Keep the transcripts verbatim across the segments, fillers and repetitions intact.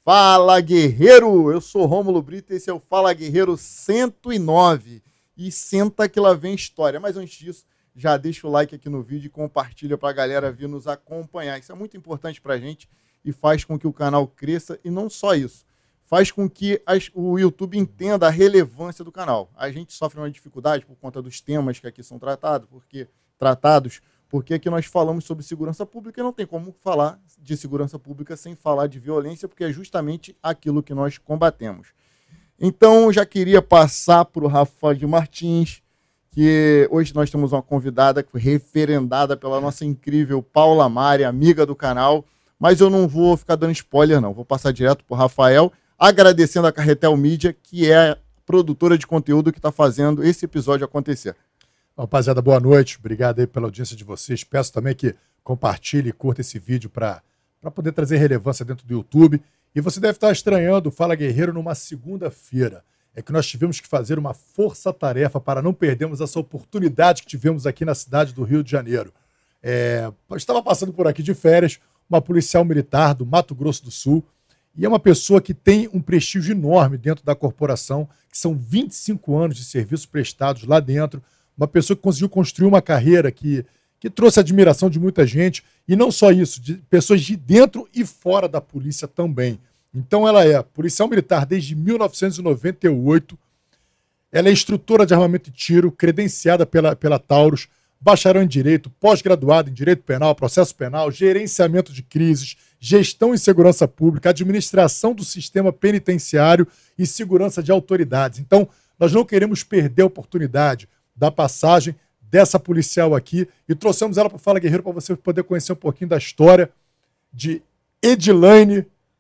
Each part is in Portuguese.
Fala, guerreiro! Eu sou Rômulo Brito e esse é o Fala Guerreiro cento e nove. E senta que lá vem história. Mas antes disso, já deixa o like aqui no vídeo e compartilha para a galera vir nos acompanhar. Isso é muito importante para a gente e faz com que o canal cresça. E não só isso, faz com que as, o YouTube entenda a relevância do canal. A gente sofre uma dificuldade por conta dos temas que aqui são tratados, porque, tratados, porque aqui nós falamos sobre segurança pública e não tem como falar de segurança pública sem falar de violência, porque é justamente aquilo que nós combatemos. Então, já queria passar para o Rafa de Martins, que hoje nós temos uma convidada referendada pela nossa incrível Paula Mari, amiga do canal, mas eu não vou ficar dando spoiler, não. Vou passar direto para o Rafael, agradecendo a Carretel Mídia, que é a produtora de conteúdo que está fazendo esse episódio acontecer. Rapaziada, boa noite. Obrigado aí pela audiência de vocês. Peço também que compartilhe e curta esse vídeo para poder trazer relevância dentro do YouTube. E você deve estar estranhando o Fala Guerreiro numa segunda-feira. É que nós tivemos que fazer uma força-tarefa para não perdermos essa oportunidade que tivemos aqui na cidade do Rio de Janeiro. É, eu estava passando por aqui de férias, uma policial militar do Mato Grosso do Sul, e é uma pessoa que tem um prestígio enorme dentro da corporação, que são vinte e cinco anos de serviços prestados lá dentro, uma pessoa que conseguiu construir uma carreira que, que trouxe a admiração de muita gente, e não só isso, de pessoas de dentro e fora da polícia também. Então ela é policial militar desde mil novecentos e noventa e oito, ela é instrutora de armamento e tiro, credenciada pela, pela Taurus, bacharel em Direito, pós-graduada em Direito Penal, Processo Penal, Gerenciamento de Crises, Gestão em Segurança Pública, Administração do Sistema Penitenciário e Segurança de Autoridades. Então, nós não queremos perder a oportunidade da passagem dessa policial aqui e trouxemos ela para o Fala Guerreiro para você poder conhecer um pouquinho da história de Edilane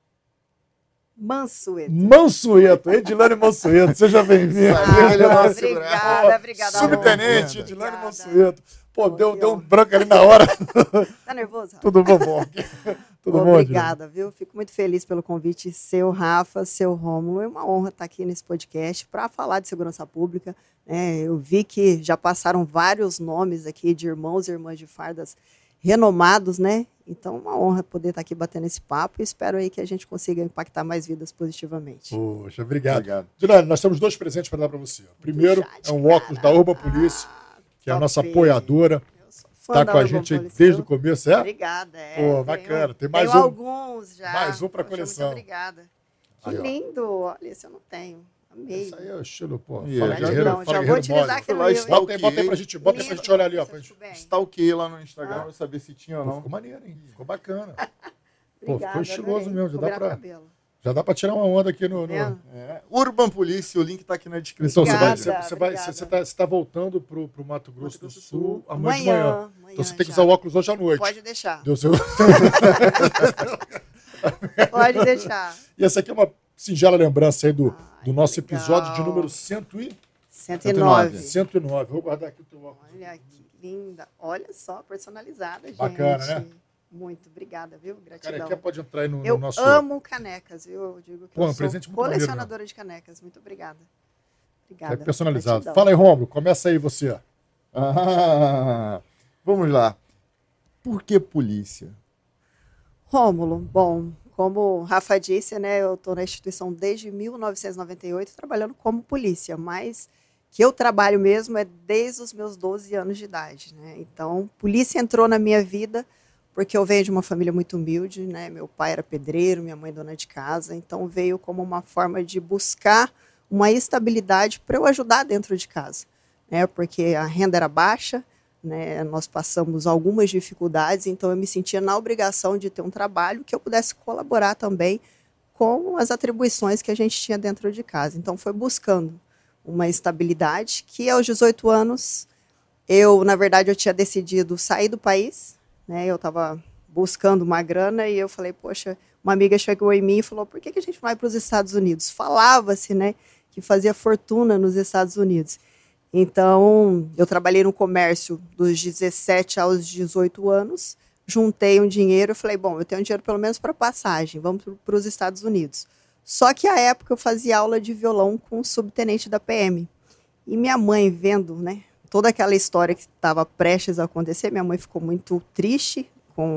Mansueto. Mansueto, Edilane Mansueto, seja bem-vinda. Ah, obrigada, obrigada. Subtenente Edilane Mansueto. Pô, deu, deu um branco ali na hora. Tá nervoso? Tudo bom, bom. Tudo bom, obrigada, viu? Fico muito feliz pelo convite, seu Rafa, seu Rômulo. É uma honra estar aqui nesse podcast para falar de segurança pública. É, eu vi que já passaram vários nomes aqui de irmãos e irmãs de fardas renomados, né? Então, uma honra poder estar aqui batendo esse papo e espero aí que a gente consiga impactar mais vidas positivamente. Poxa, obrigado. obrigado. Edilane, nós temos dois presentes para dar para você. O primeiro é um óculos da Urban Police, ah, que é a nossa apoiadora. Está com a gente aí desde o começo, é? Obrigada. É, Pô, bacana. Tem mais tenho um. alguns já. Mais um para a coleção. Muito obrigada. Que aí, lindo. Olha, esse eu não tenho. Amei. Isso aí é o estilo, pô. Yeah, Fala já, Guerreiro, não, Fala já Guerreiro vou utilizar mole. aquele lá, livro. Bota aí, bota aí pra gente, bota aí pra gente olhar ali, ó. Pra gente... Stalkei lá no Instagram Ah. pra saber se tinha ou Pô, não. ficou maneiro, hein? Ficou bacana. Pô, Obrigada, ficou estiloso adorei. mesmo. Já Vou dá, virar pra, cabelo. já dá pra tirar uma onda aqui no... no... Vendo? É. Urban Police, o link tá aqui na descrição. Então, você, vai, Obrigada, você, você, vai, obrigada. você, tá, você tá voltando pro, pro Mato Grosso, Mato Grosso do Sul do Sul. amanhã de manhã. Amanhã, Então você tem que já. usar o óculos hoje à noite. Pode deixar. Deu seu... Pode deixar. E essa aqui é uma singela lembrança aí do, Ai, do nosso legal. episódio de número cento e cento e nove. cento e nove. Vou guardar aqui o teu óculos. Olha que linda. Olha só, personalizada, gente. Bacana, né? Muito obrigada, viu? Gratidão. Canequinha pode entrar aí no, no Eu nosso... amo canecas, viu? Eu digo que Pô, eu um sou presente muito maneiro, colecionadora de canecas. Muito obrigada. Obrigada. É personalizado. Gratidão. Fala aí, Rômulo. Começa aí você. Ah, vamos lá. Por que polícia? Rômulo, bom, como o Rafa disse, né, eu estou na instituição desde mil novecentos e noventa e oito trabalhando como polícia, mas que eu trabalho mesmo é desde os meus doze anos de idade, né? Então, polícia entrou na minha vida porque eu venho de uma família muito humilde, né? Meu pai era pedreiro, minha mãe dona de casa, então veio como uma forma de buscar uma estabilidade para eu ajudar dentro de casa, né? Porque a renda era baixa, né? Nós passamos algumas dificuldades, então eu me sentia na obrigação de ter um trabalho que eu pudesse colaborar também com as atribuições que a gente tinha dentro de casa. Então foi buscando uma estabilidade que aos dezoito anos eu, na verdade, eu tinha decidido sair do país, né? Eu estava buscando uma grana e eu falei, poxa, uma amiga chegou em mim e falou, por que que a gente não vai para os Estados Unidos? Falava-se, né, que fazia fortuna nos Estados Unidos. Então, eu trabalhei no comércio dos dezessete aos dezoito anos, juntei um dinheiro e falei, bom, eu tenho dinheiro pelo menos para passagem, vamos para os Estados Unidos. Só que, à época, eu fazia aula de violão com o subtenente da P M. E minha mãe, vendo, né, toda aquela história que estava prestes a acontecer, minha mãe ficou muito triste com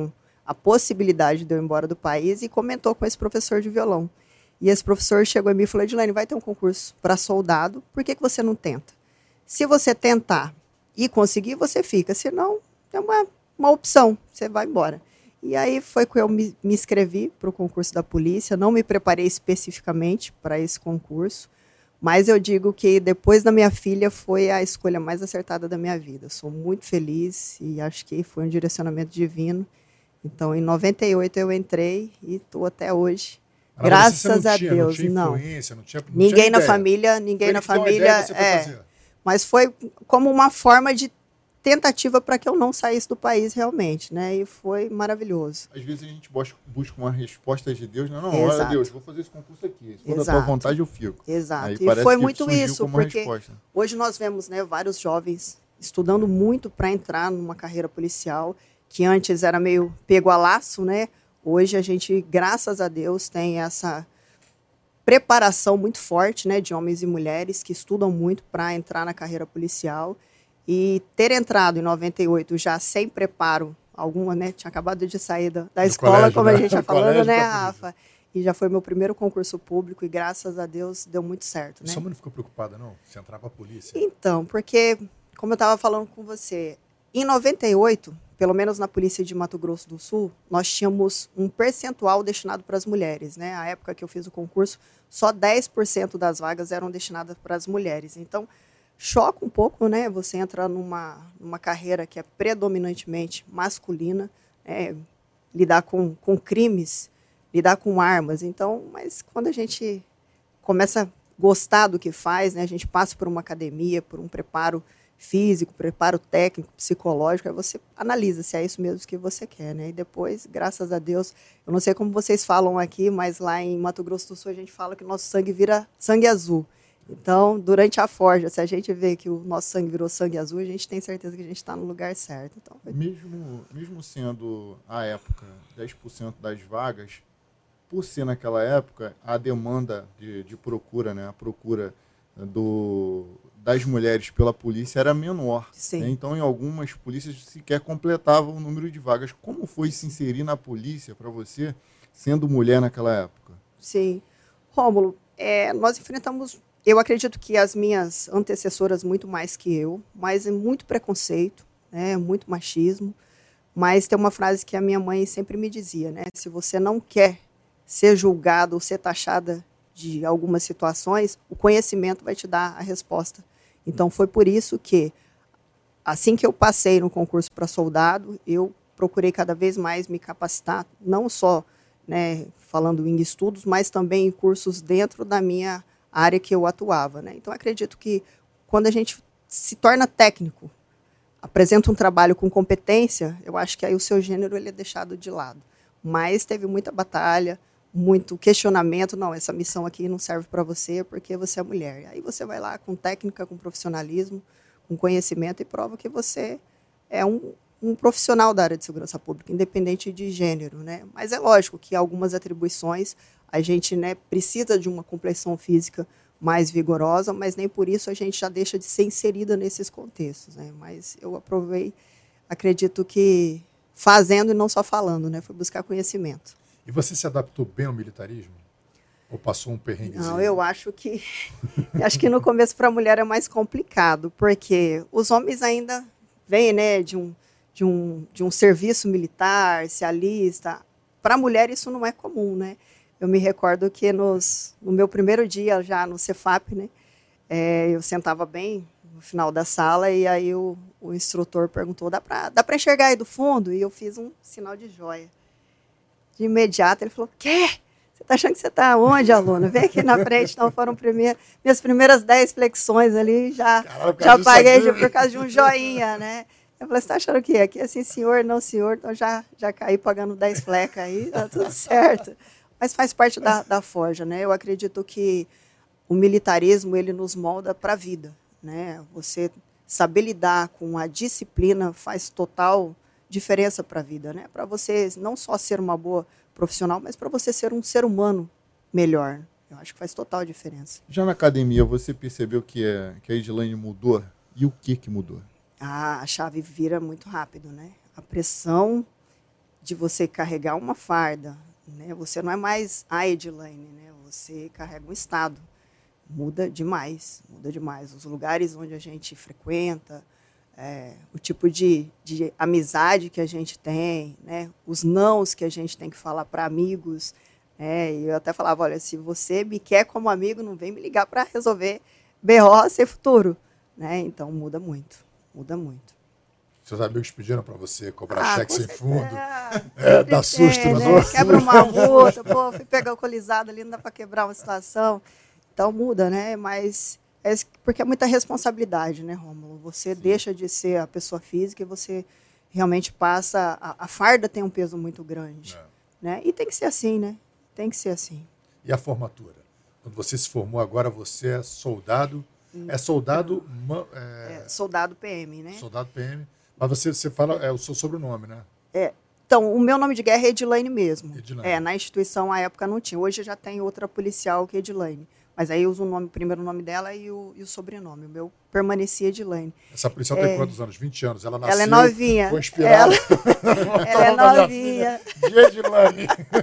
a possibilidade de eu ir embora do país e comentou com esse professor de violão. E esse professor chegou em mim e falou, Edilene, vai ter um concurso para soldado, por que, que você não tenta? Se você tentar e conseguir, você fica, senão é uma, uma opção, você vai embora. E aí foi que eu me, me inscrevi para o concurso da polícia, não me preparei especificamente para esse concurso, mas eu digo que depois da minha filha foi a escolha mais acertada da minha vida. Sou muito feliz e acho que foi um direcionamento divino. Então, em noventa e oito eu entrei e estou até hoje. Mas Graças não a tinha, Deus, não. Tinha não. influência, não tinha, não ninguém tinha na ideia. família, ninguém Foi na ele que deu uma família, ideia, você foi é, fazer. mas foi como uma forma de tentativa para que eu não saísse do país realmente, né? E foi maravilhoso. Às vezes a gente busca, busca uma resposta de Deus, não, não, Exato. olha Deus, vou fazer esse concurso aqui, se for da tua Exato. vontade eu fico. Exato. Aí E parece foi que muito surgiu isso, como uma porque resposta. hoje nós vemos, né, vários jovens estudando muito para entrar numa carreira policial, que antes era meio pego a laço, né? Hoje a gente, graças a Deus, tem essa preparação muito forte, né, de homens e mulheres que estudam muito para entrar na carreira policial. E ter entrado em noventa e oito já sem preparo alguma, né? Tinha acabado de sair da, da escola, colégio, como né? a gente está falando, Colégio né, pra Rafa? E já foi meu primeiro concurso público e graças a Deus deu muito certo, né? Sua mãe não ficou preocupada, não? Você entrar pra polícia? Então, porque, como eu estava falando com você, em noventa e oito, pelo menos na polícia de Mato Grosso do Sul, nós tínhamos um percentual destinado para as mulheres, né? A época que eu fiz o concurso, só dez por cento das vagas eram destinadas para as mulheres. Então, choca um pouco, né? Você entra numa, numa carreira que é predominantemente masculina, é, lidar com, com crimes, lidar com armas. Então, mas quando a gente começa a gostar do que faz, né? A gente passa por uma academia, por um preparo físico, preparo técnico, psicológico, aí você analisa se é isso mesmo que você quer, né? E depois, graças a Deus, eu não sei como vocês falam aqui, mas lá em Mato Grosso do Sul a gente fala que o nosso sangue vira sangue azul. Então, durante a forja, se a gente vê que o nosso sangue virou sangue azul, a gente tem certeza que a gente está no lugar certo. Então, foi... mesmo, mesmo sendo, à época, dez por cento das vagas, por ser naquela época, a demanda de, de procura, né, a procura do, das mulheres pela polícia era menor. Sim. Né? Então, em algumas polícias sequer completavam o número de vagas. Como foi se inserir na polícia para você, sendo mulher naquela época? Sim. Rômulo, é, nós enfrentamos... Eu acredito que as minhas antecessoras, muito mais que eu, mas é muito preconceito, né, muito machismo. Mas tem uma frase que a minha mãe sempre me dizia, né? Se você não quer ser julgada ou ser taxada de algumas situações, o conhecimento vai te dar a resposta. Então, foi por isso que, assim que eu passei no concurso para soldado, eu procurei cada vez mais me capacitar, não só, né, falando em estudos, mas também em cursos dentro da minha área que eu atuava, né? Então, acredito que quando a gente se torna técnico, apresenta um trabalho com competência, eu acho que aí o seu gênero ele é deixado de lado. Mas teve muita batalha, muito questionamento, não, essa missão aqui não serve para você porque você é mulher. Aí você vai lá com técnica, com profissionalismo, com conhecimento e prova que você é um, um profissional da área de segurança pública, independente de gênero, né? Mas é lógico que algumas atribuições a gente, né, precisa de uma complexão física mais vigorosa, mas nem por isso a gente já deixa de ser inserida nesses contextos, né? Mas eu aprovei, acredito que fazendo e não só falando, né? Foi buscar conhecimento. E você se adaptou bem ao militarismo? Ou passou um perrenguezinho? Não, eu acho que acho que no começo para a mulher é mais complicado, porque os homens ainda vêm, né, de um de um de um serviço militar, se alista. Para a mulher isso não é comum, né? Eu me recordo que nos, no meu primeiro dia já no Cefap, né, é, eu sentava bem no final da sala e aí o, o instrutor perguntou, dá para dá para enxergar aí do fundo? E eu fiz um sinal de joia. De imediato ele falou, quê? Você está achando que você está onde, aluna? Vem aqui na frente. Então foram primeir, minhas primeiras dez flexões ali, já, Caramba, já paguei de, por causa de um joinha, né? Eu falei, você está achando o quê? Aqui é assim, senhor, não senhor, então já, já caí pagando dez flecas aí, tá tudo certo. Mas faz parte da, da forja, né? Eu acredito que o militarismo, ele nos molda para a vida, né? Você saber lidar com a disciplina faz total diferença para a vida, né? Para você não só ser uma boa profissional, mas para você ser um ser humano melhor. Eu acho que faz total diferença. Já na academia, você percebeu que, é, que a Edilene mudou? E o que que mudou? Ah, a chave vira muito rápido, né? A pressão de você carregar uma farda, né? Você não é mais a Edilane, né? Você carrega um Estado. Muda demais, muda demais. Os lugares onde a gente frequenta, é, o tipo de, de amizade que a gente tem, né? Os nãos que a gente tem que falar para amigos. Né? E eu até falava, olha, se você me quer como amigo, não vem me ligar para resolver B O sem futuro. Né? Então, muda muito, muda muito. Seus amigos pediram para você cobrar Ah, cheque sem certeza. fundo, É, é, dá susto tem, nos né? outros. Quebra uma multa, pô, fui pegar o alcoolizado ali, não dá para quebrar uma situação. Então muda, né? Mas é porque é muita responsabilidade, né, Rômulo? Você Sim. deixa de ser a pessoa física e você realmente passa... A, a farda tem um peso muito grande. É. Né? E tem que ser assim, né? Tem que ser assim. E a formatura? Quando você se formou agora, você é soldado... É soldado... É, é, soldado P M, né? Soldado P M. Mas você, você fala... É o seu sobrenome, né? É. Então, o meu nome de guerra é Edilane mesmo. Edilane. É, na instituição, à época, não tinha. Hoje já tem outra policial que é Edilane. Mas aí eu uso o, nome, o primeiro nome dela e o, e o sobrenome. O meu permanecia Edilane. Essa policial é, tem quantos anos? vinte anos. Ela nasceu... Ela é novinha. Foi inspirada. Ela, ela é novinha. De Edilane.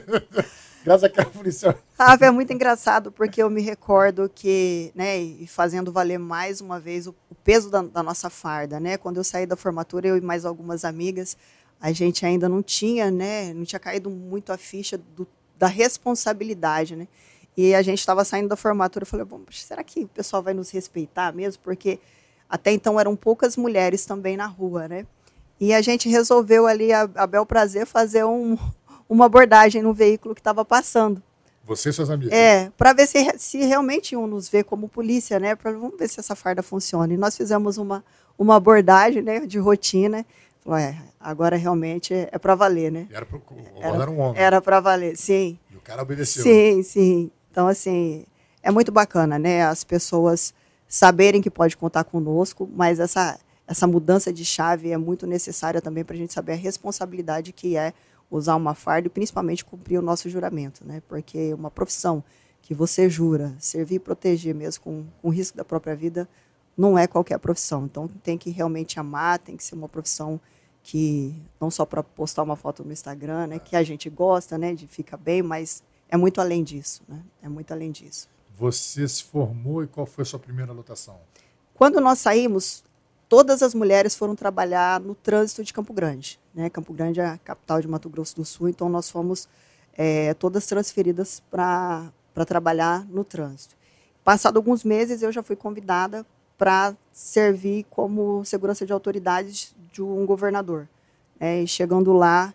Graças àquela policial. Ah, é muito engraçado, porque eu me recordo que, né, e fazendo valer mais uma vez o, o peso da, da nossa farda, né? Quando eu saí da formatura, eu e mais algumas amigas, a gente ainda não tinha, né, não tinha caído muito a ficha do, da responsabilidade, né? E a gente estava saindo da formatura, eu falei, bom, será que o pessoal vai nos respeitar mesmo? Porque até então eram poucas mulheres também na rua, né? E a gente resolveu ali, a, a bel prazer, fazer um, uma abordagem no veículo que estava passando. Você e suas amigas? É, para ver se, se realmente iam nos ver como polícia, né? Pra, vamos ver se essa farda funciona. E nós fizemos uma, uma abordagem, né, de rotina. Falou, é, agora realmente é, é para valer, né? E era, pro, era, era um homem. Era para valer, sim. E o cara obedeceu. Sim, sim. Então, assim, é muito bacana, né? As pessoas saberem que pode contar conosco, mas essa, essa mudança de chave é muito necessária também para a gente saber a responsabilidade que é usar uma farda e principalmente cumprir o nosso juramento, né? Porque uma profissão que você jura servir e proteger mesmo com, com risco da própria vida não é qualquer profissão. Então, tem que realmente amar, tem que ser uma profissão que não só para postar uma foto no Instagram, né? Que a gente gosta, né? De ficar bem, mas é muito além disso, né? É muito além disso. Você se formou e qual foi a sua primeira lotação? Quando nós saímos, todas as mulheres foram trabalhar no trânsito de Campo Grande, né? Campo Grande é a capital de Mato Grosso do Sul, então nós fomos é, todas transferidas para para trabalhar no trânsito. Passado alguns meses, eu já fui convidada para servir como segurança de autoridades de um governador. É, e chegando lá,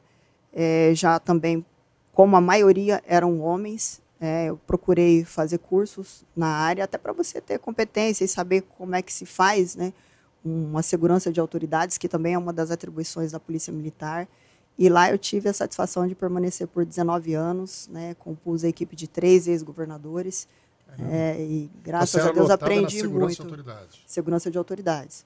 é, já também, como a maioria eram homens, é, eu procurei fazer cursos na área, até para você ter competência e saber como é que se faz, né, uma segurança de autoridades, que também é uma das atribuições da Polícia Militar. E lá eu tive a satisfação de permanecer por dezenove anos, né, compus a equipe de três ex-governadores, é, e graças a Deus aprendi segurança muito. De autoridades. Segurança de autoridades.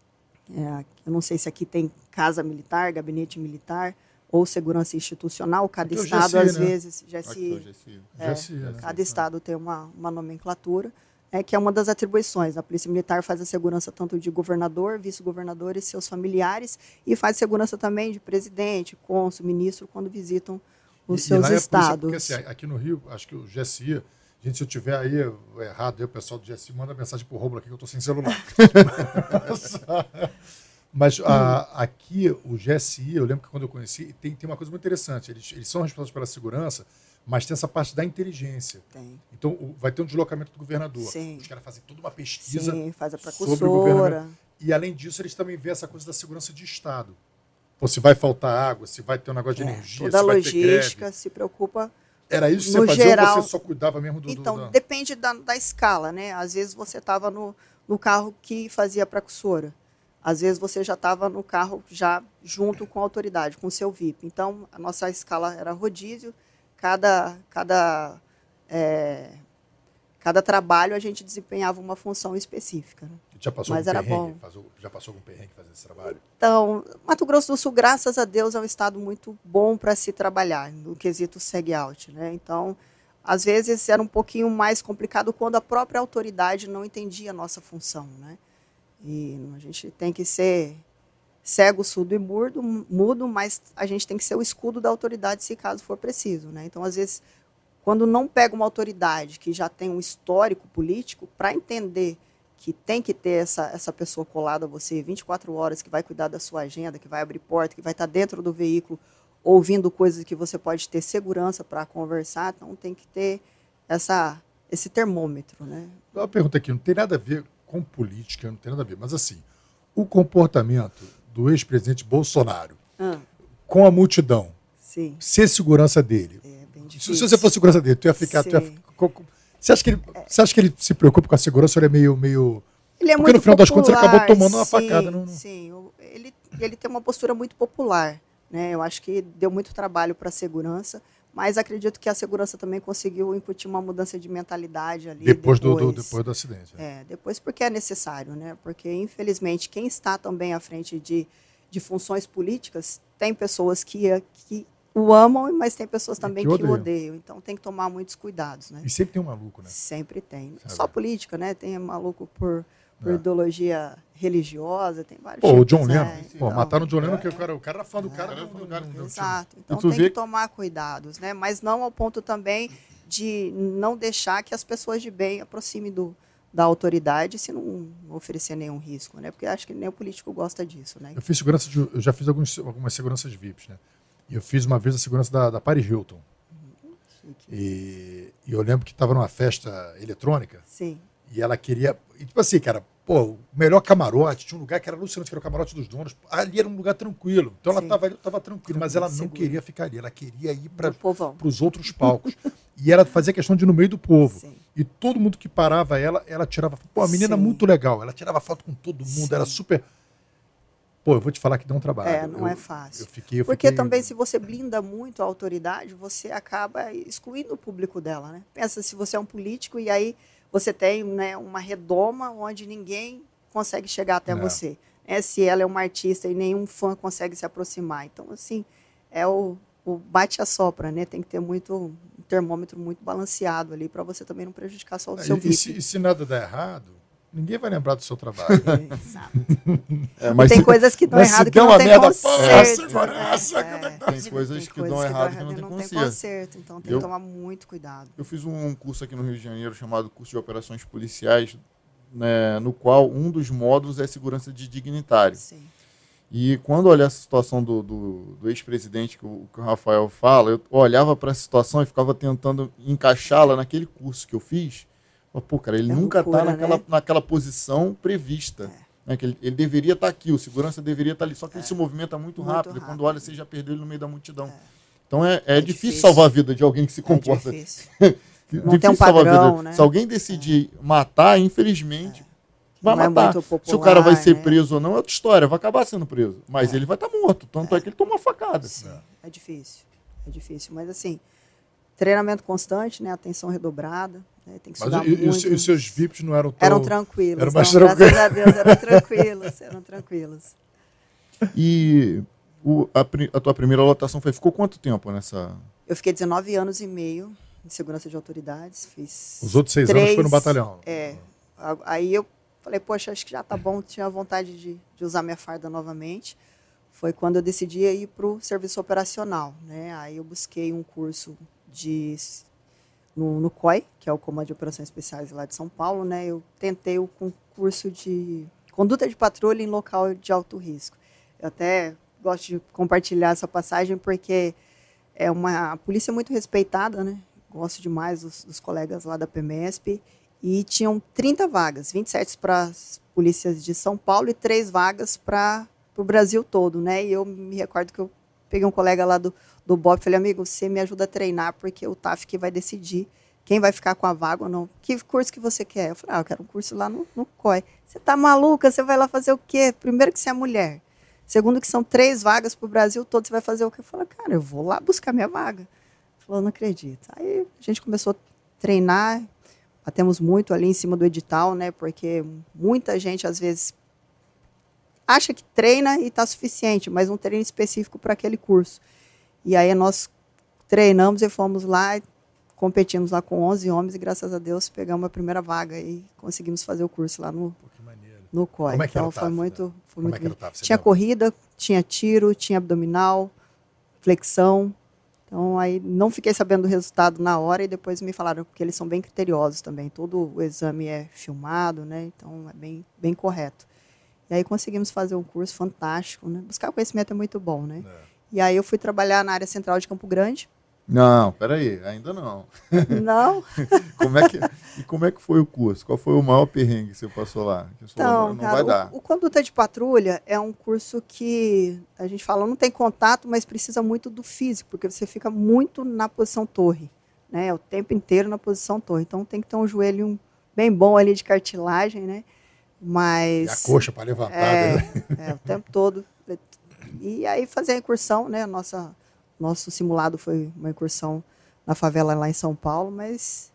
É, eu não sei se aqui tem casa militar, gabinete militar ou segurança institucional. Cada aqui estado, G S I, às né? vezes, G S I, G S I. é, G S I, né? cada estado tem uma, uma nomenclatura, é, que é uma das atribuições. A Polícia Militar faz a segurança tanto de governador, vice-governador e seus familiares, e faz segurança também de presidente, cônsul, ministro, quando visitam os e, seus e lá é estados. Polícia, porque, assim, aqui no Rio, acho que o G S I, gente, se eu tiver aí errado, aí o pessoal do G S I manda mensagem pro Rômulo aqui que eu estou sem celular. Mas a, aqui, o G S I, eu lembro que quando eu conheci, tem, tem uma coisa muito interessante. Eles, eles são responsáveis pela segurança, mas tem essa parte da inteligência. Tem. Então, o, vai ter um deslocamento do governador. Sim. Os caras fazem toda uma pesquisa Sim, faz a sobre o governador. E, além disso, eles também vêem essa coisa da segurança de Estado. Pô, se vai faltar água, se vai ter um negócio de é, energia, toda se vai logística ter greve. se preocupa. Era isso que no você fazia geral, ou você só cuidava mesmo do... Então, do, da... depende da, da escala, né? Às vezes você estava no, no carro que fazia precursora. Às vezes você já estava no carro já junto com a autoridade, com o seu V I P. Então, a nossa escala era rodízio. Cada, cada, é, cada trabalho a gente desempenhava uma função específica. Né? Já passou Mas algum era perrengue? bom. Faz, já passou algum perrengue fazendo esse trabalho? Então, Mato Grosso do Sul, graças a Deus, é um estado muito bom para se trabalhar, no quesito seg-out, né? Então, às vezes era um pouquinho mais complicado quando a própria autoridade não entendia a nossa função, né? E a gente tem que ser, cego, surdo e mudo, mudo, mas a gente tem que ser o escudo da autoridade se caso for preciso, né? Então, às vezes, quando não pega uma autoridade que já tem um histórico político, para entender que tem que ter essa, essa pessoa colada a você vinte e quatro horas, que vai cuidar da sua agenda, que vai abrir porta, que vai estar dentro do veículo, ouvindo coisas que você pode ter segurança para conversar, então tem que ter essa, esse termômetro, né? Uma pergunta aqui, não tem nada a ver com política, não tem nada a ver, mas assim, o comportamento do ex-presidente Bolsonaro Ah, com a multidão, sim, ser segurança dele, é bem se, difícil. se você fosse segurança dele, tu ia ficar... Tu ia, Sim. co- co- você, acha que ele, você acha que ele se preocupa com a segurança ou ele é meio... meio... Ele é Porque muito no final das contas ele popular, acabou tomando uma sim, facada. Não, não... Sim, o- ele, ele tem uma postura muito popular, né? Eu acho que deu muito trabalho para a segurança, mas acredito que a segurança também conseguiu incutir uma mudança de mentalidade ali. Depois, depois, do, do, depois do acidente. É, depois porque é necessário, né? Porque, infelizmente, quem está também à frente de, de funções políticas, tem pessoas que, que o amam, mas tem pessoas também que que, odeiam. o odeiam. Então tem que tomar muitos cuidados, né? E sempre tem um maluco, né? Sempre tem. Não Sabe? só política, né? Tem maluco por, por É. ideologia religiosa, tem vários Pô, o tipos, John né? Lennon. Pô, Então, mataram o John Lennon, que o cara, o cara era fã do cara. era não- fã do não- cara. não- não- Exato. Então tu tem vê- que tomar cuidados, né? Mas não ao ponto também de não deixar que as pessoas de bem aproximem do, da autoridade se não oferecer nenhum risco, né? Porque acho que nem o político gosta disso, né? Eu fiz segurança de, eu já fiz alguns, algumas seguranças V I Ps, né? E eu fiz uma vez a segurança da, da Paris Hilton. E, e eu lembro que estava numa festa eletrônica Sim. e ela queria. E tipo assim, cara, pô, o melhor camarote, tinha um lugar que era alucinante, que era o camarote dos donos. Ali era um lugar tranquilo. Então ela Sim. estava ali, estava tranquila, mas ela não Segura. queria ficar ali, ela queria ir para Do povão. os outros palcos. E ela fazia questão de ir no meio do povo. Sim. E todo mundo que parava ela, ela tirava. Pô, a menina Sim. muito legal. Ela tirava foto com todo mundo, Sim. era super. Pô, eu vou te falar que dá um trabalho. É, não Eu- é fácil. Eu fiquei, eu Porque fiquei- também, se você blinda muito a autoridade, você acaba excluindo o público dela, né? Pensa, se você é um político e aí você tem, né, uma redoma onde ninguém consegue chegar até É. você. É, se ela é uma artista e nenhum fã consegue se aproximar. Então, assim, é o, o bate-a-sopra, né? Tem que ter muito, um termômetro muito balanceado ali para você também não prejudicar só o seu E, e, V I P. se, e se nada der errado, ninguém vai lembrar do seu trabalho. Exato. É, E mas tem se- coisas que dão mas se errado que der não uma tem merda, conserto. pô, segurança, né? É. tem coisas que dão errado que não tem conserto. conserto. Então tem Eu- que tomar muito cuidado. Eu fiz um curso aqui no Rio de Janeiro chamado Curso de Operações Policiais, né, no qual um dos módulos é segurança de dignitário. Sim. E quando eu olhei essa situação do, do, do ex-presidente que o, que o Rafael fala, eu olhava para a situação e ficava tentando encaixá-la naquele curso que eu fiz. Eu, Pô, cara, ele É nunca está loucura, naquela, né? naquela posição prevista. Né, que ele, ele deveria estar aqui, o segurança deveria estar ali. Só que ele se movimenta muito, Muito rápido. E rápido. quando olha, você já perdeu ele no meio da multidão. Então é, é, É difícil, difícil. salvar a vida de alguém que se É comporta. difícil. Difícil Não tem um salvar a vida. padrão, né? Se alguém decidir matar, infelizmente, vai Não é matar. muito popular, Se o cara vai ser né? preso ou não, é outra história. Vai acabar sendo preso. Mas ele vai estar morto. Tanto é. que ele tomou uma facada. Sim, é difícil. É difícil. Mas assim, treinamento constante, né? Atenção redobrada. Né? Tem que Mas estudar e, e muito. os, e os seus V I Ps não eram tão... Eram tranquilos. Eram mais não, graças tranquilos. a Deus, eram tranquilos. Eram tranquilos. E o- a, pri- a tua primeira lotação foi. Ficou quanto tempo nessa. Eu fiquei dezenove anos e meio de segurança de autoridades. Fiz Os outros seis três, anos foi no batalhão. É. A- Aí eu falei, poxa, acho que já tá bom, tinha vontade de, de usar minha farda novamente. Foi quando eu decidi ir para o serviço operacional, né? Aí eu busquei um curso de no, no C O I, que é o Comando de Operações Especiais lá de São Paulo, né? Eu tentei o concurso de conduta de patrulha em local de alto risco. Eu até gosto de compartilhar essa passagem porque é uma polícia muito respeitada, né? Gosto demais dos, dos colegas lá da P M E S P. E tinham trinta vagas, vinte e sete para as polícias de São Paulo e três vagas para o Brasil todo, né? E eu me recordo que eu peguei um colega lá do, do B O P e falei, amigo, você me ajuda a treinar porque o T A F que vai decidir quem vai ficar com a vaga ou não. Que curso que você quer? Eu falei, ah, eu quero um curso lá no, no C O I. Você tá maluca? Você vai lá fazer o quê? Primeiro que você é mulher. Segundo que são três vagas para o Brasil todo, você vai fazer o quê? Eu falei, cara, eu vou lá buscar minha vaga. Ele falou, não acredito. Aí a gente começou a treinar, batemos muito ali em cima do edital, né? Porque muita gente, às vezes, acha que treina e está suficiente, mas um treino específico para aquele curso. E aí nós treinamos e fomos lá, competimos lá com onze homens e, graças a Deus, pegamos a primeira vaga e conseguimos fazer o curso lá no, Pô, que maneiro. No C O I. Como é que então era o foi TAF, muito, né? foi Como muito é que era o bem. TAF? Você Tinha lembra? corrida, tinha tiro, tinha abdominal, flexão. Então aí não fiquei sabendo do resultado na hora e depois me falaram que eles são bem criteriosos também. Todo o exame é filmado, né? Então é bem, bem correto. E aí conseguimos fazer um curso fantástico, né? Buscar conhecimento é muito bom, né? É. E aí eu fui trabalhar na área central de Campo Grande. Não, peraí, ainda não. Não. Como é que, e como é que foi o curso? Qual foi o maior perrengue que você passou lá? Que você falou, Então, não cara, vai dar. o, o Conduta de Patrulha é um curso que a gente fala, não tem contato, mas precisa muito do físico, porque você fica muito na posição torre, né? O tempo inteiro na posição torre. Então tem que ter um joelho bem bom ali de cartilagem, né? Mas... E a coxa para levantar. É, né? é, o tempo todo. E aí fazer a incursão, né? Nossa, nosso simulado foi uma incursão na favela lá em São Paulo, mas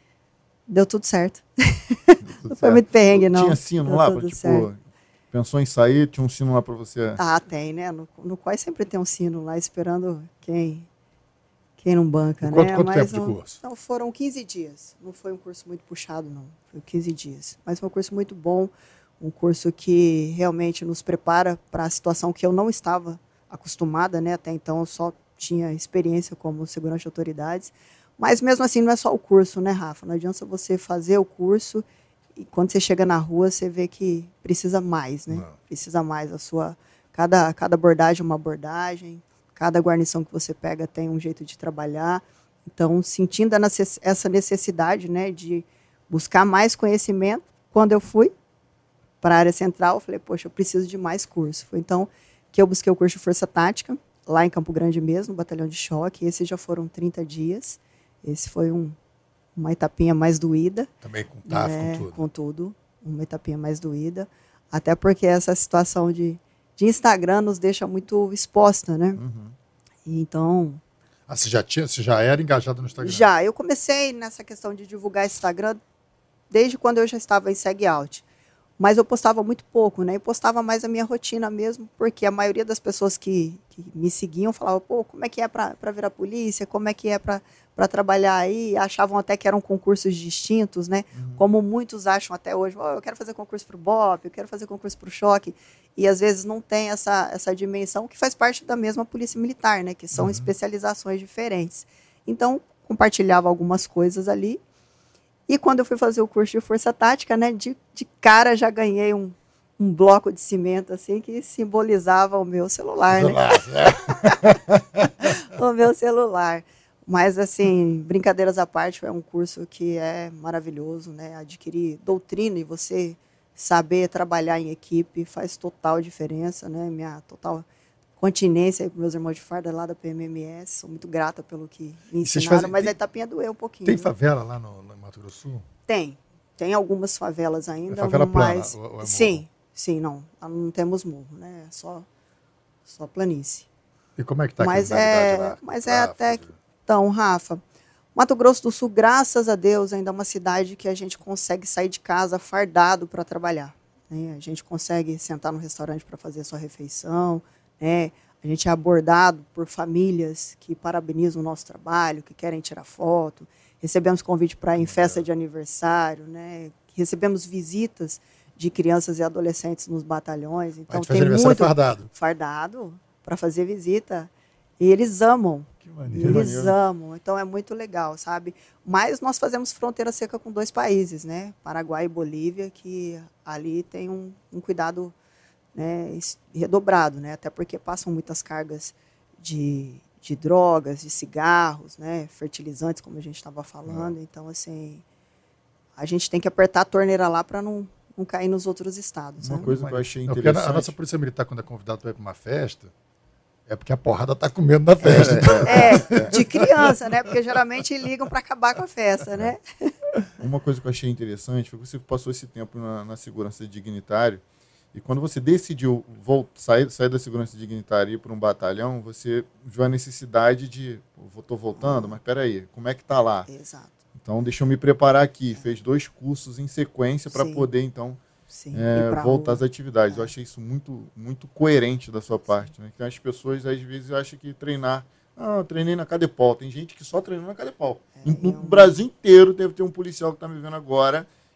deu tudo certo. Tudo Não foi certo. muito perrengue, não. Tinha sino Deu lá, tudo pra, tipo, certo. pensou em sair, tinha um sino lá pra você. Ah, tem, né? No, no qual sempre tem um sino lá esperando quem, quem não banca, E quanto, né? quanto Mas tempo de não, curso? não, foram quinze dias. Não foi um curso muito puxado, não. Foi quinze dias. Mas foi um curso muito bom, um curso que realmente nos prepara para a situação que eu não estava acostumada, né? Até então eu só tinha experiência como segurança de autoridades. Mas mesmo assim não é só o curso, né, Rafa? Não adianta você fazer o curso e quando você chega na rua você vê que precisa mais, né? Não. Precisa mais a sua... Cada, cada abordagem é uma abordagem, cada guarnição que você pega tem um jeito de trabalhar. Então, sentindo essa necessidade, né, de buscar mais conhecimento, quando eu fui para a área central, eu falei, poxa, eu preciso de mais curso. Foi então que eu busquei o curso de Força Tática, lá em Campo Grande mesmo, batalhão de choque. Esses já foram trinta dias. Esse foi um, uma etapinha mais doída. Também com T A F, né, com tudo. Com tudo, uma etapinha mais doída. Até porque essa situação de, de Instagram nos deixa muito exposta, né? Uhum. E então... Ah, você já, tinha, você já era engajado no Instagram? Já, eu comecei nessa questão de divulgar Instagram desde quando eu já estava em Seg Out. Mas eu postava muito pouco, né? Eu postava mais a minha rotina mesmo, porque a maioria das pessoas que, que me seguiam falavam, pô, como é que é para virar polícia? Como é que é para trabalhar aí? Achavam até que eram concursos distintos, né? Uhum. Como muitos acham até hoje. Oh, eu quero fazer concurso para o B O P, eu quero fazer concurso para o choque. E às vezes não tem essa, essa dimensão que faz parte da mesma polícia militar, né? Que são Uhum. especializações diferentes. Então, compartilhava algumas coisas ali. E quando eu fui fazer o curso de Força Tática, né, de, de cara já ganhei um, um bloco de cimento assim que simbolizava o meu celular, Celular, né? O meu celular. Mas assim, brincadeiras à parte, é um curso que é maravilhoso, né? Adquirir doutrina e você saber trabalhar em equipe faz total diferença, né? Minha total continência aí para meus irmãos de farda lá da P M M S, sou muito grata pelo que me vocês ensinaram, fazem- mas tem- a etapinha doeu um pouquinho. Tem né? favela lá no, no Mato Grosso do Sul? Tem. Tem algumas favelas ainda. É favela plana, mas... ou- ou é morro? Sim, sim, não. Não temos morro, né? É só, só planície. E como é que está a Mas criminalidade é, lá? mas é Tráfico, até... Então, Rafa, Mato Grosso do Sul, graças a Deus, ainda é uma cidade que a gente consegue sair de casa fardado para trabalhar. Né? A gente consegue sentar no restaurante para fazer a sua refeição, né? A gente é abordado por famílias que parabenizam o nosso trabalho, que querem tirar foto. Recebemos convite para ir em festa de aniversário, né? Recebemos visitas de crianças e adolescentes nos batalhões. A Então gente faz tem aniversário muito fardado. fardado para fazer visita. E eles amam. Que E maneiro. eles maneiro. amam. Então é muito legal, sabe? Mas nós fazemos fronteira seca com dois países, né? Paraguai e Bolívia, que ali tem um, um cuidado, né, es- redobrado, né? Até porque passam muitas cargas de, de drogas, de cigarros, né? Fertilizantes, como a gente estava falando. Então, assim, a gente tem que apertar a torneira lá para não, não cair nos outros estados. Uma né? coisa que eu achei Não, porque a, a interessante. nossa polícia militar, quando é convidado para ir para uma festa, é porque a porrada tá comendo na festa. É, de criança, né? Porque geralmente ligam para acabar com a festa, né? Uma coisa que eu achei interessante foi que você passou esse tempo na, na segurança dignitário e quando você decidiu volt, sair, sair da segurança dignitária e ir para um batalhão, você viu a necessidade de, estou voltando, mas peraí, como é que tá lá? Exato. Então deixa eu me preparar aqui. Fez dois cursos em sequência para Sim. poder então Sim. é, ir pra voltar rua. às atividades. Eu É. achei isso muito, muito coerente da sua parte. Né? Que as pessoas às vezes acham que treinar. Ah, eu treinei na Cadepol. Tem gente que só treinou na Cadepol. É, no eu- Brasil inteiro deve ter um policial que está me vendo agora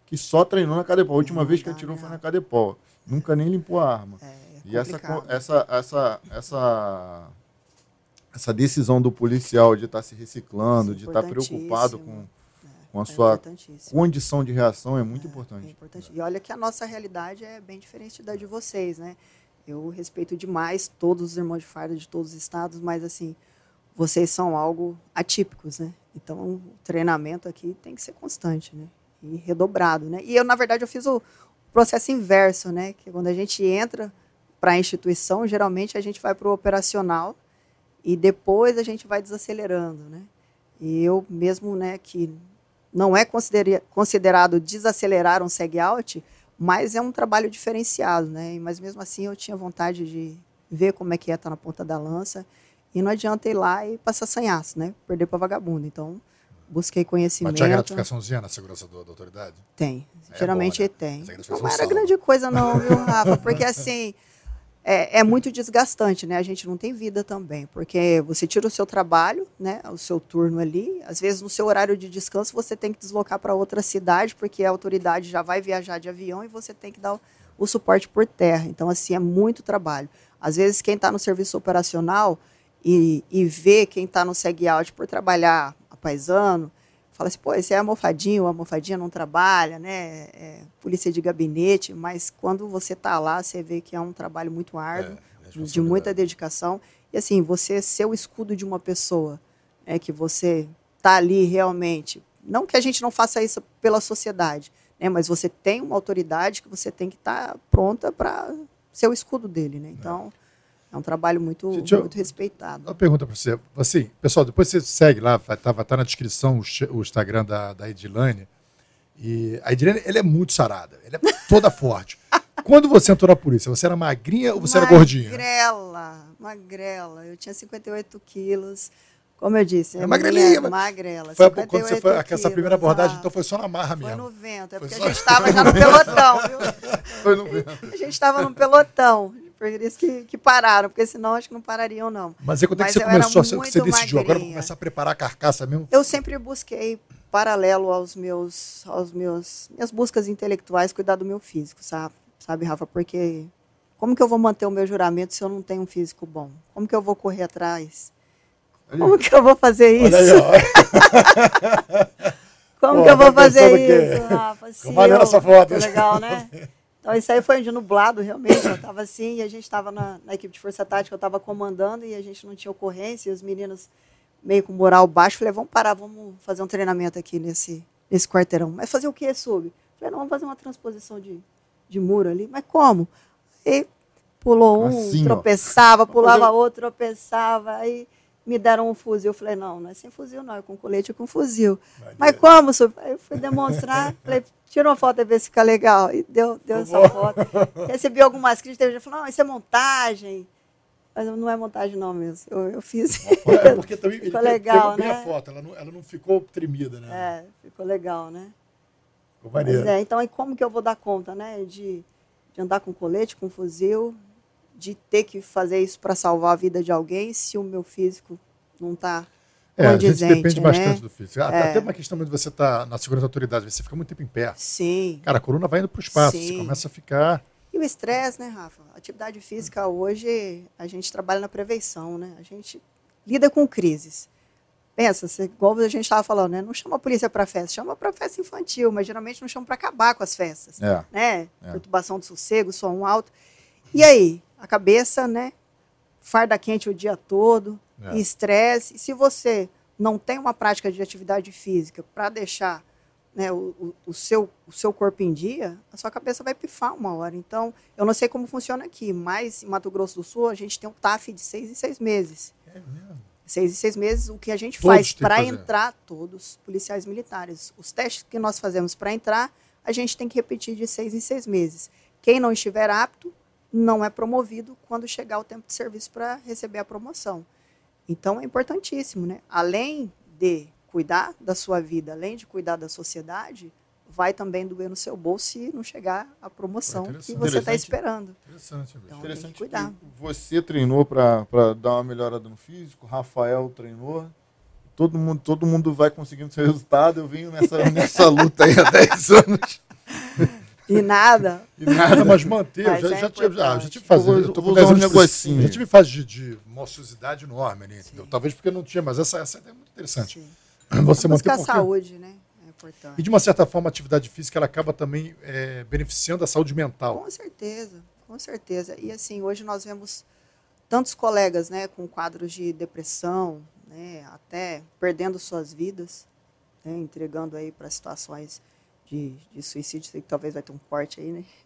que só treinou na Cadepol. A última Não vez que dá, atirou né? foi na Cadepol. Nunca nem limpou a arma. É, é e essa, complicado. essa, essa, essa, essa decisão do policial de estar se reciclando, Isso, de estar preocupado com, importantíssimo. com a É sua importantíssimo. condição de reação é muito É importante. importante. E olha que a nossa realidade é bem diferente da de vocês, né? Eu respeito demais todos os irmãos de farda de todos os estados, mas assim, vocês são algo atípicos, né? Então, o treinamento aqui tem que ser constante, né? E redobrado, né? E eu, na verdade, eu fiz o processo inverso, né? Que quando a gente entra para a instituição, geralmente a gente vai para o operacional e depois a gente vai desacelerando, né? E eu mesmo, né, que não é considera- considerado desacelerar um seg-out, mas é um trabalho diferenciado, né? Mas mesmo assim eu tinha vontade de ver como é que é estar na ponta da lança e não adianta ir lá e passar sanhaço, né? Perder para vagabundo. Então, busquei Mas conhecimento. tinha gratificaçãozinha na segurança do- da autoridade? Tem. É Geralmente bom, né? tem. Essa gratificação Não era salva. grande coisa não, viu, Rafa? Porque assim, é, é muito desgastante, né? A gente não tem vida também, porque você tira o seu trabalho, né? O seu turno ali, às vezes no seu horário de descanso você tem que deslocar para outra cidade, porque a autoridade já vai viajar de avião e você tem que dar o, o suporte por terra. Então, assim, é muito trabalho. Às vezes quem está no serviço operacional e, e vê quem está no seg-out por trabalhar a paisano, fala assim, pô, esse é almofadinho, a almofadinha não trabalha, né? É polícia de gabinete, mas quando você está lá, você vê que é um trabalho muito árduo, É, de muita dedicação. E assim, você ser o escudo de uma pessoa, né, que você está ali realmente. Não que a gente não faça isso pela sociedade, né, mas você tem uma autoridade que você tem que estar pronta para ser o escudo dele. Né? Então, é um trabalho muito, Gente, eu- muito respeitado. Uma pergunta para você. Assim, pessoal, depois você segue lá, vai estar tá, na descrição o, che- o Instagram da, da Edilane. E a Edilane, ela é muito sarada, ela é toda forte. Quando você entrou na polícia, você era magrinha ou você era gordinha? Magrela, magrela. Eu tinha cinquenta e oito quilos. Como eu disse, É a magrelinha, minha- mas- magrela. Foi a- quando você foi, cinquenta e oito essa primeira quilos, abordagem, ah. então foi só na marra Foi mesmo. no vento, é Foi porque só- a gente estava já no pelotão, viu? Foi no vento. A gente estava no pelotão, por isso que, que pararam, porque senão acho que não parariam, não. Mas aí quando é que Mas você eu era começou, você, muito você decidiu, agora eu vou magrinha. começar a preparar a carcaça mesmo? Eu sempre busquei, paralelo aos meus, aos meus, minhas buscas intelectuais, cuidar do meu físico, sabe, sabe, Rafa? Porque como que eu vou manter o meu juramento se eu não tenho um físico bom? Como que eu vou correr atrás? Como que eu vou fazer isso? Olha aí, ó. Como Pô, que eu vou tá fazer pensando isso, que- Rafa? Se Ficou maneira eu- essa foto. Ficou legal, né? Então, isso aí foi um dia nublado, realmente. Eu estava assim, e a gente estava na, na equipe de Força Tática, eu estava comandando, e a gente não tinha ocorrência, e os meninos meio com moral baixo. Falei, vamos parar, vamos fazer um treinamento aqui nesse, nesse quarteirão. Mas fazer o quê, sub? Falei, não, vamos fazer uma transposição de, de muro ali. Mas como? E pulou um, Assim, ó. tropeçava, Vamos pulava fazer- outro, tropeçava, aí me deram um fuzil. Eu falei, não, não é sem fuzil, não, é com colete e com fuzil. Mas como, sub? Aí eu fui demonstrar, falei, tira uma foto e vê se fica legal. E deu, deu essa foto. Recebi algumas críticas, ele falou, não, isso é montagem. Mas não é montagem não mesmo, eu, eu fiz. É, porque também ele Ficou pe- legal, pegou bem né? a foto, ela não, ela não ficou tremida, né? É, ficou legal, né? Ficou Mas maneiro. é, então, e como que eu vou dar conta, né? De, de andar com colete, com fuzil, de ter que fazer isso para salvar a vida de alguém se o meu físico não está É, a gente condizente, depende né? bastante do físico. Ah, É. Até uma questão de você estar na segurança da autoridade, você fica muito tempo em pé. Sim. Cara, a coluna vai indo para o espaço, Sim. você começa a ficar... E o estresse, né, Rafa? A atividade física hoje, a gente trabalha na prevenção, né? A gente lida com crises. Pensa, você, igual a gente estava falando, né? Não chama a polícia para festa, chama para festa infantil, mas geralmente não chama para acabar com as festas. É. Né? É. Perturbação do sossego, som alto. E aí? A cabeça, né? Farda quente o dia todo, É. estresse. E se você não tem uma prática de atividade física para deixar, né, o, o, o, seu, o seu corpo em dia, a sua cabeça vai pifar uma hora. Então, eu não sei como funciona aqui, mas em Mato Grosso do Sul a gente tem um T A F de seis em seis meses. É mesmo? Seis em seis meses, o que a gente Todos faz têm que para fazer. entrar, todos policiais militares. Os testes que nós fazemos para entrar, a gente tem que repetir de seis em seis meses. Quem não estiver apto, não é promovido quando chegar o tempo de serviço para receber a promoção. Então, é importantíssimo, né? Além de cuidar da sua vida, além de cuidar da sociedade, vai também doer no seu bolso se não chegar a promoção Pô, que interessante. você está Interessante. esperando. Interessante, bicho. Então, Interessante tem que cuidar. que você treinou para dar uma melhorada no físico, Rafael treinou. Todo mundo, todo mundo vai conseguindo seu resultado. Eu venho nessa, nessa luta aí há dez anos. E nada. E nada, mas manter. Mas já, é já, tive, ah, já tive Eu fase. vou- eu tô vou com usar dez um anos, negocinho. Já tive fase de, de mociosidade enorme ali, entendeu? Talvez porque não tinha, mas essa, essa é muito interessante. Sim. Você manter Buscar a porque... saúde, né? É importante. E de uma certa forma, a atividade física ela acaba também é, beneficiando a saúde mental. Com certeza, com certeza. E assim, hoje nós vemos tantos colegas, né, com quadros de depressão, né, até perdendo suas vidas, né, entregando aí para situações de, de suicídio, sei que talvez vai ter um corte aí, né?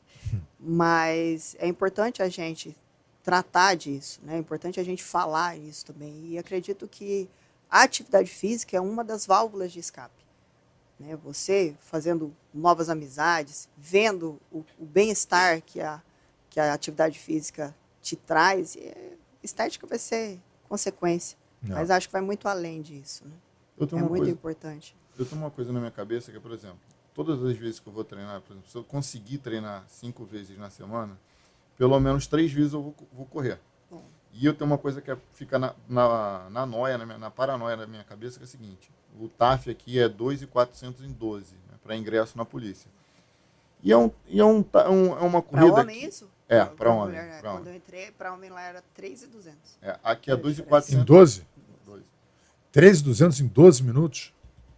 Mas é importante a gente tratar disso, né? É importante a gente falar isso também. E acredito que a atividade física é uma das válvulas de escape. Né? Você fazendo novas amizades, vendo o, o bem-estar que a, que a atividade física te traz, é, estética vai ser consequência. Não. Mas acho que vai muito além disso. Né? Eu É tenho uma muito coisa, importante. eu tenho uma coisa na minha cabeça que é, por exemplo, todas as vezes que eu vou treinar, por exemplo, se eu conseguir treinar cinco vezes na semana, pelo menos três vezes eu vou, vou correr. Bom. E eu tenho uma coisa que é, fica na, na, na noia, na, minha, na paranoia da minha cabeça, que é a seguinte: o T A F aqui é dois mil e quatrocentos em doze, né, para ingresso na polícia. E é, um, e é, um, é, um, é uma Para corrida... homem, que, isso? É, Pra para homem. mulher, é. pra Quando homem. eu entrei, para homem lá era três mil e duzentos. É, aqui é É dois mil e Em quatrocentos. doze? doze. treze mil e duzentos em doze minutos?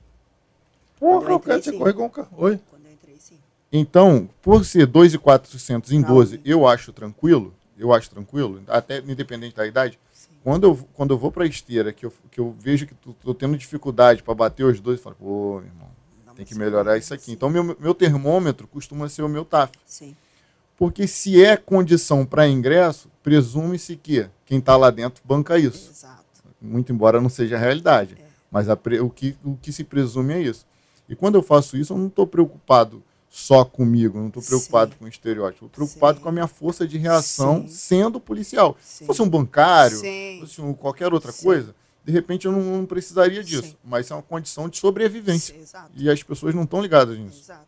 Quando eu Porra, eu entrei, quero te sim. correr com um carro. Oi? Quando eu entrei, sim. Então, por ser dois mil e quatrocentos em Pra doze, homem. eu acho tranquilo, eu acho tranquilo, até independente da idade. Sim. Quando eu, quando eu vou para a esteira, que eu, que eu vejo que tô, tô tendo dificuldade para bater os dois, eu falo, pô, meu irmão, Dá tem uma que melhorar isso aqui. sim. Então, meu, meu termômetro costuma ser o meu T A F. Sim. Porque se é condição para ingresso, presume-se que quem está lá dentro banca isso. Exato. Muito embora não seja a realidade. É. Mas a pre- o, que, o que se presume é isso. E quando eu faço isso, eu não estou preocupado só comigo, não estou preocupado Sim. com o estereótipo. Estou preocupado Sim. com a minha força de reação Sim. sendo policial. Sim. Se fosse um bancário, Sim. fosse um, qualquer outra Sim. coisa, de repente eu não, não precisaria disso. Sim. Mas isso é uma condição de sobrevivência. Sim, exato. E as pessoas não estão ligadas nisso. Exato.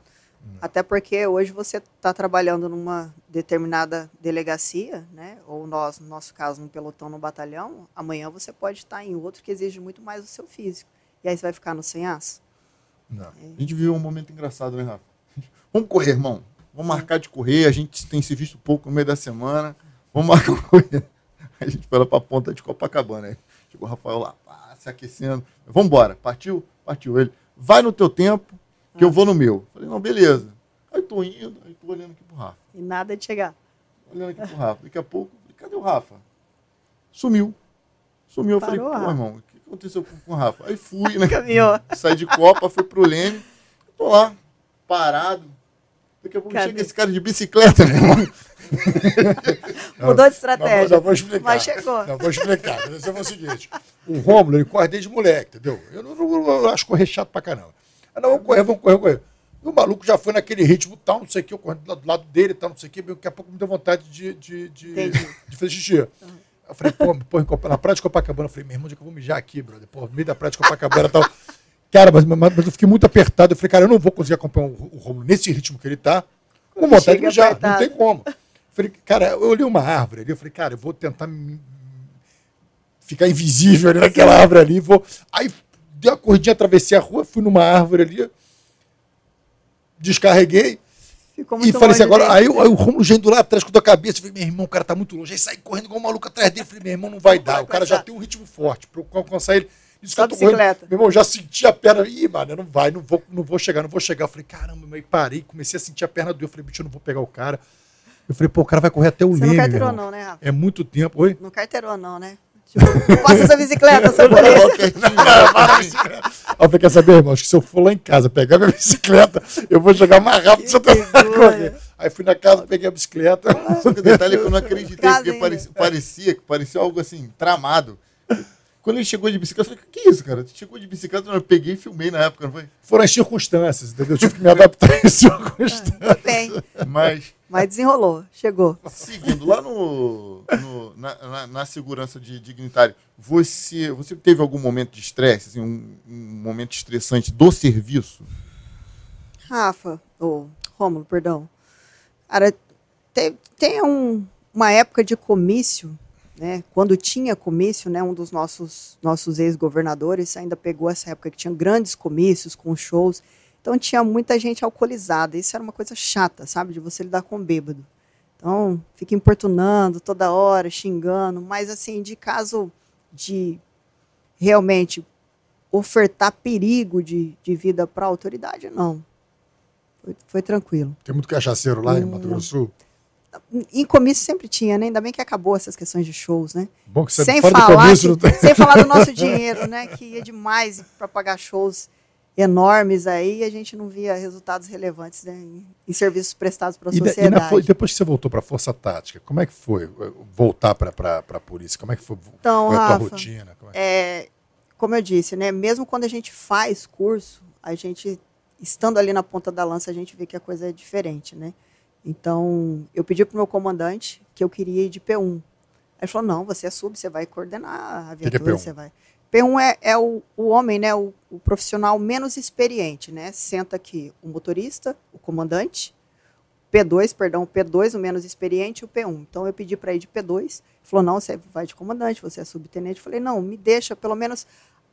Até porque hoje você está trabalhando numa determinada delegacia, né? Ou nós, no nosso caso, num pelotão, num batalhão, amanhã você pode estar em outro que exige muito mais do seu físico. E aí você vai ficar no sem aço? Não. A gente viu um momento engraçado, né, Rafa? Vamos correr, irmão. Vamos marcar de correr. A gente tem se visto pouco no meio da semana. Vamos marcar de correr. A gente foi lá para a ponta de Copacabana. Aí chegou o Rafael lá, pá, se aquecendo. Vamos embora. Partiu? Partiu. Ele, vai no teu tempo, que eu vou no meu. Falei, não, beleza. Aí tô indo, aí tô olhando aqui pro Rafa. E nada de chegar. Olhando aqui pro Rafa. Daqui a pouco, falei, cadê o Rafa? Sumiu. Sumiu. Eu falei, Parou, pô, Rafa. irmão, o que aconteceu com, com o Rafa? Aí fui, né? Caminhou. Saí de Copa, fui pro Leme. Tô lá, parado. Daqui a pouco Cadê? chega esse cara de bicicleta, meu irmão. Mudou de Não, estratégia. não vou explicar. Mas chegou. Não, vou explicar. Mas é o seguinte: o Rômulo, ele corre desde moleque, entendeu? Eu, não, não- eu acho correr chato pra caramba. Ah, não, vamos correr, vamos correr, vamos correr. E o maluco já foi naquele ritmo tal, não sei o que, eu correndo do lado- do lado dele, tal, não sei o que, daqui a pouco me deu vontade de, de, de, Entendi. de fazer xixi. Eu falei, pô, pô, em Copa- na praia de Copacabana, eu falei, meu irmão, onde é que eu vou mijar aqui, brother? Pô, no meio da praia de Copacabana e tal. Cara, mas, mas, mas eu fiquei muito apertado. Eu falei, cara, eu não vou conseguir acompanhar o, o Rômulo nesse ritmo que ele tá, com vontade de Chega mijar, não apertado. tem como. Eu falei, cara, eu olhei uma árvore ali, eu falei, cara, eu vou tentar me- ficar invisível ali naquela árvore ali, vou... Aí dei uma corridinha, atravessei a rua, fui numa árvore ali, descarreguei, Ficou e muito falei assim, longe agora, dele. aí, aí o Rômulo já indo lá atrás com a cabeça, eu falei, meu irmão, o cara tá muito longe. Aí saí correndo igual um maluco atrás dele, falei, meu irmão, não vai Não dar, vai o cara já passar. tem um ritmo forte, pra eu alcançar ele. Isso Só que eu tô correndo. bicicleta. Meu irmão, já senti a perna, ih, mano, não vai, não vou, não vou chegar, não vou chegar. Eu falei, caramba, meu, aí parei, comecei a sentir a perna doer, eu falei, bicho, eu não vou pegar o cara. Eu falei, pô, o cara vai correr até o Você Leme, não meu carteirou irmão. não, né, Rafa? É muito tempo, oi? Não carteirou não, né? Tipo, passa essa bicicleta, seu Bora polícia. lá pertinho, bora lá pertinho. Aí eu falei, quer saber, irmão, acho que se eu for lá em casa pegar minha bicicleta, eu vou chegar mais rápido se eu Que tentar figura. correr. Aí fui na casa, peguei a bicicleta. Só que o detalhe é que eu não acreditei, Casa porque ainda. parecia, parecia, parecia algo assim, tramado. Quando ele chegou de bicicleta, eu falei, que isso, cara? Tu chegou de bicicleta, eu peguei e filmei na época, não foi? Foram as circunstâncias, entendeu? Eu tive que me adaptar às circunstâncias. Tá bem. Mas, Mas desenrolou, chegou. seguindo, lá no, no- na, na- na segurança de dignitário, você, você teve algum momento de estresse, assim, um, um momento estressante do serviço? Rafa, ou Rômulo, perdão. Cara, te- tem um- uma época de comício, né? Quando tinha comício, né? Um dos nossos, nossos ex-governadores ainda pegou essa época que tinha grandes comícios com shows. Então tinha muita gente alcoolizada. Isso era uma coisa chata, sabe? De você lidar com bêbado. Então, fica importunando toda hora, xingando. Mas, assim, de caso de realmente ofertar perigo de, de vida para a autoridade, não. Foi, foi tranquilo. Tem muito cachaceiro lá hum. em Mato Grosso do Sul? Em comício sempre tinha, né? Ainda bem que acabou essas questões de shows, né? Bom que você sem fora falar do comício, que, sem falar do nosso dinheiro, né? Que ia demais para pagar shows enormes aí, e a gente não via resultados relevantes, né, em, em serviços prestados para a sociedade. E, e depois que você voltou para a Força Tática, como é que foi voltar para a polícia? Como é que foi, então, foi a Rafa, tua rotina? Como, é? É, como eu disse, né? Mesmo quando a gente faz curso, a gente, estando ali na ponta da lança, a gente vê que a coisa é diferente, né? Então, eu pedi para o meu comandante que eu queria ir de P um. Ele falou, não, você é sub, você vai coordenar a viatura, que que é você vai... P um é, é o, o homem, né, o, o profissional menos experiente, né? Senta aqui o motorista, o comandante, P dois, perdão, o P dois, o menos experiente, e o P um. Então, eu pedi para ir de P dois. Ele falou, não, você vai de comandante, você é subtenente. Eu falei, não, me deixa, pelo menos,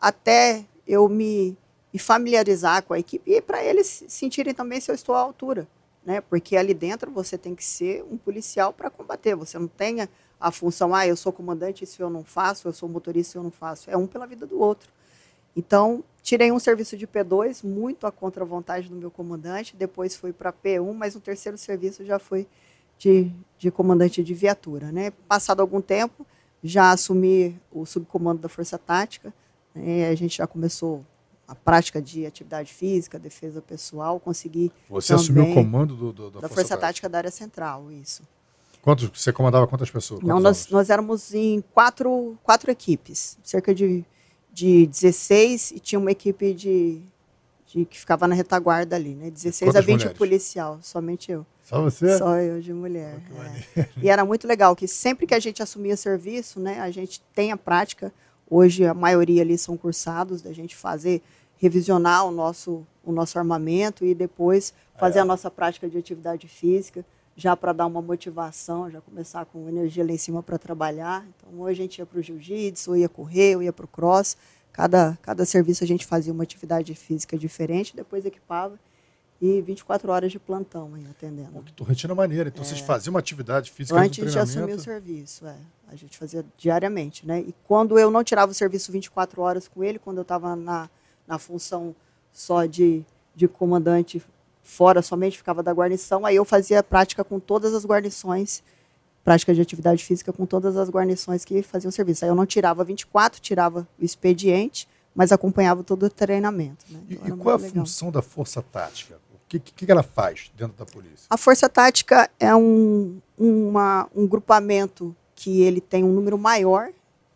até eu me, me familiarizar com a equipe e para eles sentirem também se eu estou à altura, né? Porque ali dentro você tem que ser um policial para combater. Você não tem a função, ah, eu sou comandante, isso eu não faço, eu sou motorista, isso eu não faço. É um pela vida do outro. Então, tirei um serviço de P dois, muito à contra-vontade do meu comandante, depois fui para P um, mas no terceiro serviço já foi de, de comandante de viatura, né? Passado algum tempo, já assumi o subcomando da Força Tática, né? A gente já começou a prática de atividade física, defesa pessoal, consegui... Você assumiu o comando do, do, da, da Força, Força Tática. Tática da área central, isso. Quantos, você comandava quantas pessoas? Não, nós, nós éramos em quatro, quatro equipes, cerca de, de dezesseis, e tinha uma equipe de, de que ficava na retaguarda ali, né? dezesseis a vinte mulheres? Policial, somente eu. Só você? Só eu de mulher. Oh, é. E era muito legal, que sempre que a gente assumia serviço, né, a gente tem a prática, hoje a maioria ali são cursados, da gente fazer, revisionar o nosso, o nosso armamento e depois fazer é. a nossa prática de atividade física, já para dar uma motivação, já começar com energia lá em cima para trabalhar. Então, hoje a gente ia para o jiu-jitsu, ou ia correr, ou ia para o cross. Cada, cada serviço a gente fazia uma atividade física diferente, depois equipava, e vinte e quatro horas de plantão aí, atendendo. Pô, que rotina maneira. Então, é. vocês faziam uma atividade física antes de assumir o serviço, é. A gente fazia diariamente, né? E quando eu não tirava o serviço vinte e quatro horas com ele, quando eu estava na, na função só de, de comandante fora, somente ficava da guarnição, aí eu fazia prática com todas as guarnições, prática de atividade física com todas as guarnições que faziam serviço. Aí eu não tirava vinte e quatro, tirava o expediente, mas acompanhava todo o treinamento. Né? Então, e e qual é a legal. função da Força Tática? O que, que ela faz dentro da polícia? A Força Tática é um, uma, um grupamento que ele tem um número maior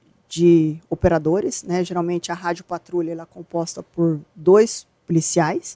de operadores, né? Geralmente a rádio patrulha ela é composta por dois policiais.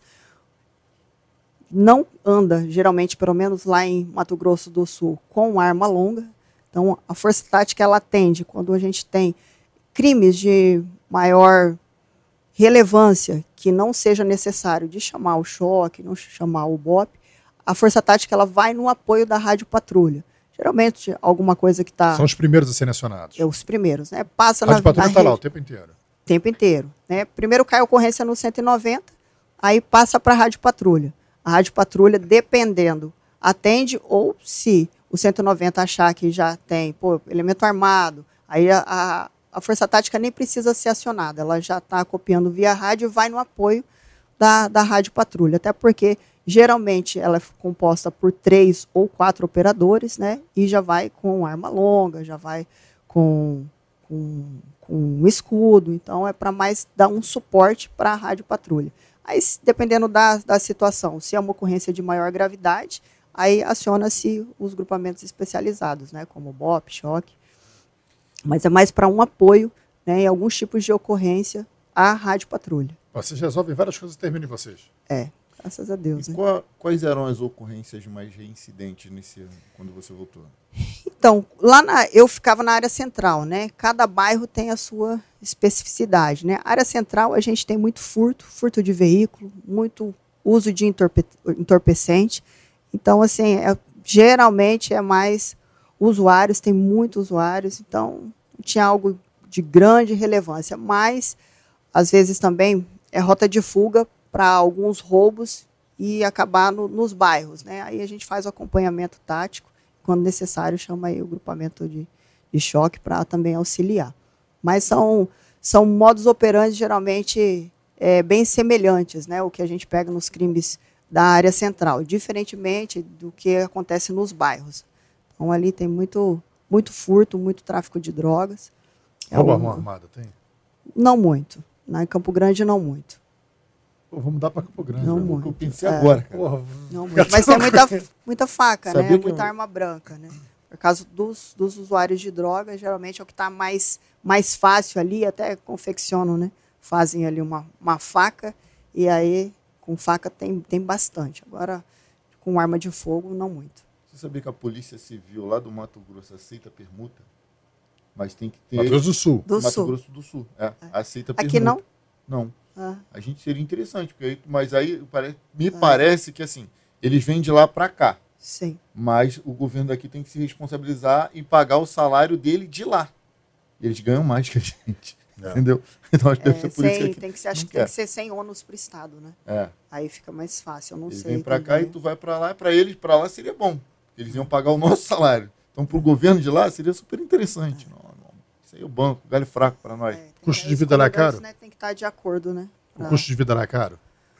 Não anda, geralmente, pelo menos lá em Mato Grosso do Sul, com arma longa. Então, a Força Tática, ela atende quando a gente tem crimes de maior relevância, que não seja necessário de chamar o choque, não chamar o B O P. A Força Tática, ela vai no apoio da rádio patrulha. Geralmente, alguma coisa que está... São os primeiros a serem acionados. É, os primeiros, né? Passa a rádio na, patrulha está lá o tempo inteiro. O tempo inteiro. Né? Primeiro cai a ocorrência no cento e noventa, aí passa para a rádio patrulha. A rádio patrulha, dependendo, atende, ou se o cento e noventa achar que já tem pô, elemento armado, aí a, a, a Força Tática nem precisa ser acionada, ela já está copiando via rádio e vai no apoio da, da rádio patrulha, até porque geralmente ela é composta por três ou quatro operadores, né, e já vai com arma longa, já vai com, com, com um escudo, então é para mais dar um suporte para a rádio patrulha. Aí, dependendo da, da situação, se é uma ocorrência de maior gravidade, aí aciona-se os grupamentos especializados, né, como B O P, choque. Mas é mais para um apoio, né, em alguns tipos de ocorrência, à rádio patrulha. Vocês resolvem várias coisas e terminam em vocês. É, graças a Deus. E né? qual, quais eram as ocorrências mais reincidentes nesse ano, quando você voltou? Então, lá na, eu ficava na área central, né? Cada bairro tem a sua especificidade, né? A área central a gente tem muito furto, furto de veículo, muito uso de entorpe, entorpecente. Então, assim, é, geralmente é mais usuários, tem muitos usuários, então não tinha algo de grande relevância, mas às vezes também é rota de fuga para alguns roubos e acabar no, nos bairros, né? Aí a gente faz o acompanhamento tático, quando necessário chama aí o grupamento de, de choque para também auxiliar. Mas são, são modus operandi geralmente é, bem semelhantes, né? O que a gente pega nos crimes da área central, diferentemente do que acontece nos bairros. Então ali tem muito, muito furto, muito tráfico de drogas. Roubo é à mão um, armada, tem? Não muito. Na em Campo Grande, não muito. Pô, vamos dar para Campo Grande. Não né? muito. Eu pensei É. agora, cara. Porra, Não muito. Mas tem muita, muita faca, Sabia né? que Muita eu- arma branca, né? Por causa dos, dos usuários de droga, geralmente é o que está mais, mais fácil ali, até confeccionam, né? Fazem ali uma, uma faca e aí com faca tem, tem bastante. Agora, com arma de fogo, não muito. Você sabia que a Polícia Civil lá do Mato Grosso aceita permuta? Mas tem que ter... Mato Grosso do Sul. Do Mato Sul. Grosso do Sul, é, aceita permuta. Aqui não? Não. Ah, A gente seria interessante, porque aí, mas aí pare- me parece que assim, eles vêm de lá para cá, sim. mas o governo daqui tem que se responsabilizar e pagar o salário dele de lá. E eles ganham mais que a gente, É. entendeu? Então acho que É, deve ser por isso sem, que tem que ser, acho não que tem quer. que ser sem ônus para o Estado, né? É, Aí fica mais fácil, eu não eles sei. vêm para quem cá e ganha. tu vai para lá, para eles para lá seria bom. Eles iam pagar o nosso salário. Então pro governo de lá seria super interessante. Não, não. Isso aí é o banco, galho fraco para nós. É, tem Custo que- de os vida lá é comandantes, caro? Né, tem que estar de acordo, né? O pra- custo de vida lá é caro?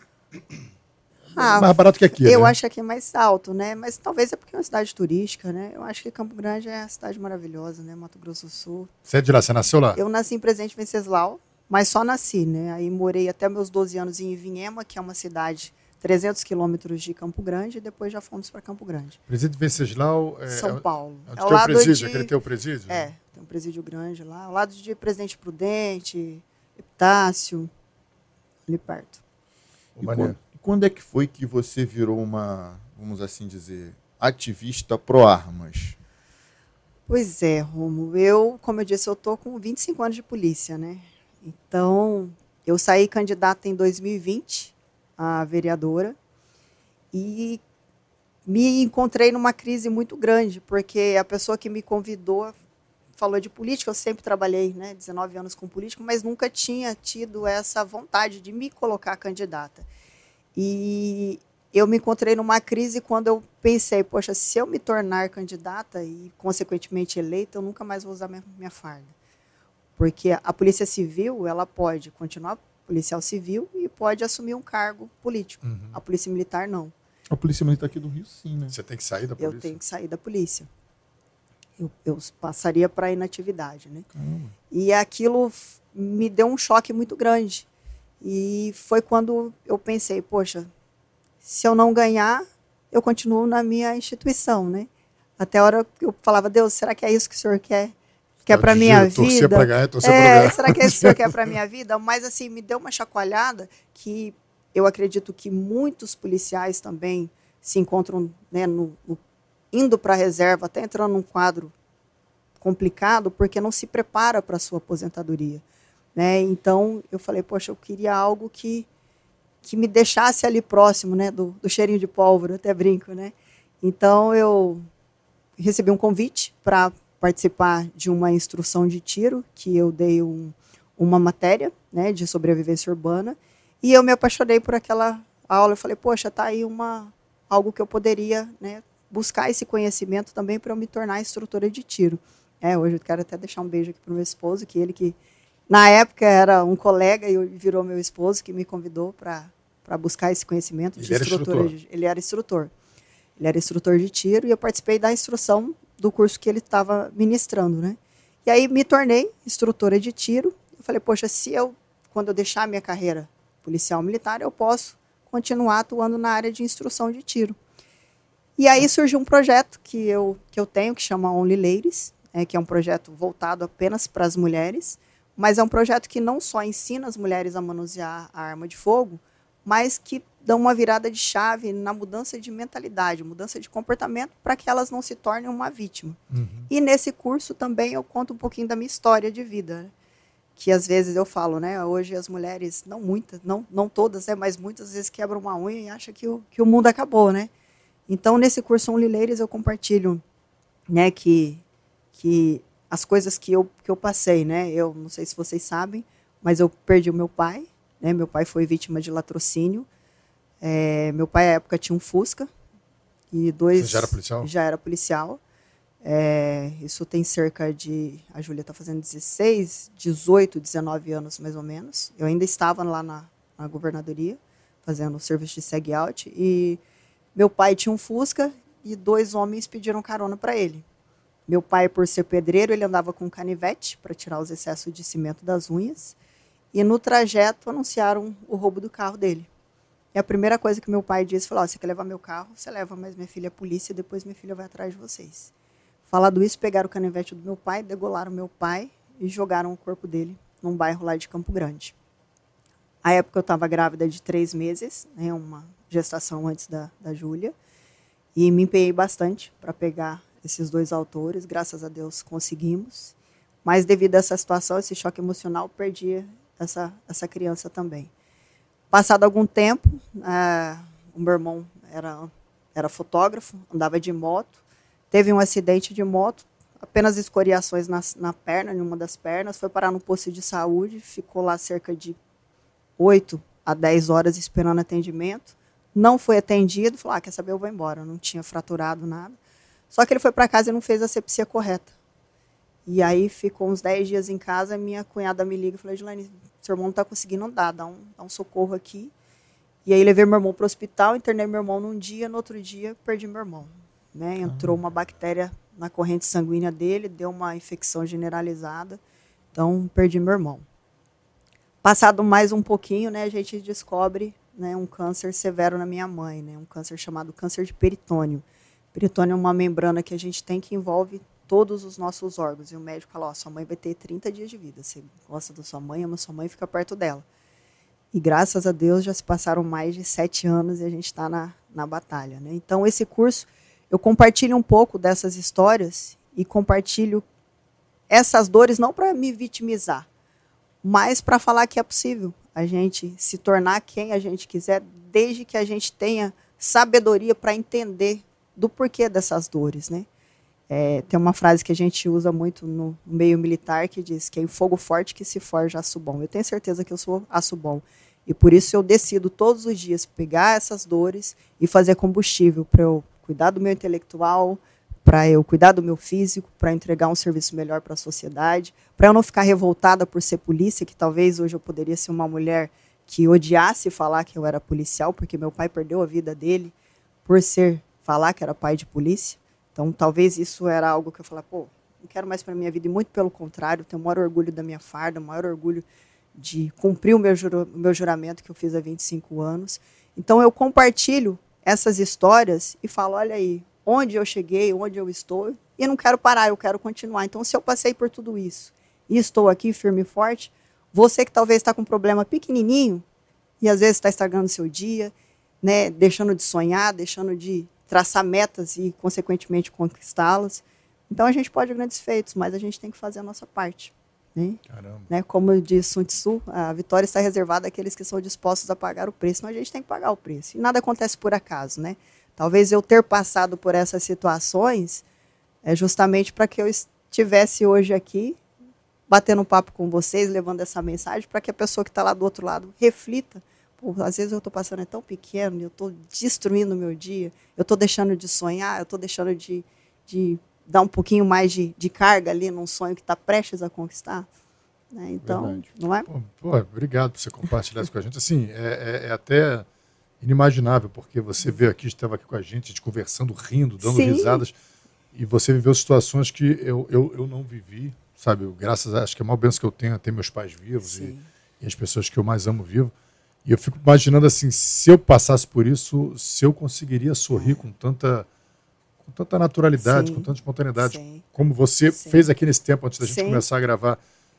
Ah, Mais barato que aqui, eu né? acho que aqui é mais alto, né? Mas talvez é porque é uma cidade turística, né? Eu acho que Campo Grande é uma cidade maravilhosa, né? Mato Grosso do Sul. Você é de lá, você nasceu lá? Eu nasci em Presidente Venceslau, mas só nasci, né? Aí morei até meus doze anos em Ivinhema, que é uma cidade trezentos quilômetros de Campo Grande, e depois já fomos para Campo Grande. Presidente Venceslau é, São é, Paulo. onde É ao tem o lado presídio, de... aquele teu presídio? É, tem um presídio grande lá, ao lado de Presidente Prudente, Epitácio, ali perto. O E maneiro. quando, e quando é que foi que você virou uma, vamos assim dizer, ativista pró-armas? Pois é, Romo. Eu, como eu disse, eu tô com vinte e cinco anos de polícia, né? Então, eu saí candidata em dois mil e vinte a vereadora e me encontrei numa crise muito grande, porque a pessoa que me convidou falou de política, eu sempre trabalhei, né, dezenove anos com política, mas nunca tinha tido essa vontade de me colocar candidata. E eu me encontrei numa crise quando eu pensei, poxa, se eu me tornar candidata e, consequentemente, eleita, eu nunca mais vou usar minha, minha farda. Porque a Polícia Civil, ela pode continuar policial civil e pode assumir um cargo político. Uhum. A Polícia Militar, não. A Polícia Militar aqui do Rio, sim, né? Você tem que sair da Eu polícia? tenho que sair da polícia. Eu, eu passaria para a inatividade, né? Caramba. E aquilo f- me deu um choque muito grande. E foi quando eu pensei, poxa, se eu não ganhar, eu continuo na minha instituição, né? Até a hora que eu falava, Deus, será que é isso que o senhor quer? Quer para minha Torcer vida? pra ganhar, torcer pra É, ganhar. será que é isso que o senhor quer para minha vida? Mas assim, me deu uma chacoalhada que eu acredito que muitos policiais também se encontram, né, no, no, indo para a reserva, até entrando num quadro complicado, porque não se prepara para a sua aposentadoria, né? Então, eu falei, poxa, eu queria algo que, que me deixasse ali próximo, né, do, do cheirinho de pólvora, até brinco, né? Então, eu recebi um convite para participar de uma instrução de tiro, que eu dei um, uma matéria, né, de sobrevivência urbana, e eu me apaixonei por aquela aula. Eu falei, poxa, tá aí uma, algo que eu poderia, né, buscar esse conhecimento também para eu me tornar instrutora de tiro. É, hoje eu quero até deixar um beijo aqui para o meu esposo, que ele que, na época, era um colega e virou meu esposo, que me convidou para para buscar esse conhecimento de Ele era instrutora. instrutor. De, ele era instrutor. Ele era instrutor de tiro e eu participei da instrução do curso que ele estava ministrando, né? E aí me tornei instrutora de tiro. Eu falei, poxa, se eu, quando eu deixar a minha carreira policial militar, eu posso continuar atuando na área de instrução de tiro. E aí surgiu um projeto que eu, que eu tenho, que chama Only Ladies, é, que é um projeto voltado apenas para as mulheres, mas é um projeto que não só ensina as mulheres a manusear a arma de fogo, mas que dá uma virada de chave na mudança de mentalidade, mudança de comportamento, para que elas não se tornem uma vítima. Uhum. E nesse curso também eu conto um pouquinho da minha história de vida, né? Que às vezes eu falo, né? Hoje as mulheres, não muitas, não, não todas, né? Mas muitas vezes quebram uma unha e acham que o, que o mundo acabou, né? Então, nesse curso Only Ladies, eu compartilho, né, que, que as coisas que eu, que eu passei, né? Eu não sei se vocês sabem, mas eu perdi o meu pai, né? Meu pai foi vítima de latrocínio. É, meu pai, à época, tinha um Fusca. E dois, Você já era policial? Já era policial. É, isso tem cerca de... A Júlia está fazendo dezesseis, dezoito, dezenove anos, mais ou menos. Eu ainda estava lá na, na governadoria, fazendo o serviço de SEG-out. E meu pai tinha um Fusca e dois homens pediram carona para ele. Meu pai, por ser pedreiro, ele andava com um canivete para tirar os excessos de cimento das unhas. E no trajeto anunciaram o roubo do carro dele. E a primeira coisa que meu pai disse, falou, oh, você quer levar meu carro? Você leva, mas minha filha é polícia e depois minha filha vai atrás de vocês. Falado isso, pegaram o canivete do meu pai, degolaram meu pai e jogaram o corpo dele num bairro lá de Campo Grande. À época eu estava grávida de três meses, né, uma gestação antes da, da Júlia, e me empenhei bastante para pegar esses dois autores, graças a Deus conseguimos, mas devido a essa situação, esse choque emocional, perdi essa, essa criança também. Passado algum tempo, uh, o meu irmão era, era fotógrafo, andava de moto, teve um acidente de moto, apenas escoriações na, na perna, em uma das pernas, foi parar no posto de saúde, ficou lá cerca de oito a dez horas esperando atendimento, não foi atendido, falou, ah, quer saber, eu vou embora, não tinha fraturado nada. Só que ele foi para casa e não fez a asepsia correta. E aí ficou uns dez dias em casa, minha cunhada me liga e falou, Edilene, seu irmão não está conseguindo andar, dá um, dá um socorro aqui. E aí levei meu irmão para o hospital, internei meu irmão num dia, no outro dia perdi meu irmão. Né? Entrou uma bactéria na corrente sanguínea dele, deu uma infecção generalizada, então perdi meu irmão. Passado mais um pouquinho, né, a gente descobre, né, um câncer severo na minha mãe, né, um câncer chamado câncer de peritônio. Peritônio é uma membrana que a gente tem que envolve todos os nossos órgãos. E o médico fala, ó, sua mãe vai ter trinta dias de vida. Você gosta da sua mãe, ama sua mãe, fica perto dela. E graças a Deus já se passaram mais de sete anos e a gente está na, na batalha. Né? Então esse curso, eu compartilho um pouco dessas histórias e compartilho essas dores não para me vitimizar, mas para falar que é possível a gente se tornar quem a gente quiser, desde que a gente tenha sabedoria para entender do porquê dessas dores, né? É, tem uma frase que a gente usa muito no meio militar que diz que é em fogo forte que se forja aço bom. Eu tenho certeza que eu sou aço bom. E por isso eu decido todos os dias pegar essas dores e fazer combustível para eu cuidar do meu intelectual, para eu cuidar do meu físico, para entregar um serviço melhor para a sociedade, para eu não ficar revoltada por ser polícia, que talvez hoje eu poderia ser uma mulher que odiasse falar que eu era policial, porque meu pai perdeu a vida dele por ser falar que era pai de polícia. Então, talvez isso era algo que eu falava, pô, não quero mais para a minha vida, e muito pelo contrário, tenho o maior orgulho da minha farda, o maior orgulho de cumprir o meu, juro, o meu juramento que eu fiz há vinte e cinco anos. Então, eu compartilho essas histórias e falo, olha aí, onde eu cheguei, onde eu estou, e não quero parar, eu quero continuar. Então, se eu passei por tudo isso e estou aqui firme e forte, você que talvez está com um problema pequenininho e às vezes está estragando o seu dia, né, deixando de sonhar, deixando de traçar metas e, consequentemente, conquistá-las. Então, a gente pode grandes feitos, mas a gente tem que fazer a nossa parte. Né? Caramba. Né? Como diz Sun Tzu, a vitória está reservada àqueles que são dispostos a pagar o preço. Então, a gente tem que pagar o preço. E nada acontece por acaso. Né? Talvez eu ter passado por essas situações é justamente para que eu estivesse hoje aqui, batendo um papo com vocês, levando essa mensagem, para que a pessoa que está lá do outro lado reflita. Pô, às vezes eu estou passando é tão pequeno, eu estou destruindo o meu dia, eu estou deixando de sonhar, eu estou deixando de, de dar um pouquinho mais de, de carga ali num sonho que está prestes a conquistar. Né? Então, verdade. Não é? Pô, pô, obrigado por você compartilhar isso com a gente. Assim, é, é, é até inimaginável, porque você veio aqui, estava aqui com a gente, a gente conversando, rindo, dando Sim. risadas, e você viveu situações que eu, eu, eu não vivi, sabe? Eu, graças a, acho que a maior bênção que eu tenho é ter meus pais vivos e, e as pessoas que eu mais amo vivos. E eu fico imaginando assim, se eu passasse por isso, se eu conseguiria sorrir com tanta, com tanta naturalidade, Sim. com tanta espontaneidade, Sim. como você Sim. fez aqui nesse tempo, antes da gente Sim. começar a gravar.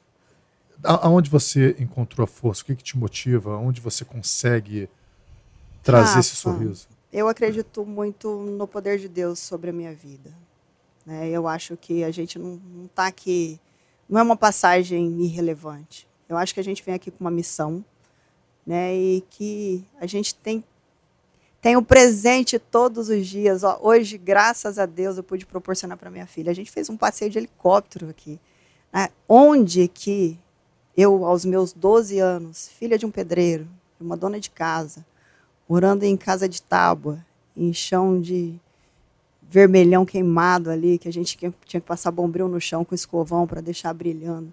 A, aonde você encontrou a força? O que, que te motiva? Aonde você consegue trazer ah, esse sorriso? Eu acredito muito no poder de Deus sobre a minha vida. Né? Eu acho que a gente não está aqui, não é uma passagem irrelevante. Eu acho que a gente vem aqui com uma missão, né, e que a gente tem, tem o presente todos os dias. Ó, hoje, graças a Deus, eu pude proporcionar para minha filha. A gente fez um passeio de helicóptero aqui. Né, onde que eu, aos meus doze anos, filha de um pedreiro, de uma dona de casa, morando em casa de tábua, em chão de vermelhão queimado ali, que a gente tinha que passar bombril no chão com escovão para deixar brilhando.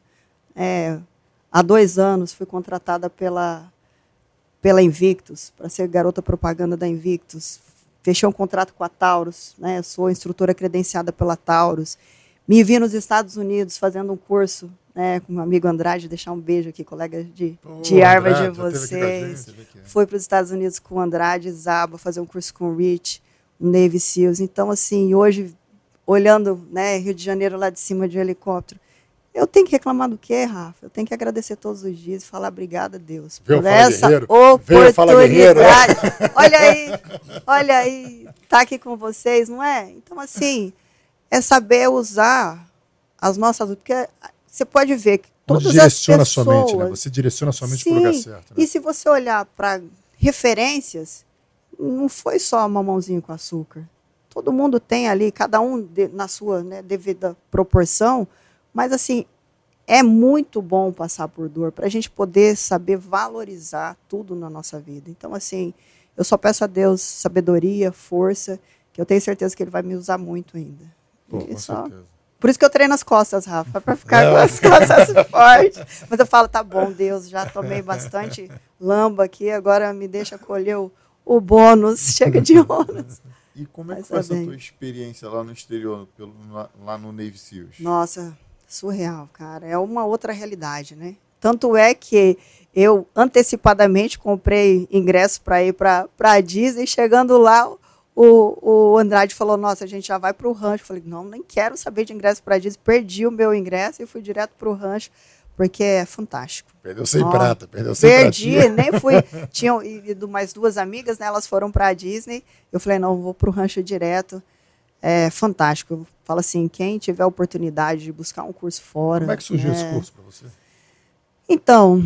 É, há dois anos fui contratada pela, pela Invictus, para ser garota propaganda da Invictus. Fechei um contrato com a Taurus, né? Sou instrutora credenciada pela Taurus. Me vi nos Estados Unidos fazendo um curso, né, com o meu amigo Andrade, deixar um beijo aqui, colega de, Pô, de Harvard de Andrade, vocês. gente, Fui para os Estados Unidos com o Andrade Zaba, fazer um curso com o Rich, o Navy Seals. Então, assim, hoje, olhando, né, Rio de Janeiro lá de cima de um helicóptero, eu tenho que reclamar do quê, Rafa? Eu tenho que agradecer todos os dias e falar obrigada a Deus Veio por essa Guerreiro. oportunidade. Olha aí, olha aí, tá aqui com vocês, não é? Então, assim, é saber usar as nossas... Porque você pode ver que todas Onde direciona as pessoas... a sua mente, né? Você direciona a sua mente para o lugar certo. Né? E se você olhar para referências, não foi só mamãozinho com açúcar. Todo mundo tem ali, cada um de, na sua, né, devida proporção, mas, assim, é muito bom passar por dor para a gente poder saber valorizar tudo na nossa vida. Então, assim, eu só peço a Deus sabedoria, força, que eu tenho certeza que Ele vai me usar muito ainda. Pô, com só... certeza. Por isso que eu treino as costas, Rafa, para ficar com as costas fortes. Mas eu falo, tá bom, Deus, já tomei bastante lamba aqui, agora me deixa colher o, o bônus, chega de ônus. E como é que Mas foi tá essa bem. tua experiência lá no exterior, pelo, lá, lá no Navy Seals? Nossa, surreal, cara. É uma outra realidade, né? Tanto é que eu antecipadamente comprei ingresso para ir para a Disney. Chegando lá, o, o Andrade falou, nossa, a gente já vai para o rancho. Eu falei, não, nem quero saber de ingresso para a Disney. Perdi o meu ingresso e fui direto para o rancho, porque é fantástico. Perdeu sem Ó, prata, perdeu sem Perdi, pratinha. nem fui. Tinham ido mais duas amigas, né? Elas foram para a Disney. Eu falei, não, vou para o rancho direto. É fantástico. Eu falo assim, quem tiver a oportunidade de buscar um curso fora... Como é que surgiu né? esse curso para você? Então,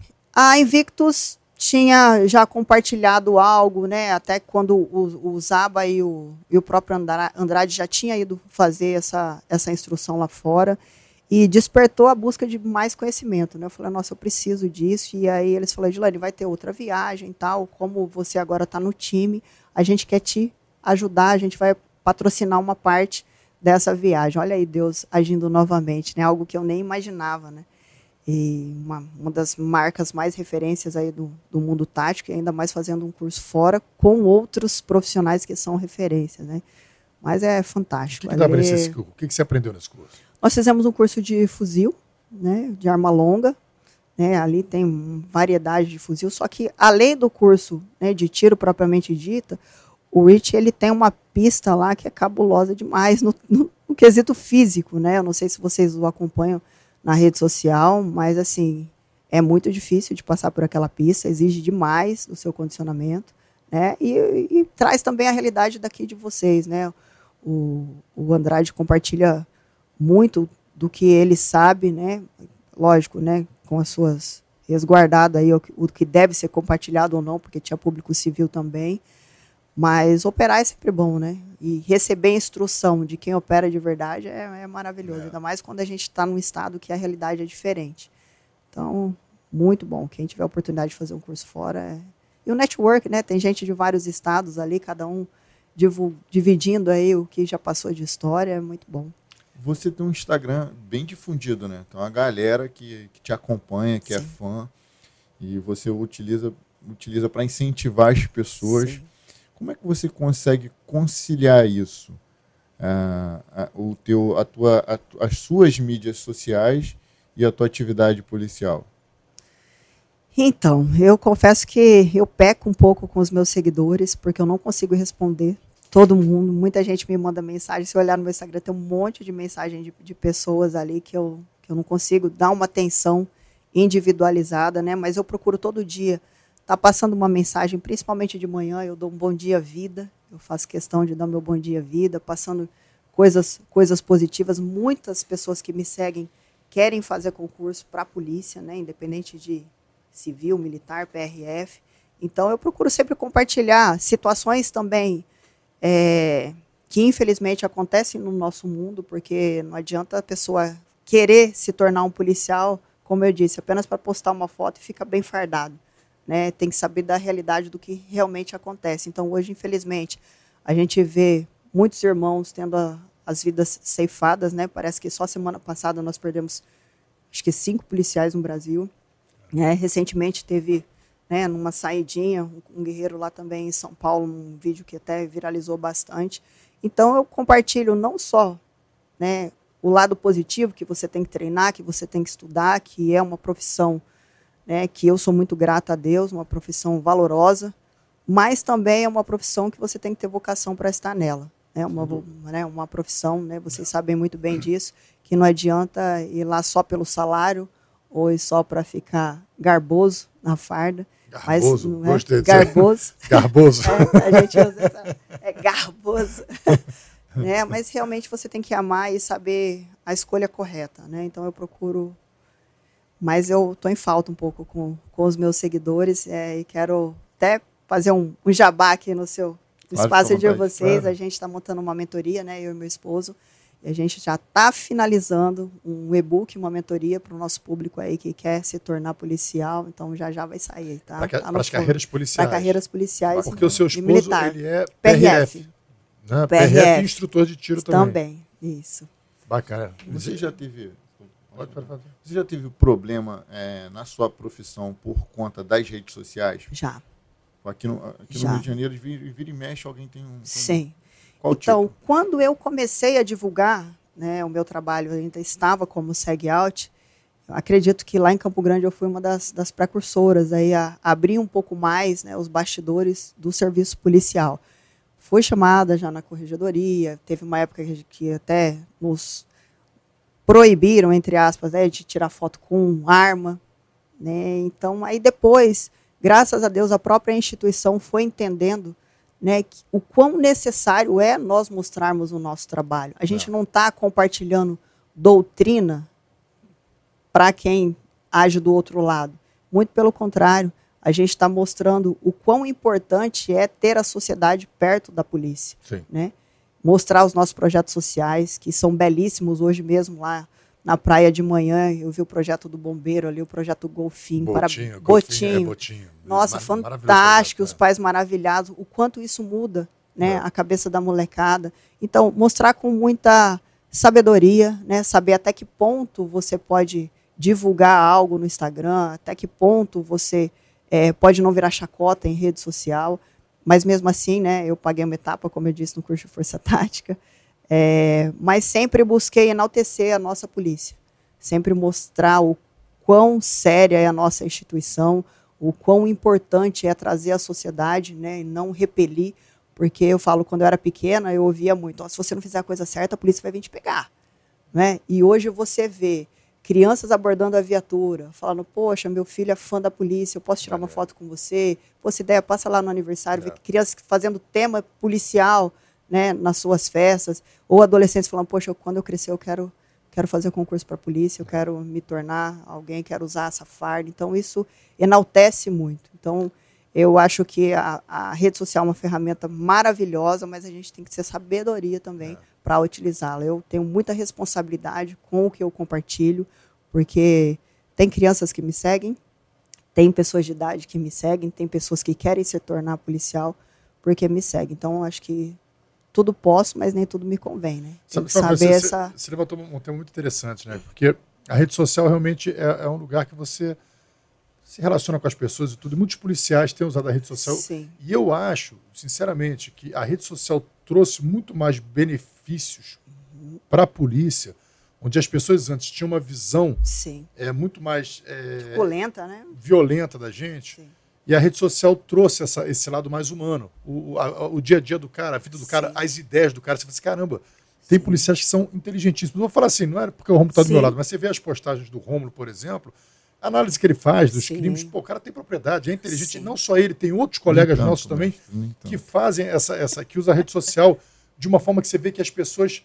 a Invictus tinha já compartilhado algo, né? Até quando o, o Zaba e o, e o próprio Andrade já tinha ido fazer essa, essa instrução lá fora. E despertou a busca de mais conhecimento, né? Eu falei, nossa, eu preciso disso. E aí eles falaram, Edilane, vai ter outra viagem e tal. Como você agora está no time, a gente quer te ajudar, a gente vai patrocinar uma parte dessa viagem. Olha aí Deus agindo novamente, né? Algo que eu nem imaginava, né? E uma, uma das marcas mais referências aí do, do mundo tático, e ainda mais fazendo um curso fora com outros profissionais que são referências, né? Mas é fantástico. O que, que dá para esse curso? O que, que você aprendeu nesse curso? Nós fizemos um curso de fuzil, né, de arma longa, né, ali tem variedade de fuzil, só que além do curso, né, de tiro propriamente dita, o Rich ele tem uma pista lá que é cabulosa demais no, no, no quesito físico, né? Eu não sei se vocês o acompanham na rede social, mas assim, é muito difícil de passar por aquela pista, exige demais do seu condicionamento, né? E, e traz também a realidade daqui de vocês, né? O, o Andrade compartilha muito do que ele sabe, né? Lógico, né? Com as suas resguardado aí o, o que deve ser compartilhado ou não, porque tinha público civil também. Mas operar é sempre bom, né? E receber instrução de quem opera de verdade é, é maravilhoso. É. Ainda mais quando a gente está num estado que a realidade é diferente. Então, muito bom. Quem tiver a oportunidade de fazer um curso fora é... E o network, né? Tem gente de vários estados ali, cada um dividindo aí o que já passou de história, é muito bom. Você tem um Instagram bem difundido, né? Tem uma galera que, que te acompanha, que Sim. é fã, e você utiliza, utiliza para incentivar as pessoas. Sim. Como é que você consegue conciliar isso? Ah, a, o teu, a tua, a, as suas mídias sociais e a tua atividade policial? Então, eu confesso que eu peco um pouco com os meus seguidores, porque eu não consigo responder todo mundo. Muita gente me manda mensagem. Se eu olhar no meu Instagram, tem um monte de mensagem de, de pessoas ali que eu, que eu não consigo dar uma atenção individualizada, né? Mas eu procuro todo dia estar tá passando uma mensagem, principalmente de manhã, eu dou um bom dia vida, eu faço questão de dar meu bom dia vida, passando coisas, coisas positivas. Muitas pessoas que me seguem querem fazer concurso para a polícia, né? Independente de civil, militar, P R F. Então, eu procuro sempre compartilhar situações também É, que infelizmente acontecem no nosso mundo, porque não adianta a pessoa querer se tornar um policial como eu disse, apenas para postar uma foto e fica bem fardado, né? Tem que saber da realidade do que realmente acontece. Então, hoje, infelizmente, a gente vê muitos irmãos tendo a, as vidas ceifadas, né? Parece que só semana passada nós perdemos, acho que cinco policiais no Brasil. Né? Recentemente teve, né, numa saidinha, um, um guerreiro lá também em São Paulo, um vídeo que até viralizou bastante. Então, eu compartilho não só, né, o lado positivo, que você tem que treinar, que você tem que estudar, que é uma profissão, né, que eu sou muito grata a Deus, uma profissão valorosa, mas também é uma profissão que você tem que ter vocação para estar nela. Né, uma, né, uma profissão, né, vocês sabem muito bem disso, que não adianta ir lá só pelo salário ou ir só para ficar garboso na farda. Garboso, mas, gostei é, garboso. Garboso. É, a gente usa essa, é garboso. Né, mas realmente você tem que amar e saber a escolha correta. Né? Então eu procuro... Mas eu estou em falta um pouco com, com os meus seguidores é, e quero até fazer um, um jabá aqui no seu no espaço de vocês. Claro. A gente está montando uma mentoria, né, eu e meu esposo, e a gente já está finalizando um e-book, uma mentoria para o nosso público aí que quer se tornar policial, então já já vai sair. Tá? Para tá as carreiras policiais. Para carreiras policiais. Porque o seu esposo militar. Ele é P R F. P R F, né? P R F e instrutor de tiro também. Também, isso. Bacana. Você já teve... Pode, pode, pode. Você já teve problema é, na sua profissão por conta das redes sociais? Já. Aqui no, aqui Já. no Rio de Janeiro, vira, vira e mexe, alguém tem um... Tem Sim. Qual então, tipo? quando eu comecei a divulgar, né, o meu trabalho ainda estava como Seg Out, eu acredito que lá em Campo Grande eu fui uma das, das precursoras aí a, a abrir um pouco mais, né, os bastidores do serviço policial. Fui chamada já na corregedoria, teve uma época que, que até nos proibiram, entre aspas, né, de tirar foto com arma. Né? Então, aí depois, graças a Deus, a própria instituição foi entendendo, né, que, o quão necessário é nós mostrarmos o nosso trabalho. A gente é. não está compartilhando doutrina para quem age do outro lado. Muito pelo contrário, a gente está mostrando o quão importante é ter a sociedade perto da polícia. Sim. Né? Mostrar os nossos projetos sociais, que são belíssimos. Hoje mesmo, lá na praia de manhã, eu vi o projeto do Bombeiro ali, o projeto Golfinho. Botinho, para... Golfinho, Botinho. É, Botinho. Nossa, Mar fantástico, os pais maravilhados. O quanto isso muda, né, é. a cabeça da molecada. Então, mostrar com muita sabedoria, né, saber até que ponto você pode divulgar algo no Instagram, até que ponto você é, pode não virar chacota em rede social. Mas mesmo assim, né, eu paguei uma etapa, como eu disse, no curso de Força Tática, é, mas sempre busquei enaltecer a nossa polícia, sempre mostrar o quão séria é a nossa instituição, o quão importante é trazer a sociedade, né, e não repelir, porque eu falo, quando eu era pequena, eu ouvia muito, oh, se você não fizer a coisa certa, a polícia vai vir te pegar. Né? E hoje você vê crianças abordando a viatura, falando, poxa, meu filho é fã da polícia, eu posso tirar uma foto com você? Pô, se der, passa lá no aniversário, é. Vê crianças fazendo tema policial, né, nas suas festas, ou adolescentes falando, poxa, eu, quando eu crescer eu quero, quero fazer um concurso para a polícia, eu quero me tornar alguém, quero usar essa farda. Então, isso enaltece muito. Então, eu acho que a, a rede social é uma ferramenta maravilhosa, mas a gente tem que ter sabedoria também é. para utilizá-la. Eu tenho muita responsabilidade com o que eu compartilho, porque tem crianças que me seguem, tem pessoas de idade que me seguem, tem pessoas que querem se tornar policial porque me seguem. Então, eu acho que tudo posso, mas nem tudo me convém. Né? Tem que saber você, essa... você levantou um tema muito interessante, né? Porque a rede social realmente é, é um lugar que você se relaciona com as pessoas e tudo. E muitos policiais têm usado a rede social. Sim. E eu acho, sinceramente, que a rede social trouxe muito mais benefícios uhum. para a polícia, onde as pessoas antes tinham uma visão Sim. É, muito mais é, violenta, né? violenta da gente. Sim. E a rede social trouxe essa, esse lado mais humano. O, a, o dia a dia do cara, a vida do Sim. cara, as ideias do cara. Você fala assim, caramba, tem Sim. policiais que são inteligentíssimos. Não vou falar assim, não é porque o Rômulo está do meu lado, mas você vê as postagens do Rômulo, por exemplo, a análise que ele faz dos Sim. crimes, pô, o cara tem propriedade, é inteligente. Sim. Não só ele, tem outros colegas tanto, nossos também que fazem essa, essa, que usam a rede social de uma forma que você vê que as pessoas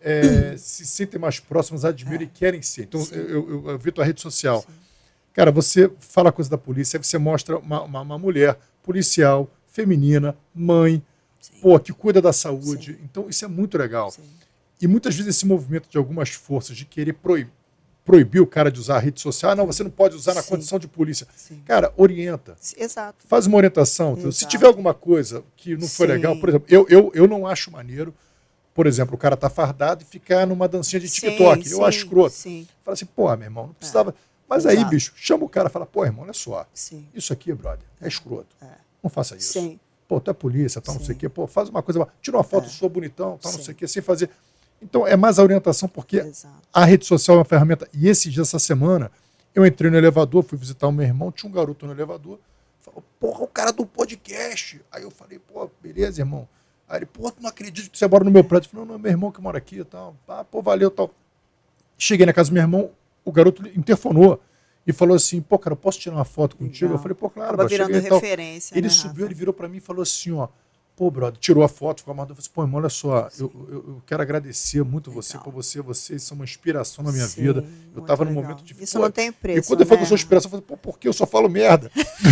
é, se sentem mais próximas, admiram é. e querem ser. Então, eu, eu, eu vi tua rede social. Sim. Cara, você fala coisa da polícia, aí você mostra uma, uma, uma mulher policial, feminina, mãe, pô, que cuida da saúde. Sim. Então, isso é muito legal. Sim. E muitas vezes esse movimento de algumas forças de querer proibir, proibir o cara de usar a rede social. Ah, não, você não pode usar na Sim. condição de polícia. Sim. Cara, orienta. Exato. Faz uma orientação. Exato. Se tiver alguma coisa que não foi Sim. legal, por exemplo, eu, eu, eu não acho maneiro, por exemplo, o cara tá fardado e ficar numa dancinha de TikTok. Sim, eu sim, acho escroto. Sim. Fala assim, pô, meu irmão, não precisava. É. Mas Exato. aí, bicho, chama o cara e fala, pô, irmão, olha só. Sim. Isso aqui, brother, é escroto. É. Não faça isso. Sim. Pô, tu é polícia, tal, não Sim. sei o quê. Pô, faz uma coisa, tira uma foto É. sua bonitão, tal, não Sim. sei o quê, sem fazer. Então, é mais a orientação, porque Exato. a rede social é uma ferramenta. E esses dias, essa semana, eu entrei no elevador, fui visitar o meu irmão, tinha um garoto no elevador, falou, porra, o cara do podcast. Aí eu falei, pô, beleza, irmão. Aí ele, pô, tu não acredito que você mora no meu prédio. Eu falei, não, não, é meu irmão que mora aqui e tal. Ah, pô, valeu tal. Cheguei na casa do meu irmão, o garoto interfonou e falou assim, pô, cara, eu posso tirar uma foto contigo? Legal. Eu falei, pô, claro, Acaba bro, virando cheguei e tal. referência, Ele né, subiu, Rafa? ele virou pra mim e falou assim, ó, pô, brother, tirou a foto, ficou amarrado. Eu falei assim, pô, irmão, olha só, eu, eu, eu quero agradecer muito Legal. você, por você, vocês são uma inspiração na minha Sim, vida. Eu muito tava num legal. momento de... Isso pô, não tem preço, E quando ele falou né? que eu sou inspiração, eu falei, pô, por que eu só falo merda?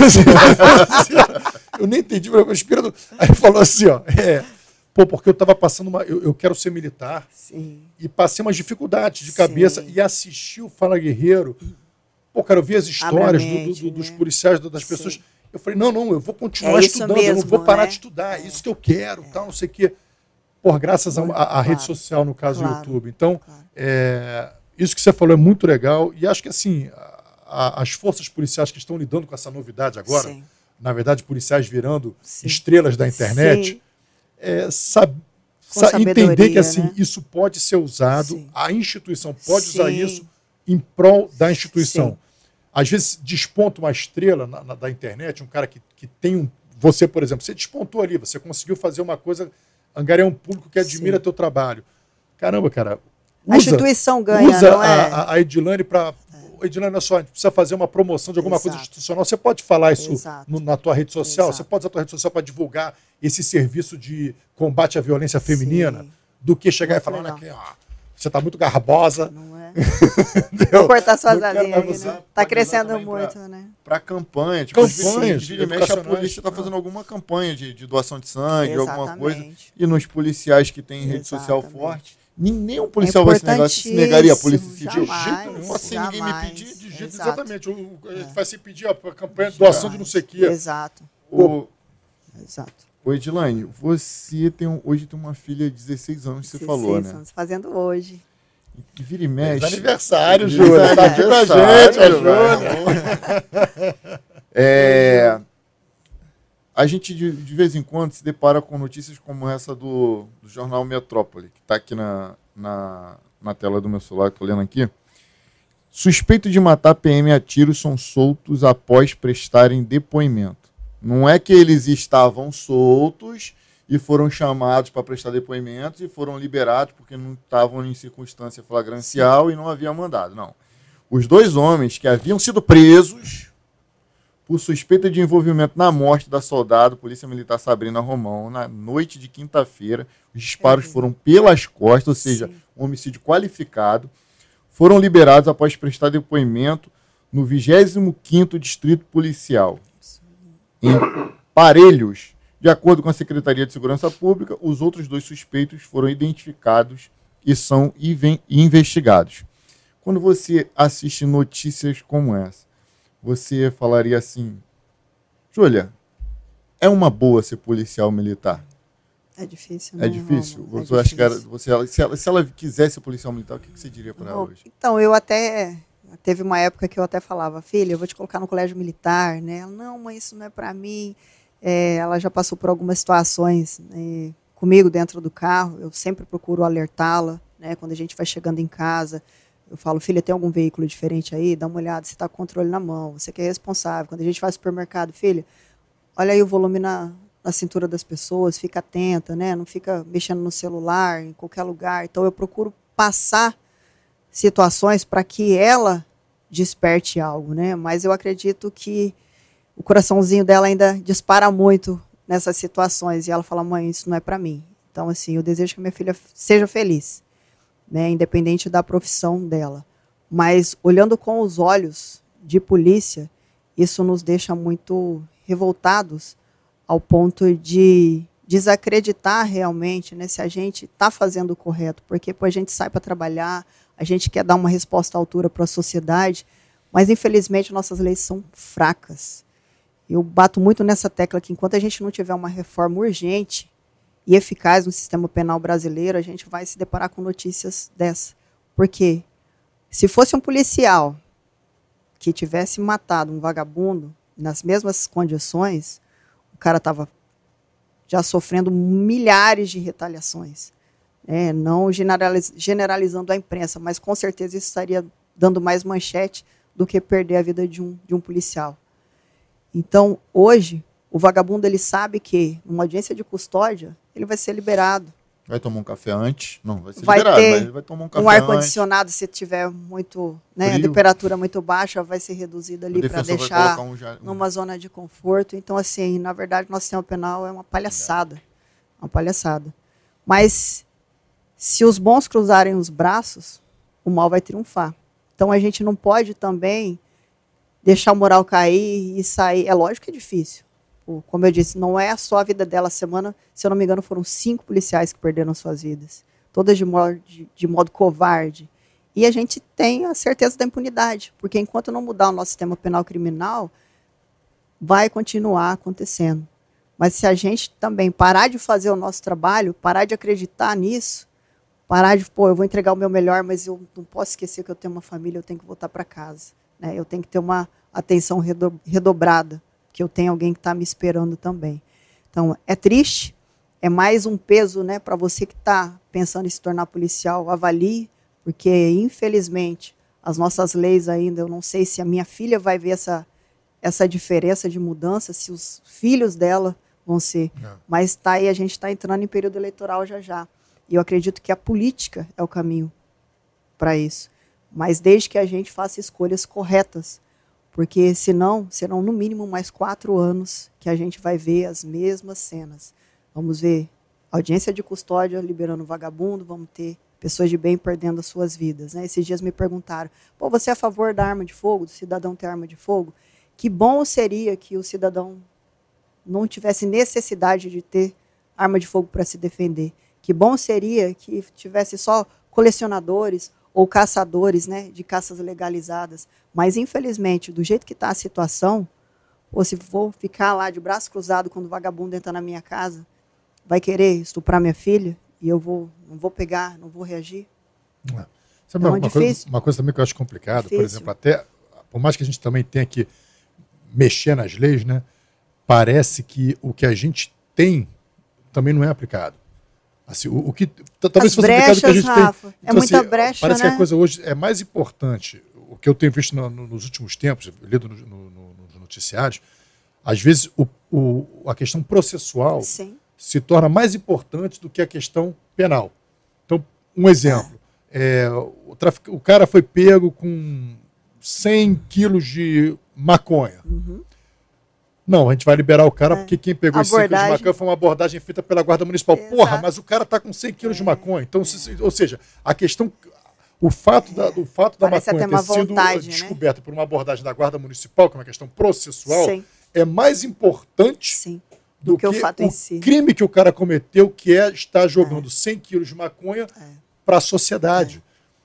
Eu nem entendi, mas eu inspirado. Aí ele falou assim, ó, é, pô, porque eu tava passando uma... Eu, eu quero ser militar. Sim. E passei umas dificuldades de Sim. cabeça e assisti o Fala Guerreiro. Pô, cara, eu vi as histórias do- do- mente, do- dos né? policiais, das Sim. pessoas. Eu falei, não, não, eu vou continuar É isso estudando, eu não mesmo, vou parar né? de estudar, é É. isso que eu quero, tal, não sei o quê. Por graças à Muito, à rede claro. social, no caso Claro, do YouTube. Então, claro. é, isso que você falou é muito legal. E acho que, assim, a- a- as forças policiais que estão lidando com essa novidade agora, Sim. na verdade, policiais virando Sim. estrelas da internet, Sim. é, sab- Com sa- entender que sabedoria, assim, né? isso pode ser usado, Sim. a instituição pode usar Sim. isso em prol da instituição. Sim. Às vezes desponta uma estrela na, na- da internet, um cara que, que tem um. Você, por exemplo, você despontou ali, você conseguiu fazer uma coisa, angariar um público que admira Sim. teu trabalho. Caramba, cara. A Usa, instituição ganha, usa não é? a, a, a Edilane para. Edilane, olha só, a gente precisa fazer uma promoção de alguma coisa Exato. institucional. Você pode falar isso Exato. no- na tua rede social? Exato. Você pode usar a tua rede social para divulgar esse serviço de combate à violência feminina? Sim. Do que chegar Muito e falar, olha legal. aqui, ó, você está muito garbosa. Não é? entendeu? Vou cortar suas Não quero asinhas mais aqui, você. né? Pode Tá usar crescendo também pra- muito, né? Para campanha, tipo, Campanhas de vira e mexe a educacionais, polícia está né? fazendo alguma campanha de, de doação de sangue, alguma coisa. Exatamente. E nos policiais que têm rede social Exatamente. forte, nem- nenhum policial vai se negar. Você se negaria a polícia se Importantíssimo, de jeito nenhum. jamais, Sem ninguém me jamais. pedir, de jeito Exato. exatamente. O, o- a gente É. vai se pedir a campanha de doação de não sei o quê. Exato, O, exato. o Edilane, você tem um- hoje tem uma filha de dezesseis anos, você falou, dezesseis né? anos, fazendo hoje. E vira e mexe. Feliz aniversário, Feliz Júlia. Tá aqui com a aniversário, gente, a velho. É, a gente, de, de vez em quando, se depara com notícias como essa do, do jornal Metrópole, que está aqui na, na, na tela do meu celular, que estou lendo aqui. Suspeito de matar P M a tiros são soltos após prestarem depoimento. Não é que eles estavam soltos e foram chamados para prestar depoimentos e foram liberados porque não estavam em circunstância flagrancial e não havia mandado. Não. Os dois homens que haviam sido presos por suspeita de envolvimento na morte da soldado Polícia Militar Sabrina Romão na noite de quinta-feira, os disparos É. foram pelas costas, ou seja, Sim. um homicídio qualificado, foram liberados após prestar depoimento no vigésimo quinto Distrito Policial. Em Parelhos, de acordo com a Secretaria de Segurança Pública, os outros dois suspeitos foram identificados e são inven- investigados. Quando você assiste notícias como essa, você falaria assim, Júlia, é uma boa ser policial militar? É difícil, né? É difícil? Romulo? É Você acha que era- difícil. você, se, ela, se ela quisesse ser policial militar, o que, que você diria para ela Bom, hoje? Então, eu até... Teve uma época que eu até falava, filha, eu vou te colocar no colégio militar, né? Ela, não, mãe, isso não é para mim. É, ela já passou por algumas situações, né, comigo dentro do carro. Eu sempre procuro alertá-la, né? Quando a gente vai chegando em casa, eu falo, filha, tem algum veículo diferente aí? Dá uma olhada, você está com o controle na mão, você que é responsável. Quando a gente vai ao supermercado, filha, olha aí o volume na, na cintura das pessoas, fica atenta, né? Não fica mexendo no celular, em qualquer lugar. Então, eu procuro passar situações para que ela desperte algo, né? Mas eu acredito que o coraçãozinho dela ainda dispara muito nessas situações e ela fala, mãe, isso não é para mim. Então, assim, eu desejo que minha filha seja feliz, né? Independente da profissão dela. Mas olhando com os olhos de polícia, isso nos deixa muito revoltados ao ponto de desacreditar realmente, né, se a gente está fazendo o correto, porque pô, a gente sai para trabalhar, a gente quer dar uma resposta à altura para a sociedade, mas infelizmente nossas leis são fracas. Eu bato muito nessa tecla que enquanto a gente não tiver uma reforma urgente e eficaz no sistema penal brasileiro, a gente vai se deparar com notícias dessa. Por quê? Se fosse um policial que tivesse matado um vagabundo nas mesmas condições, o cara estava já sofrendo milhares de retaliações. Né? Não generaliz- generalizando a imprensa, mas com certeza isso estaria dando mais manchete do que perder a vida de um, de um policial. Então, hoje, o vagabundo ele sabe que, numa audiência de custódia, ele vai ser liberado. Vai tomar um café antes? Não, vai ser vai liberado, ter mas ele vai tomar um café um antes. ar-condicionado, se tiver muito, né, a Frio. temperatura muito baixa, vai ser reduzida ali para defensor vai deixar colocar um ja- um- numa zona de conforto. Então, assim, na verdade, o nosso sistema penal é uma palhaçada. Uma palhaçada. Mas, se os bons cruzarem os braços, o mal vai triunfar. Então, a gente não pode também deixar o moral cair e sair. É lógico que é difícil. Como eu disse, não é só a vida dela. A semana, se eu não me engano, foram cinco policiais que perderam suas vidas. Todas de modo, de, de modo covarde. E a gente tem a certeza da impunidade. Porque enquanto não mudar o nosso sistema penal criminal, vai continuar acontecendo. Mas se a gente também parar de fazer o nosso trabalho, parar de acreditar nisso, parar de, pô, eu vou entregar o meu melhor, mas eu não posso esquecer que eu tenho uma família, eu tenho que voltar para casa. Né? Eu tenho que ter uma atenção redo, redobrada, que eu tenho alguém que está me esperando também. Então, é triste, é mais um peso, né, para você que está pensando em se tornar policial, avalie, porque, infelizmente, as nossas leis ainda, eu não sei se a minha filha vai ver essa, essa diferença de mudança, se os filhos dela vão ser. Não. Mas tá aí, a gente está entrando em período eleitoral já já. E eu acredito que a política é o caminho para isso. Mas desde que a gente faça escolhas corretas, porque senão serão no mínimo mais quatro anos que a gente vai ver as mesmas cenas. Vamos ver audiência de custódia liberando vagabundo, vamos ter pessoas de bem perdendo as suas vidas. Né? Esses dias me perguntaram, pô, você é a favor da arma de fogo, do cidadão ter arma de fogo? Que bom seria que o cidadão não tivesse necessidade de ter arma de fogo para se defender. Que bom seria que tivesse só colecionadores ou caçadores, né, de caças legalizadas. Mas, infelizmente, do jeito que está a situação, ou se for ficar lá de braço cruzado quando o vagabundo entra na minha casa, vai querer estuprar minha filha e eu vou, não vou pegar, não vou reagir? É. Sabe, uma, uma, coisa, uma coisa também que eu acho complicada, por exemplo, até, por mais que a gente também tenha que mexer nas leis, né, parece que o que a gente tem também não é aplicado. Assim, o, o que talvez As fosse brechas, aplicado que a gente Rafa, tem. Então, é muita assim, brecha, parece né? que a coisa hoje é mais importante. O que eu tenho visto no, no, nos últimos tempos, lido no, no, no, nos noticiários, às vezes o, o, a questão processual Sim. se torna mais importante do que a questão penal. Então, um exemplo. É. É, o, trafic... o cara foi pego com cem quilos de maconha. Uhum. Não, a gente vai liberar o cara é. porque quem pegou esse cem quilos de maconha foi uma abordagem feita pela Guarda Municipal. Exato. Porra, mas o cara está com cem quilos é. de maconha. Então, é. se, ou seja, a questão, o fato é. da, o fato da maconha ter sido vontade, descoberta né? por uma abordagem da Guarda Municipal, que é uma questão processual, Sim. é mais importante Sim. do, do que, que o, fato o em si. crime que o cara cometeu, que é estar jogando é. cem quilos de maconha é. para a sociedade.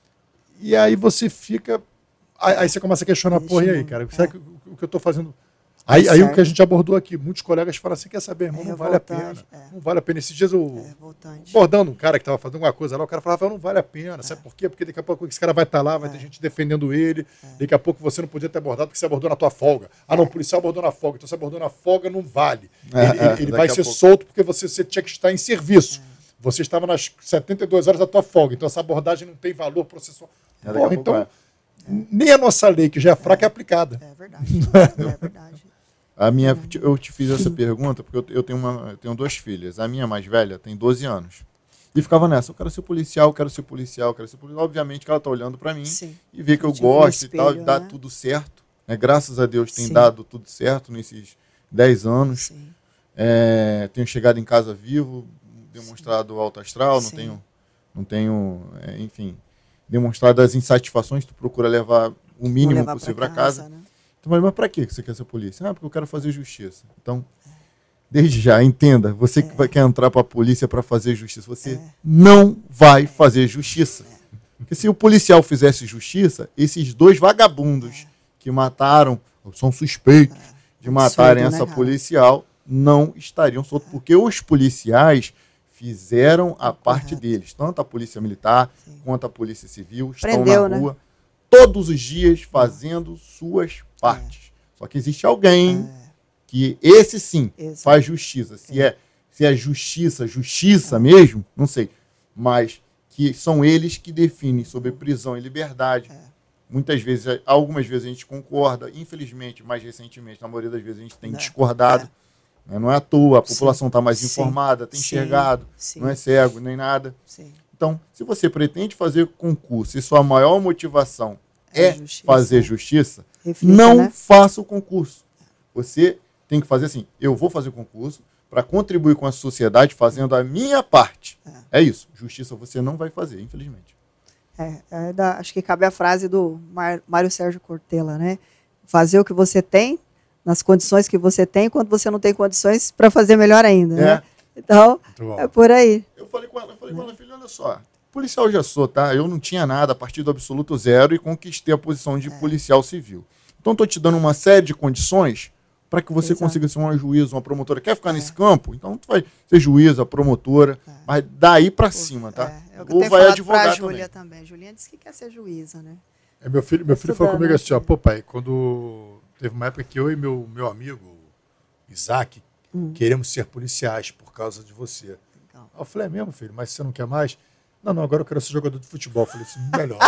É. E aí você fica... Aí, aí você começa a questionar, porra, e aí, cara? Será que o que eu estou fazendo... Aí, aí o que a gente abordou aqui, muitos colegas falam assim, quer saber, irmão, é não vale a pena. É. Não vale a pena. Esses dias eu é abordando um cara que estava fazendo alguma coisa lá, o cara falava, não vale a pena. É. Sabe por quê? Porque daqui a pouco esse cara vai estar tá lá, vai é. ter gente defendendo ele, é. daqui a pouco você não podia ter abordado porque você abordou na tua folga. Ah, não, o policial abordou na folga, então você abordou na folga, não vale. É, ele é, ele vai ser pouco. solto porque você, você tinha que estar em serviço. É. Você estava nas setenta e duas horas da tua folga, então essa abordagem não tem valor processual. É, Porra, então, é. nem a nossa lei, que já é fraca, é, é aplicada. É verdade, é verdade. A minha, eu te fiz essa pergunta porque eu tenho, uma, eu tenho duas filhas. A minha mais velha tem doze anos. E ficava nessa, eu quero ser policial, eu quero ser policial, eu quero ser policial. Obviamente que ela está olhando para mim Sim. e vê que eu gosto espelho, e tal, e dá né? tudo certo. Né? Graças a Deus tem Sim. dado tudo certo nesses dez anos. É, tenho chegado em casa vivo, demonstrado Sim. alto astral, não Sim. tenho, não tenho é, enfim, demonstrado as insatisfações, tu procura levar o mínimo possível para casa. casa. Né? Então, mas para que você quer ser polícia? Ah, porque eu quero fazer justiça. Então, desde já, entenda, você é. que vai, quer entrar para a polícia para fazer justiça, você é. não vai fazer justiça. É. Porque se o policial fizesse justiça, esses dois vagabundos é. que mataram, são suspeitos é. de matarem Absurdo, essa né, policial, não estariam soltos, é. porque os policiais fizeram a parte Correto. deles. Tanto a polícia militar Sim. quanto a polícia civil Prendeu, estão na rua né? todos os dias fazendo suas partes. É. Só que existe alguém é. que esse sim Exato. faz justiça. Se é. é, se é justiça, justiça é. mesmo, não sei. Mas que são eles que definem sobre prisão e liberdade. É. Muitas vezes, algumas vezes a gente concorda, infelizmente, mais recentemente, na maioria das vezes a gente tem é. discordado. É. Não é à toa, a população está mais Sim. informada, tem Sim. enxergado, Sim. não é cego nem nada. Sim. Então, se você pretende fazer concurso e sua maior motivação é, é justiça. fazer justiça, Reflita, não né? faça o concurso. Você tem que fazer assim, eu vou fazer o concurso para contribuir com a sociedade fazendo a minha parte. É, é isso. Justiça você não vai fazer, infelizmente. É, é da, acho que cabe a frase do Mar, Mário Sérgio Cortella, né? Fazer o que você tem, nas condições que você tem, quando você não tem condições para fazer melhor ainda, é. né? Então, é por aí. Eu falei com ela, eu falei com ela, filha, olha só, policial já sou, tá? Eu não tinha nada, a partir do absoluto zero, e conquistei a posição de é. policial civil. Então, estou te dando uma série de condições para que você Exato. consiga ser uma juíza, uma promotora. Quer ficar é. nesse campo? Então, tu vai ser juíza, promotora, é. mas daí para cima, tá? É. Ou vai advogar também. Júlia também. Julinha disse que quer ser juíza, né? É, meu filho, meu filho falou comigo assim, ó, pô, pai, quando teve uma época que eu e meu, meu amigo, Isaac, hum. queremos ser policiais por causa de você. Então. Eu falei, é mesmo, filho, mas você não quer mais? Não, não, agora eu quero ser jogador de futebol. Eu falei assim, melhor.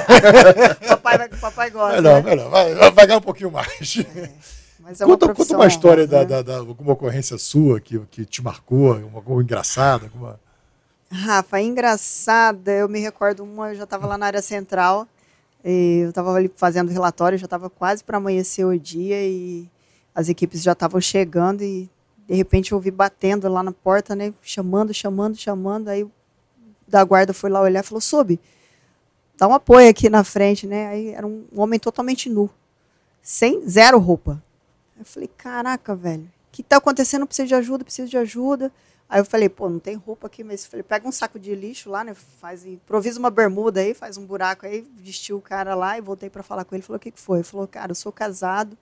papai, papai gosta, Melhor, né? melhor, vai, vai ganhar um pouquinho mais. É, mas é uma conta, conta uma história honrosa, da, né? da, da, alguma ocorrência sua que, que te marcou, uma coisa engraçada. Alguma... Rafa, engraçada, eu me recordo uma, eu já estava lá na área central, e eu estava ali fazendo relatório, já estava quase para amanhecer o dia e as equipes já estavam chegando e de repente eu ouvi batendo lá na porta, né, chamando, chamando, chamando, aí o da guarda foi lá olhar e falou, sobe, dá um apoio aqui na frente, né, aí era um homem totalmente nu, sem, zero roupa. Eu falei, caraca, velho, o que está acontecendo? Preciso de ajuda, preciso de ajuda. Aí eu falei, pô, não tem roupa aqui, mas eu falei, pega um saco de lixo lá, né, faz, improvisa uma bermuda aí, faz um buraco aí, vestiu o cara lá e voltei para falar com ele. Falou, o que, que foi? Ele falou, cara, eu sou casado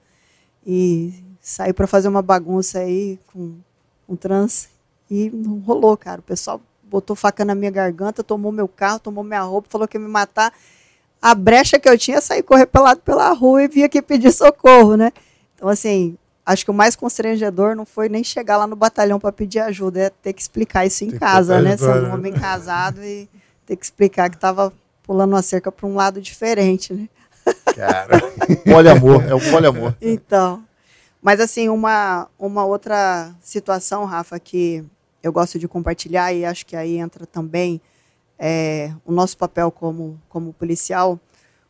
e saí para fazer uma bagunça aí com um trans e não rolou, cara. O pessoal botou faca na minha garganta, tomou meu carro, tomou minha roupa, falou que ia me matar. A brecha que eu tinha, saí correr pelado pela rua e vim aqui pedir socorro, né? Então, assim, acho que o mais constrangedor não foi nem chegar lá no batalhão para pedir ajuda, é ter que explicar isso em Tem casa, né? Sendo um homem casado e ter que explicar que estava pulando uma cerca para um lado diferente, né? Cara, poliamor, é o poliamor. Então, mas assim, uma, uma outra situação, Rafa, que eu gosto de compartilhar e acho que aí entra também é, o nosso papel como, como policial.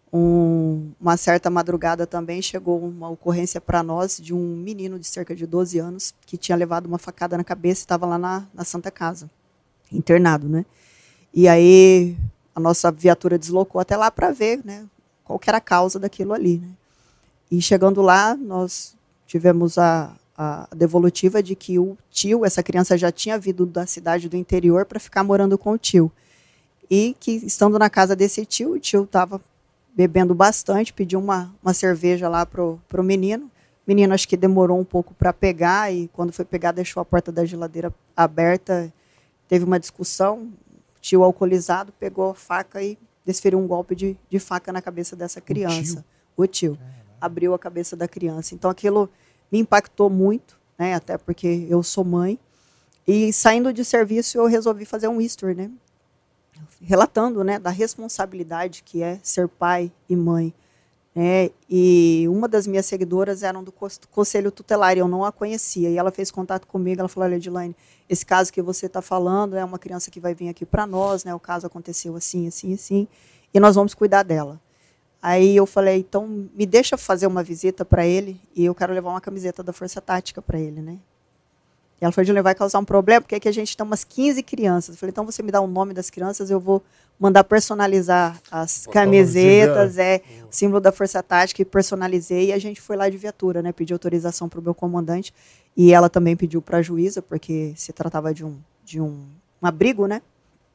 Um, uma certa madrugada também chegou uma ocorrência para nós de um menino de cerca de doze anos que tinha levado uma facada na cabeça e estava lá na, na Santa Casa, internado, né? E aí a nossa viatura deslocou até lá para ver, né, qual que era a causa daquilo ali, né? E chegando lá, nós tivemos a, a devolutiva de que o tio, essa criança já tinha vindo da cidade do interior para ficar morando com o tio. E que, estando na casa desse tio, o tio estava bebendo bastante, pediu uma, uma cerveja lá pro, pro menino. O menino acho que demorou um pouco para pegar e quando foi pegar deixou a porta da geladeira aberta, teve uma discussão, o tio alcoolizado pegou a faca e desferiu um golpe de, de faca na cabeça dessa criança. O tio, o tio abriu a cabeça da criança. Então aquilo me impactou muito, né, até porque eu sou mãe. E saindo de serviço eu resolvi fazer um history, né? Relatando, né, da responsabilidade que é ser pai e mãe, né, e uma das minhas seguidoras era do Conselho Tutelar e eu não a conhecia, e ela fez contato comigo, ela falou, olha, Edilane, esse caso que você está falando é uma criança que vai vir aqui para nós, né, o caso aconteceu assim, assim, assim, e nós vamos cuidar dela. Aí eu falei, então me deixa fazer uma visita para ele e eu quero levar uma camiseta da Força Tática para ele, né. E ela falou, Juliana, vai causar um problema, porque aqui a gente tem umas quinze crianças. Eu falei, então você me dá o nome das crianças, eu vou mandar personalizar as Botar camisetas, é, o símbolo da Força Tática, e personalizei, e a gente foi lá de viatura, né, pedi autorização para o meu comandante, e ela também pediu para a juíza, porque se tratava de um, de um, um abrigo, né,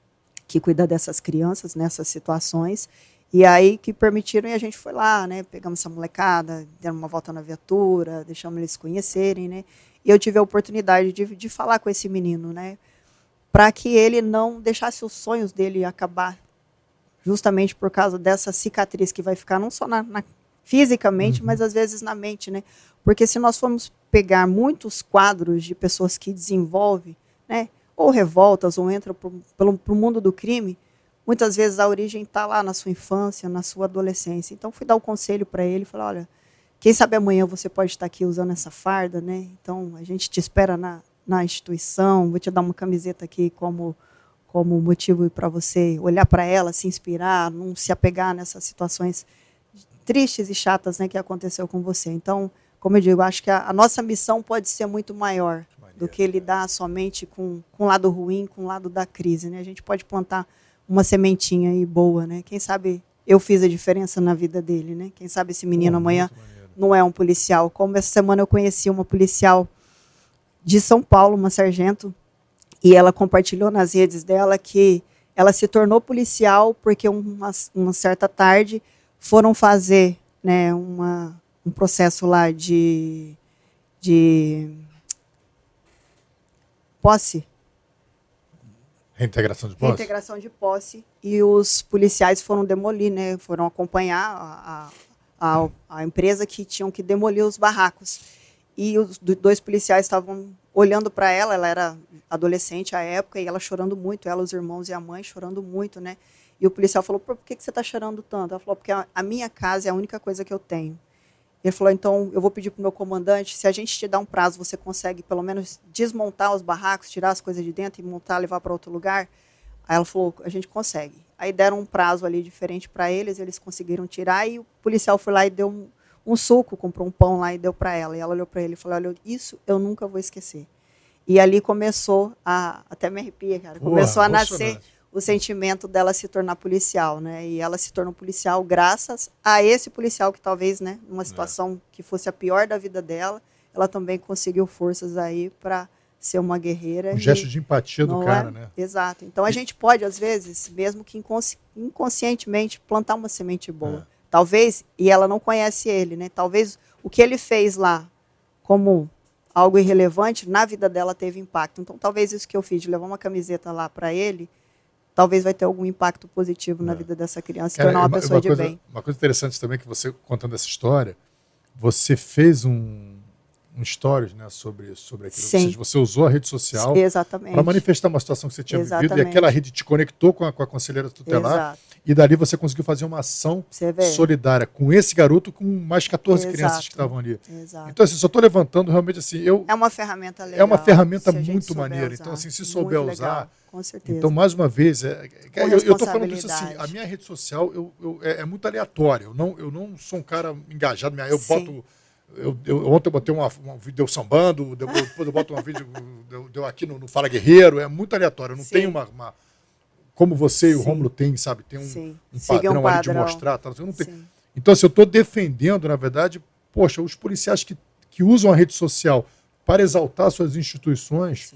que cuida dessas crianças nessas situações. E aí que permitiram, e a gente foi lá, né? Pegamos essa molecada, demos uma volta na viatura, deixamos eles se conhecerem, né? E eu tive a oportunidade de, de falar com esse menino, né? Para que ele não deixasse os sonhos dele acabar justamente por causa dessa cicatriz que vai ficar não só na, na, fisicamente, uhum. mas às vezes na mente, né? Porque se nós formos pegar muitos quadros de pessoas que desenvolvem, né? Ou revoltas, ou entram para o mundo do crime, muitas vezes a origem está lá na sua infância, na sua adolescência. Então, fui dar o um conselho para ele, falar, olha, quem sabe amanhã você pode estar aqui usando essa farda, né? Então, a gente te espera na, na instituição, vou te dar uma camiseta aqui como, como motivo para você olhar para ela, se inspirar, não se apegar nessas situações tristes e chatas, né, que aconteceu com você. Então, como eu digo, acho que a, a nossa missão pode ser muito maior do que lidar somente com, com o lado ruim, com o lado da crise, né? A gente pode plantar uma sementinha aí boa, né? Quem sabe eu fiz a diferença na vida dele, né? Quem sabe esse menino oh, amanhã não é um policial. Como essa semana eu conheci uma policial de São Paulo, uma sargento, e ela compartilhou nas redes dela que ela se tornou policial porque uma, uma certa tarde foram fazer, né, uma, um processo lá de, de posse. Reintegração de posse? Reintegração de posse. E os policiais foram demolir, né? Foram acompanhar a, a, a empresa que tinham que demolir os barracos. E os dois policiais estavam olhando para ela, ela era adolescente à época, e ela chorando muito, ela, os irmãos e a mãe chorando muito, né? E o policial falou, por que, que você está chorando tanto? Ela falou, porque a, a minha casa é a única coisa que eu tenho. Ele falou, então, eu vou pedir para o meu comandante, se a gente te dá um prazo, você consegue pelo menos desmontar os barracos, tirar as coisas de dentro e montar, levar para outro lugar? Aí ela falou, a gente consegue. Aí deram um prazo ali diferente para eles, eles conseguiram tirar, e o policial foi lá e deu um, um suco, comprou um pão lá e deu para ela. E ela olhou para ele e falou, olha, isso eu nunca vou esquecer. E ali começou a, até me arrepia, cara, começou Porra, a nascer o sentimento dela se tornar policial, né? E ela se tornou policial graças a esse policial que talvez, né, numa situação é. que fosse a pior da vida dela, ela também conseguiu forças aí para ser uma guerreira. Um gesto de empatia do cara, é? né? Exato. Então a gente pode, às vezes, mesmo que inconsci... inconscientemente, plantar uma semente boa. É. Talvez, e ela não conhece ele, né? Talvez o que ele fez lá como algo irrelevante, na vida dela teve impacto. Então talvez isso que eu fiz, de levar uma camiseta lá para ele, talvez vai ter algum impacto positivo na é. vida dessa criança, se tornar uma, uma pessoa uma de coisa, bem. Uma coisa interessante também que você, contando essa história, você fez um, um stories, né, sobre, sobre aquilo. Sim. Ou seja, você usou a rede social para manifestar uma situação que você tinha Exatamente. vivido, e aquela rede te conectou com a, com a conselheira tutelar. Exato. E dali você conseguiu fazer uma ação solidária com esse garoto, com mais quatorze Exato. crianças que estavam ali. Exato. Então, assim, só estou levantando realmente assim. Eu, é uma ferramenta legal. É uma ferramenta muito maneira. Usar. Então, assim, se souber muito usar. Legal. Com certeza. Então, mais uma vez, é, é, eu estou falando isso assim, a minha rede social eu, eu, é, é muito aleatória. Eu não, eu não sou um cara engajado. Eu Sim. boto. Eu, eu, ontem eu botei uma, um vídeo sambando, depois eu boto um vídeo deu, deu aqui no, no Fala Guerreiro. É muito aleatório. Eu não Sim. tenho uma. uma como você e o Rômulo tem, sabe? Tem um, um padrão, um ali de mostrar. Tá? Eu não tenho. Então, assim, eu estou defendendo, na verdade, poxa, os policiais que, que usam a rede social para exaltar suas instituições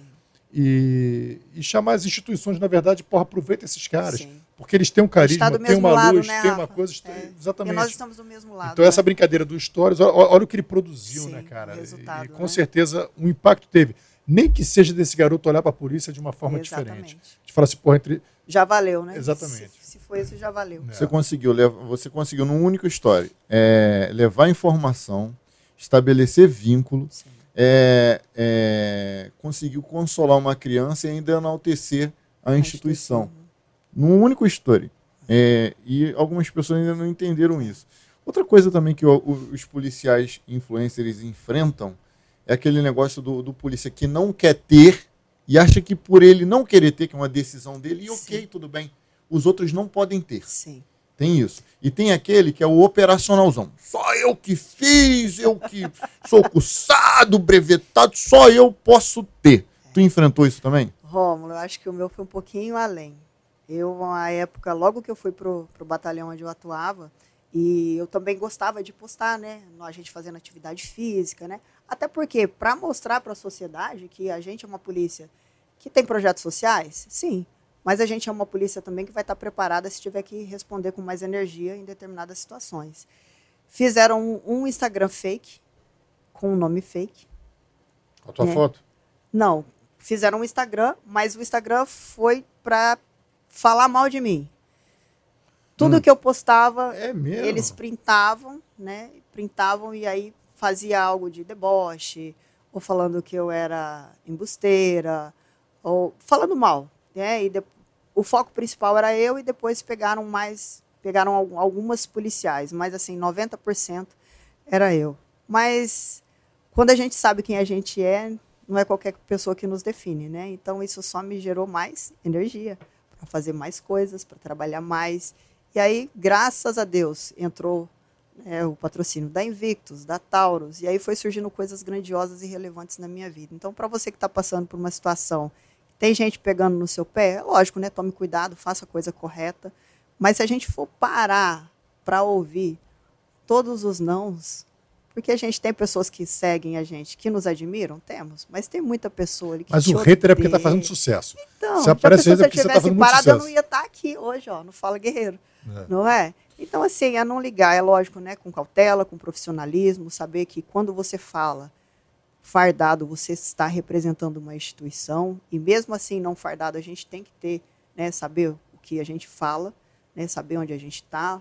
e, e chamar as instituições, na verdade, porra, aproveita esses caras. Sim. Porque eles têm um carisma, têm uma lado, luz, né, têm uma coisa. É. Exatamente. E nós estamos do mesmo lado. Então, né? essa brincadeira do Stories, olha, olha o que ele produziu, Sim, né, cara? Resultado, e com né? certeza um impacto teve. Nem que seja desse garoto olhar para a polícia de uma forma Exatamente. diferente. De falar assim, porra, entre. Já valeu, né? Exatamente. Se, se foi isso, já valeu. Você conseguiu, você conseguiu num único story, é, levar informação, estabelecer vínculo, é, é, conseguiu consolar uma criança e ainda enaltecer a, a instituição. instituição. Num único story. É, e algumas pessoas ainda não entenderam isso. Outra coisa também que o, os policiais influencers enfrentam é aquele negócio do, do polícia que não quer ter e acha que por ele não querer ter, que é uma decisão dele, e ok, Sim. tudo bem. Os outros não podem ter. Sim. Tem isso. E tem aquele que é o operacionalzão. Só eu que fiz, eu que sou cursado, brevetado, só eu posso ter. É. Tu enfrentou isso também? Rômulo, eu acho que o meu foi um pouquinho além. Eu, na época, logo que eu fui pro, pro batalhão onde eu atuava, e eu também gostava de postar, né? A gente fazendo atividade física, né? Até porque, para mostrar para a sociedade que a gente é uma polícia que tem projetos sociais, sim, Mas a gente é uma polícia também que vai estar preparada se tiver que responder com mais energia em determinadas situações. Fizeram um, um Instagram fake, com um nome fake. Com a tua É. foto? Não, fizeram um Instagram, mas o Instagram foi para falar mal de mim. Tudo Hum. que eu postava, É mesmo? eles printavam, né? Printavam e aí fazia algo de deboche, ou falando que eu era embusteira, ou falando mal, né? E de, o foco principal era eu e depois pegaram mais, pegaram al- algumas policiais, mas assim, noventa por cento era eu. Mas quando a gente sabe quem a gente é, não é qualquer pessoa que nos define, né? Então isso só me gerou mais energia para fazer mais coisas, para trabalhar mais. E aí, graças a Deus, entrou, né, o patrocínio da Invictus, da Taurus, e aí foi surgindo coisas grandiosas e relevantes na minha vida. Então, para você que está passando por uma situação, tem gente pegando no seu pé, é lógico, né? Tome cuidado, faça a coisa correta. Mas se a gente for parar para ouvir todos os nãos, porque a gente tem pessoas que seguem a gente, que nos admiram, temos, mas tem muita pessoa ali que Mas te o hater é porque tá odeia. fazendo sucesso. Então, Se já aparece pensou hater é se porque eu você tá tivesse fazendo muito parado, eu não sucesso. ia estar aqui hoje, ó, no Fala Guerreiro, É. não é? Então, assim, é não ligar, é lógico, né, com cautela, com profissionalismo, saber que quando você fala fardado, você está representando uma instituição, e mesmo assim, não fardado, a gente tem que ter, né, saber o que a gente fala, né, saber onde a gente está,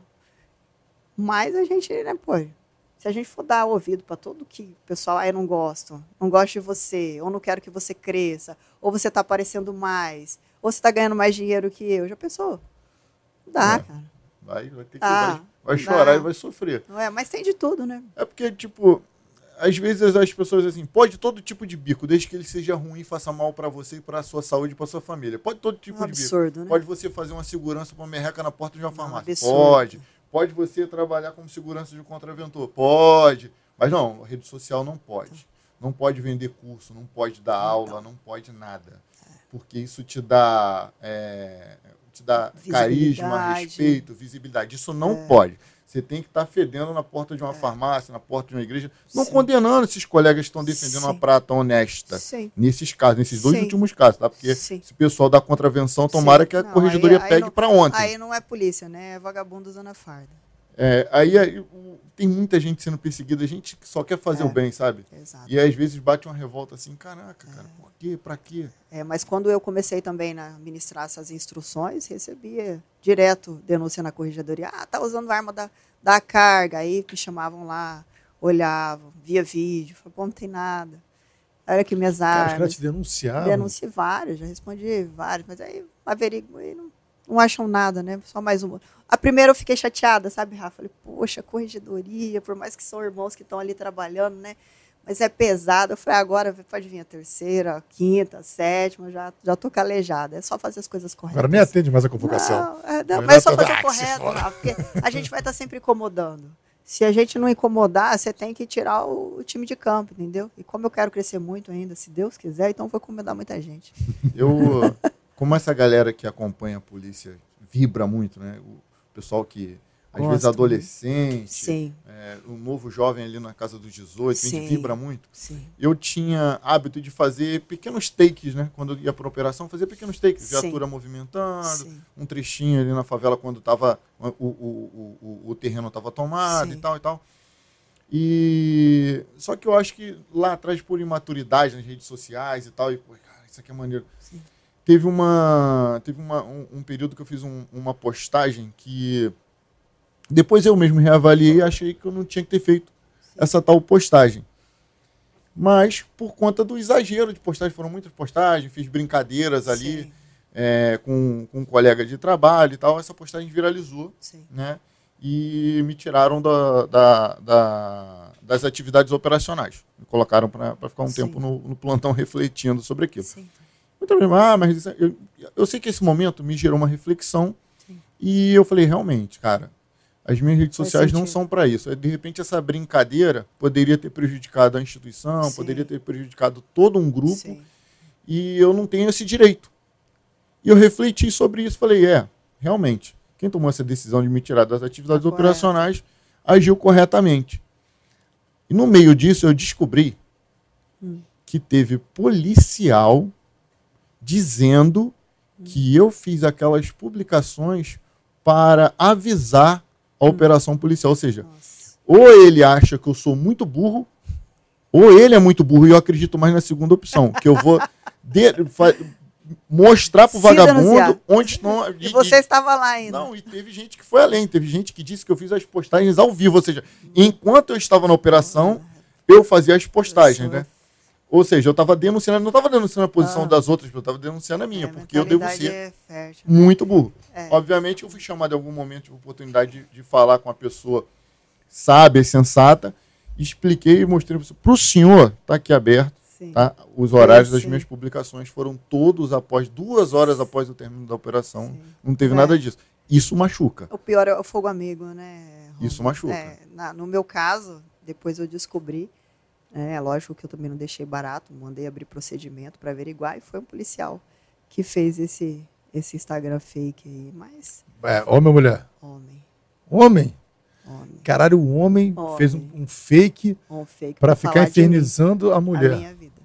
mas a gente, né, pô, se a gente for dar ouvido para tudo que o pessoal, ah, eu não gosto, não gosto de você, ou não quero que você cresça, ou você está aparecendo mais, ou você está ganhando mais dinheiro que eu, já pensou? Não dá, É. cara. Vai, vai ter que Ah, vai, vai dá. chorar e vai sofrer. Não é? Mas tem de tudo, né? É porque, tipo, às vezes as pessoas assim, pode todo tipo de bico, desde que ele seja ruim, faça mal pra você e pra sua saúde e pra sua família. Pode todo tipo Um de bico. absurdo, né? Pode você fazer uma segurança pra uma merreca na porta de uma Não, farmácia. absurdo. Pode. Pode você trabalhar como segurança de um contraventor. Pode. Mas não, a rede social não pode. Não pode vender curso, não pode dar aula, não pode nada. Porque isso te dá, é, te dá carisma, Visibilidade. respeito, visibilidade. Isso não pode. Você tem que estar fedendo na porta de uma farmácia, na porta de uma igreja, não Sim. condenando esses colegas que estão defendendo uma Sim. prata honesta. Sim. Nesses casos, nesses dois Sim. últimos casos, tá? Porque Sim. esse pessoal da contravenção, tomara Sim. que a Não, corregedoria aí- aí pegue não- para ontem. Aí não é polícia, né? É vagabundo usando a farda. É, aí, aí, o- tem muita gente sendo perseguida, gente que só quer fazer É. o bem, sabe? Exato. E às vezes bate uma revolta assim, caraca, cara, por quê? Pra quê? É, mas quando eu comecei também a ministrar essas instruções, recebia direto denúncia na corregedoria. Ah, tá usando arma da, da carga. Aí me chamavam lá, olhavam, via vídeo. Falei, pô, não tem nada. Olha aqui minhas Cara, os caras armas. te denunciavam. Denunciei vários, já respondi vários, mas aí averiguo e não, não acham nada, né? Só mais uma. A primeira eu fiquei chateada, sabe, Rafa? Falei, poxa, corregedoria, por mais que são irmãos que estão ali trabalhando, né? Mas é pesado. Eu falei, agora pode vir a terceira, a quinta, a sétima, já, já tô calejada. É só fazer as coisas corretas. Agora nem atende mais a convocação. Não, é, não, O mas é só Renato- fazer Ah, o que se correto, foda. Rafa, porque a gente vai estar sempre incomodando. Se a gente não incomodar, você tem que tirar o, o time de campo, entendeu? E como eu quero crescer muito ainda, se Deus quiser, então eu vou incomodar muita gente. Eu, como essa galera que acompanha a polícia vibra muito, né? O pessoal que, às Gosto, vezes, né? adolescente, Sim, é, um novo jovem ali na casa dos dezoito, a Sim. gente vibra muito. sim. Eu tinha hábito de fazer pequenos takes, né? Quando eu ia para operação, fazer pequenos takes. Sim. Viatura movimentando, Sim. um trechinho ali na favela quando tava, o, o, o, o, o terreno estava tomado Sim. e tal e tal. E só que eu acho que lá atrás, por imaturidade nas redes sociais e tal, e pô, cara, isso aqui é maneiro. Sim. Teve uma teve uma, um, um período que eu fiz um- uma postagem que depois eu mesmo reavaliei e achei que eu não tinha que ter feito essa tal postagem. Mas por conta do exagero de postagem, foram muitas postagens, fiz brincadeiras ali Sim, é, com, com um colega de trabalho e tal, essa postagem viralizou, sim. né? E me tiraram da, da- da- das atividades operacionais. Me colocaram para ficar um Sim. tempo no, no plantão refletindo sobre aquilo. Sim. Muito bem, ah, mas isso é- eu, eu sei que esse momento me gerou uma reflexão Sim. e eu falei, realmente, cara, as minhas redes Faz sociais não sentido. são para isso. De repente, essa brincadeira poderia ter prejudicado a instituição, Sim. poderia ter prejudicado todo um grupo Sim. e eu não tenho esse direito. E eu refleti sobre isso, falei, é, realmente, quem tomou essa decisão de me tirar das atividades Tá operacionais agiu corretamente. E no meio disso eu descobri Hum. que teve policial dizendo que eu fiz aquelas publicações para avisar a Hum. operação policial. Ou seja, Nossa. ou ele acha que eu sou muito burro, ou ele é muito burro e eu acredito mais na segunda opção, que eu vou de- fa- mostrar pro Se vagabundo denunciar. onde estão... E você estava lá ainda. Não, e teve gente que foi além. Teve gente que disse que eu fiz as postagens ao vivo. Ou seja, enquanto eu estava na operação, eu fazia as postagens, né? Ou seja, eu estava denunciando, não estava denunciando a posição Ah. das outras, eu estava denunciando a minha, É, porque eu devo mentalidade ser é fértil, né? muito burro. É. Obviamente, eu fui chamado em algum momento de oportunidade de, de falar com uma pessoa sábia e sensata, expliquei e mostrei para o senhor, está aqui aberto, Sim. tá? Os horários Sim, das sim. minhas publicações foram todos após, duas horas após o término da operação, Sim. não teve É. nada disso. Isso machuca. O pior é o fogo amigo, né? Romulo? Isso machuca. É, na- no meu caso, depois eu descobri, é lógico que eu também não deixei barato, mandei abrir procedimento para averiguar e foi um policial que fez esse, esse Instagram fake aí, mas É, homem ou mulher? homem, Homem. homem, Caralho, o homem, Homem. fez um, um fake um fake para pra ficar falar de mim, infernizando a a mulher. minha vida.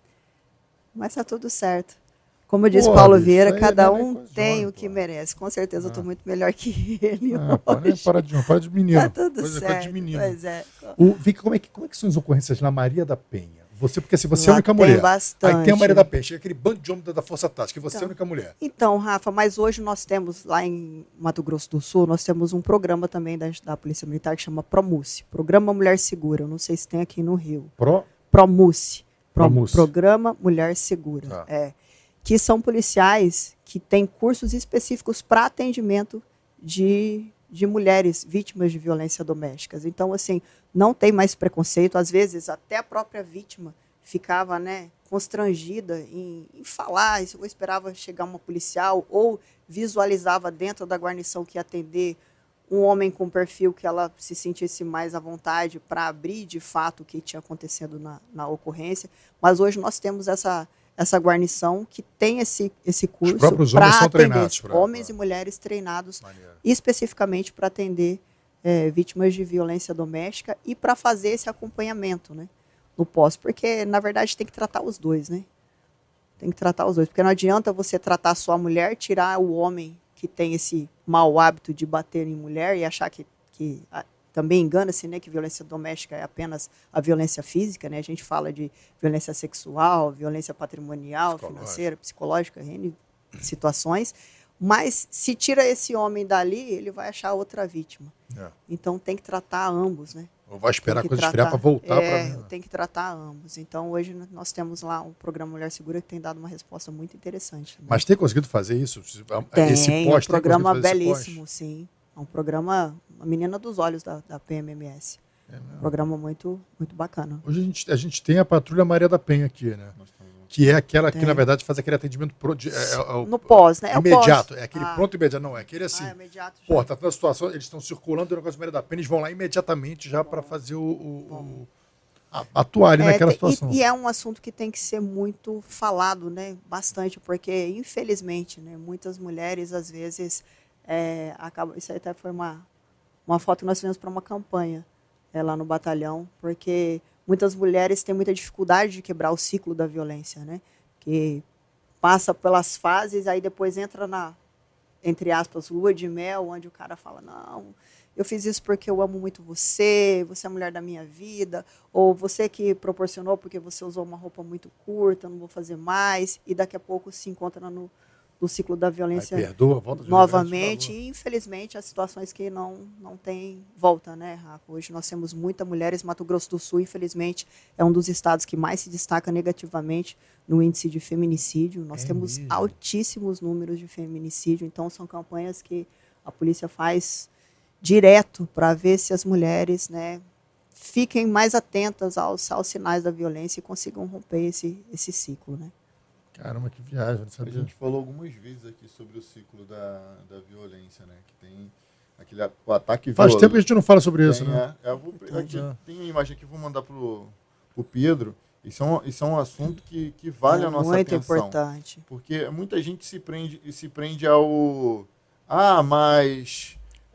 Mas tá tudo certo. Como diz Pô, Paulo bicho, Vieira, aí cada não é nem um coisa tem jovem, o que pô. merece. Com certeza eu tô Ah. muito melhor que ele Ah, pô, né? hoje. Para de, para de menino. Tá tudo Coisa, coisa certo. de menino. Pois é. O, Vicky, como é, que, como é que são as ocorrências na Maria da Penha? Você, porque se você é a Lá única tem mulher. bastante. Aí tem a Maria da Penha, chega aquele bando de homem da, da Força Tática, e você é a Então. única mulher. Então, Rafa, mas hoje nós temos, lá em Mato Grosso do Sul, nós temos um programa também da, da Polícia Militar que chama PROMUSE, Programa Mulher Segura. Eu não sei se tem aqui no Rio. Pro? PROMUSE. Pro- PROMUSE. Programa Mulher Segura. Tá. É. Que são policiais que têm cursos específicos para atendimento de, de mulheres vítimas de violência doméstica. Então, assim, não tem mais preconceito. Às vezes, até a própria vítima ficava, né, constrangida em, em falar, ou esperava chegar uma policial, ou visualizava dentro da guarnição que ia atender um homem com perfil que ela se sentisse mais à vontade para abrir de fato o que tinha acontecendo na, na ocorrência. Mas hoje nós temos essa, essa guarnição que tem esse, esse curso próprios para homens são atender treinados pra- homens pra- e mulheres treinados Maneiro. especificamente para atender é, vítimas de violência doméstica e para fazer esse acompanhamento, né, no pós, porque na verdade tem que tratar os dois, né? Tem que tratar os dois, porque não adianta você tratar só a mulher, tirar o homem que tem esse mau hábito de bater em mulher e achar que, que ah, também engana-se, né, que violência doméstica é apenas a violência física, né? A gente fala de violência sexual, violência patrimonial, Psicológica. financeira, psicológica, N situações. Mas se tira esse homem dali, ele vai achar outra vítima. É. Então tem que tratar ambos, né? Ou vai esperar a Tem que coisa esfriar tratar- para voltar é, para. tem que tratar ambos. Então hoje nós temos lá um programa Mulher Segura que tem dado uma resposta muito interessante. Também. Mas tem conseguido fazer isso? tem, esse é um pós, tem programa conseguido fazer esse pós? belíssimo, sim. É um programa, a menina dos olhos da, da P M M S. É mesmo. Um programa muito, muito bacana. Hoje a gente, a gente tem a Patrulha Maria da Penha aqui, né? Que é aquela que, Tem. na verdade, faz aquele atendimento pro, de, é, é, é o- No pós, né? É o imediato. pós. É aquele Ah. pronto imediato. Não, é aquele assim. Ah, é imediato já. Pô, tá tendo a situação, eles estão circulando, tem o negócio de Maria da Penha, eles vão lá imediatamente já para fazer o. o- o- a- atuar ali É, naquela tem- situação. E, e é um assunto que tem que ser muito falado, né? Bastante, porque, infelizmente, né, muitas mulheres, às vezes, é, acabam. Isso aí até foi uma, uma foto que nós fizemos para uma campanha é, lá no batalhão, porque muitas mulheres têm muita dificuldade de quebrar o ciclo da violência, né? Que passa pelas fases, aí depois entra na, entre aspas, lua de mel, onde o cara fala, não, eu fiz isso porque eu amo muito você, você é a mulher da minha vida, ou você que proporcionou porque você usou uma roupa muito curta, não vou fazer mais, e daqui a pouco se encontra no, no ciclo da Aí violência perdoa, volta de novamente, verdade, e infelizmente as situações que não, não tem volta, né, Rafa? Hoje nós temos muitas mulheres, Mato Grosso do Sul, infelizmente, é um dos estados que mais se destaca negativamente no índice de feminicídio. Nós É temos mesmo? altíssimos números de feminicídio, então são campanhas que a polícia faz direto para ver se as mulheres, né, fiquem mais atentas aos, aos sinais da violência e consigam romper esse, esse ciclo, né? Caramba, que viagem, não A sabia. gente falou algumas vezes aqui sobre o ciclo da, da violência, né? Que tem aquele a- o ataque Faz violento. tempo que a gente não fala sobre isso, Tem, né? é, eu vou, aqui, é. tem uma imagem aqui, vou mandar pro, pro Pedro. Isso é um, isso é um assunto que, que vale É a nossa muito atenção. importante. Porque muita gente se prende, se prende ao... Ah, mas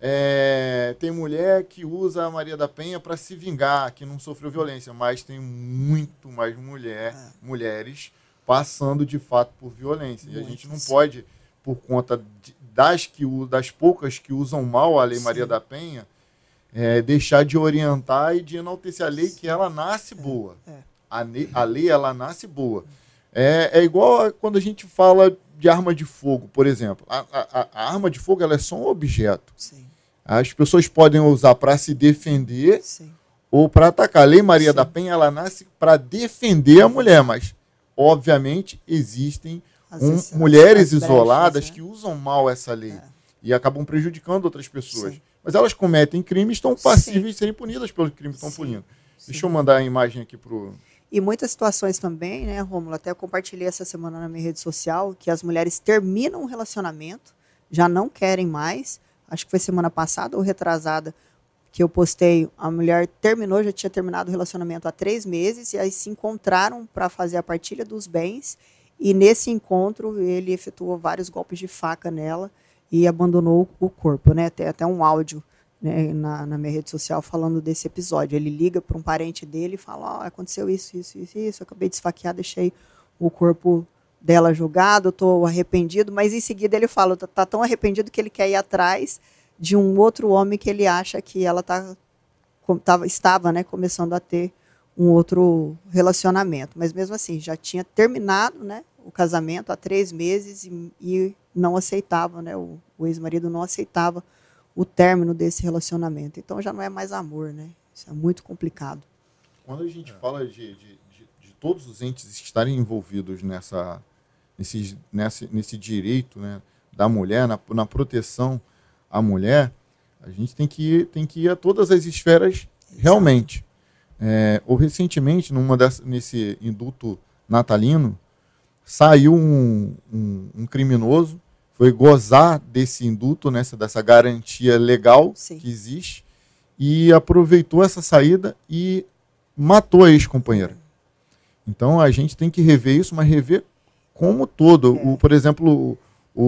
é, tem mulher que usa a Maria da Penha para se vingar, que não sofreu violência. Mas tem muito mais mulher, É. mulheres passando de fato por violência. E a gente não Muitas. pode por conta de, das, que, das poucas que usam mal a Lei Sim. Maria da Penha, é, deixar de orientar e de enaltecer a lei, que ela nasce É, boa. é. A, ne, a lei, ela nasce boa. É, é igual a quando a gente fala de arma de fogo, por exemplo. A, a, a arma de fogo, ela é só um objeto. Sim, As pessoas podem usar para se defender sim. ou para atacar. A Lei Maria Sim. da Penha, ela nasce para defender a mulher, mas, obviamente, existem Às um, vezes, as- mulheres as brechas, isoladas né? que usam mal essa lei É. e acabam prejudicando outras pessoas. Sim. Mas elas cometem crimes e estão passíveis de serem punidas pelo crime que estão Sim. punindo. Sim. Deixa eu mandar a imagem aqui pro... E muitas situações também, né, Rômulo? Até eu compartilhei essa semana na minha rede social, que as mulheres terminam um relacionamento, já não querem mais. Acho que foi semana passada ou retrasada que eu postei. A mulher terminou, já tinha terminado o relacionamento há três meses, e aí se encontraram para fazer a partilha dos bens. E nesse encontro ele efetuou vários golpes de faca nela e abandonou o corpo, né? Tem até um áudio, né, na, na minha rede social falando desse episódio. Ele liga para um parente dele e fala: oh, aconteceu isso, isso, isso, isso, eu acabei de esfaquear, deixei o corpo dela jogado, estou arrependido, mas em seguida ele fala, tá, tá tão arrependido que ele quer ir atrás de um outro homem que ele acha que ela tá, com, tava, estava, né, começando a ter um outro relacionamento. Mas mesmo assim, já tinha terminado, né, o casamento há três meses e, e não aceitava, né, o, o ex-marido não aceitava o término desse relacionamento. Então já não é mais amor, né? Isso é muito complicado. Quando a gente fala de, de, de, de todos os entes estarem envolvidos nessa, nesse, nesse, nesse direito, né, da mulher, na, na proteção à mulher, a gente tem que ir, tem que ir a todas as esferas. Exato. Realmente. É, ou recentemente, numa dessa, nesse indulto natalino, saiu um, um, um criminoso, foi gozar desse indulto, nessa, dessa garantia legal. Sim. Que existe, e aproveitou essa saída e matou a ex-companheira. Então a gente tem que rever isso, mas rever como todo. É. O, por exemplo,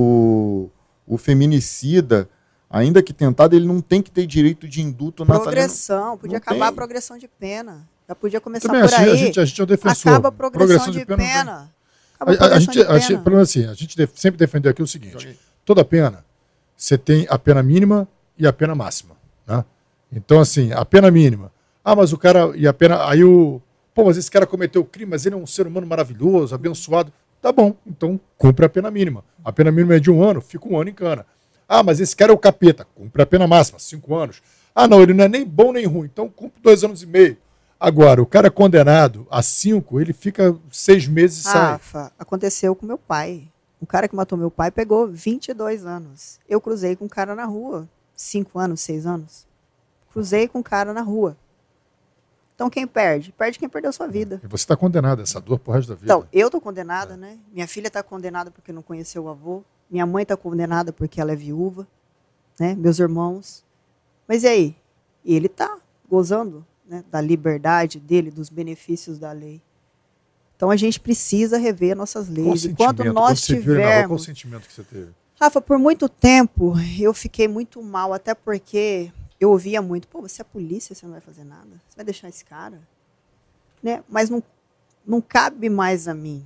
o, o feminicida, ainda que tentado, ele não tem que ter direito de indulto natalino. Progressão, podia não acabar tem. A progressão de pena. Já podia começar Também por aí. A gente, a gente é o defensor. Acaba a progressão, progressão de, de pena. pena. A, a, a, gente, a, gente, assim, a gente def, sempre defendeu aqui o seguinte: toda pena, você tem a pena mínima e a pena máxima. Né? Então, assim, a pena mínima. Ah, mas o cara. E a pena. Aí o. Pô, mas esse cara cometeu o crime, mas ele é um ser humano maravilhoso, abençoado. Tá bom, então cumpre a pena mínima. A pena mínima é de um ano, fica um ano em cana. Ah, mas esse cara é o capeta, cumpre a pena máxima, cinco anos. Ah, não, ele não é nem bom nem ruim, então cumpre dois anos e meio. Agora, o cara é condenado a cinco, ele fica seis meses e sai. Rafa, aconteceu com meu pai. O cara que matou meu pai pegou vinte e dois anos. Eu cruzei com um cara na rua, cinco anos, seis anos. Cruzei com um cara na rua. Então quem perde? Perde quem perdeu sua vida. E você está condenado, essa dor pro resto da vida. Então, eu estou condenada, é. né? Minha filha está condenada porque não conheceu o avô. Minha mãe está condenada porque ela é viúva. Né? Meus irmãos. Mas e aí? Ele está gozando, né, da liberdade dele, dos benefícios da lei. Então a gente precisa rever nossas leis. Qual Enquanto nós você tivermos... Viu, qual o sentimento que você teve? Rafa, por muito tempo eu fiquei muito mal, até porque eu ouvia muito, pô, você é polícia, você não vai fazer nada? Você vai deixar esse cara? Né? Mas não, não cabe mais a mim.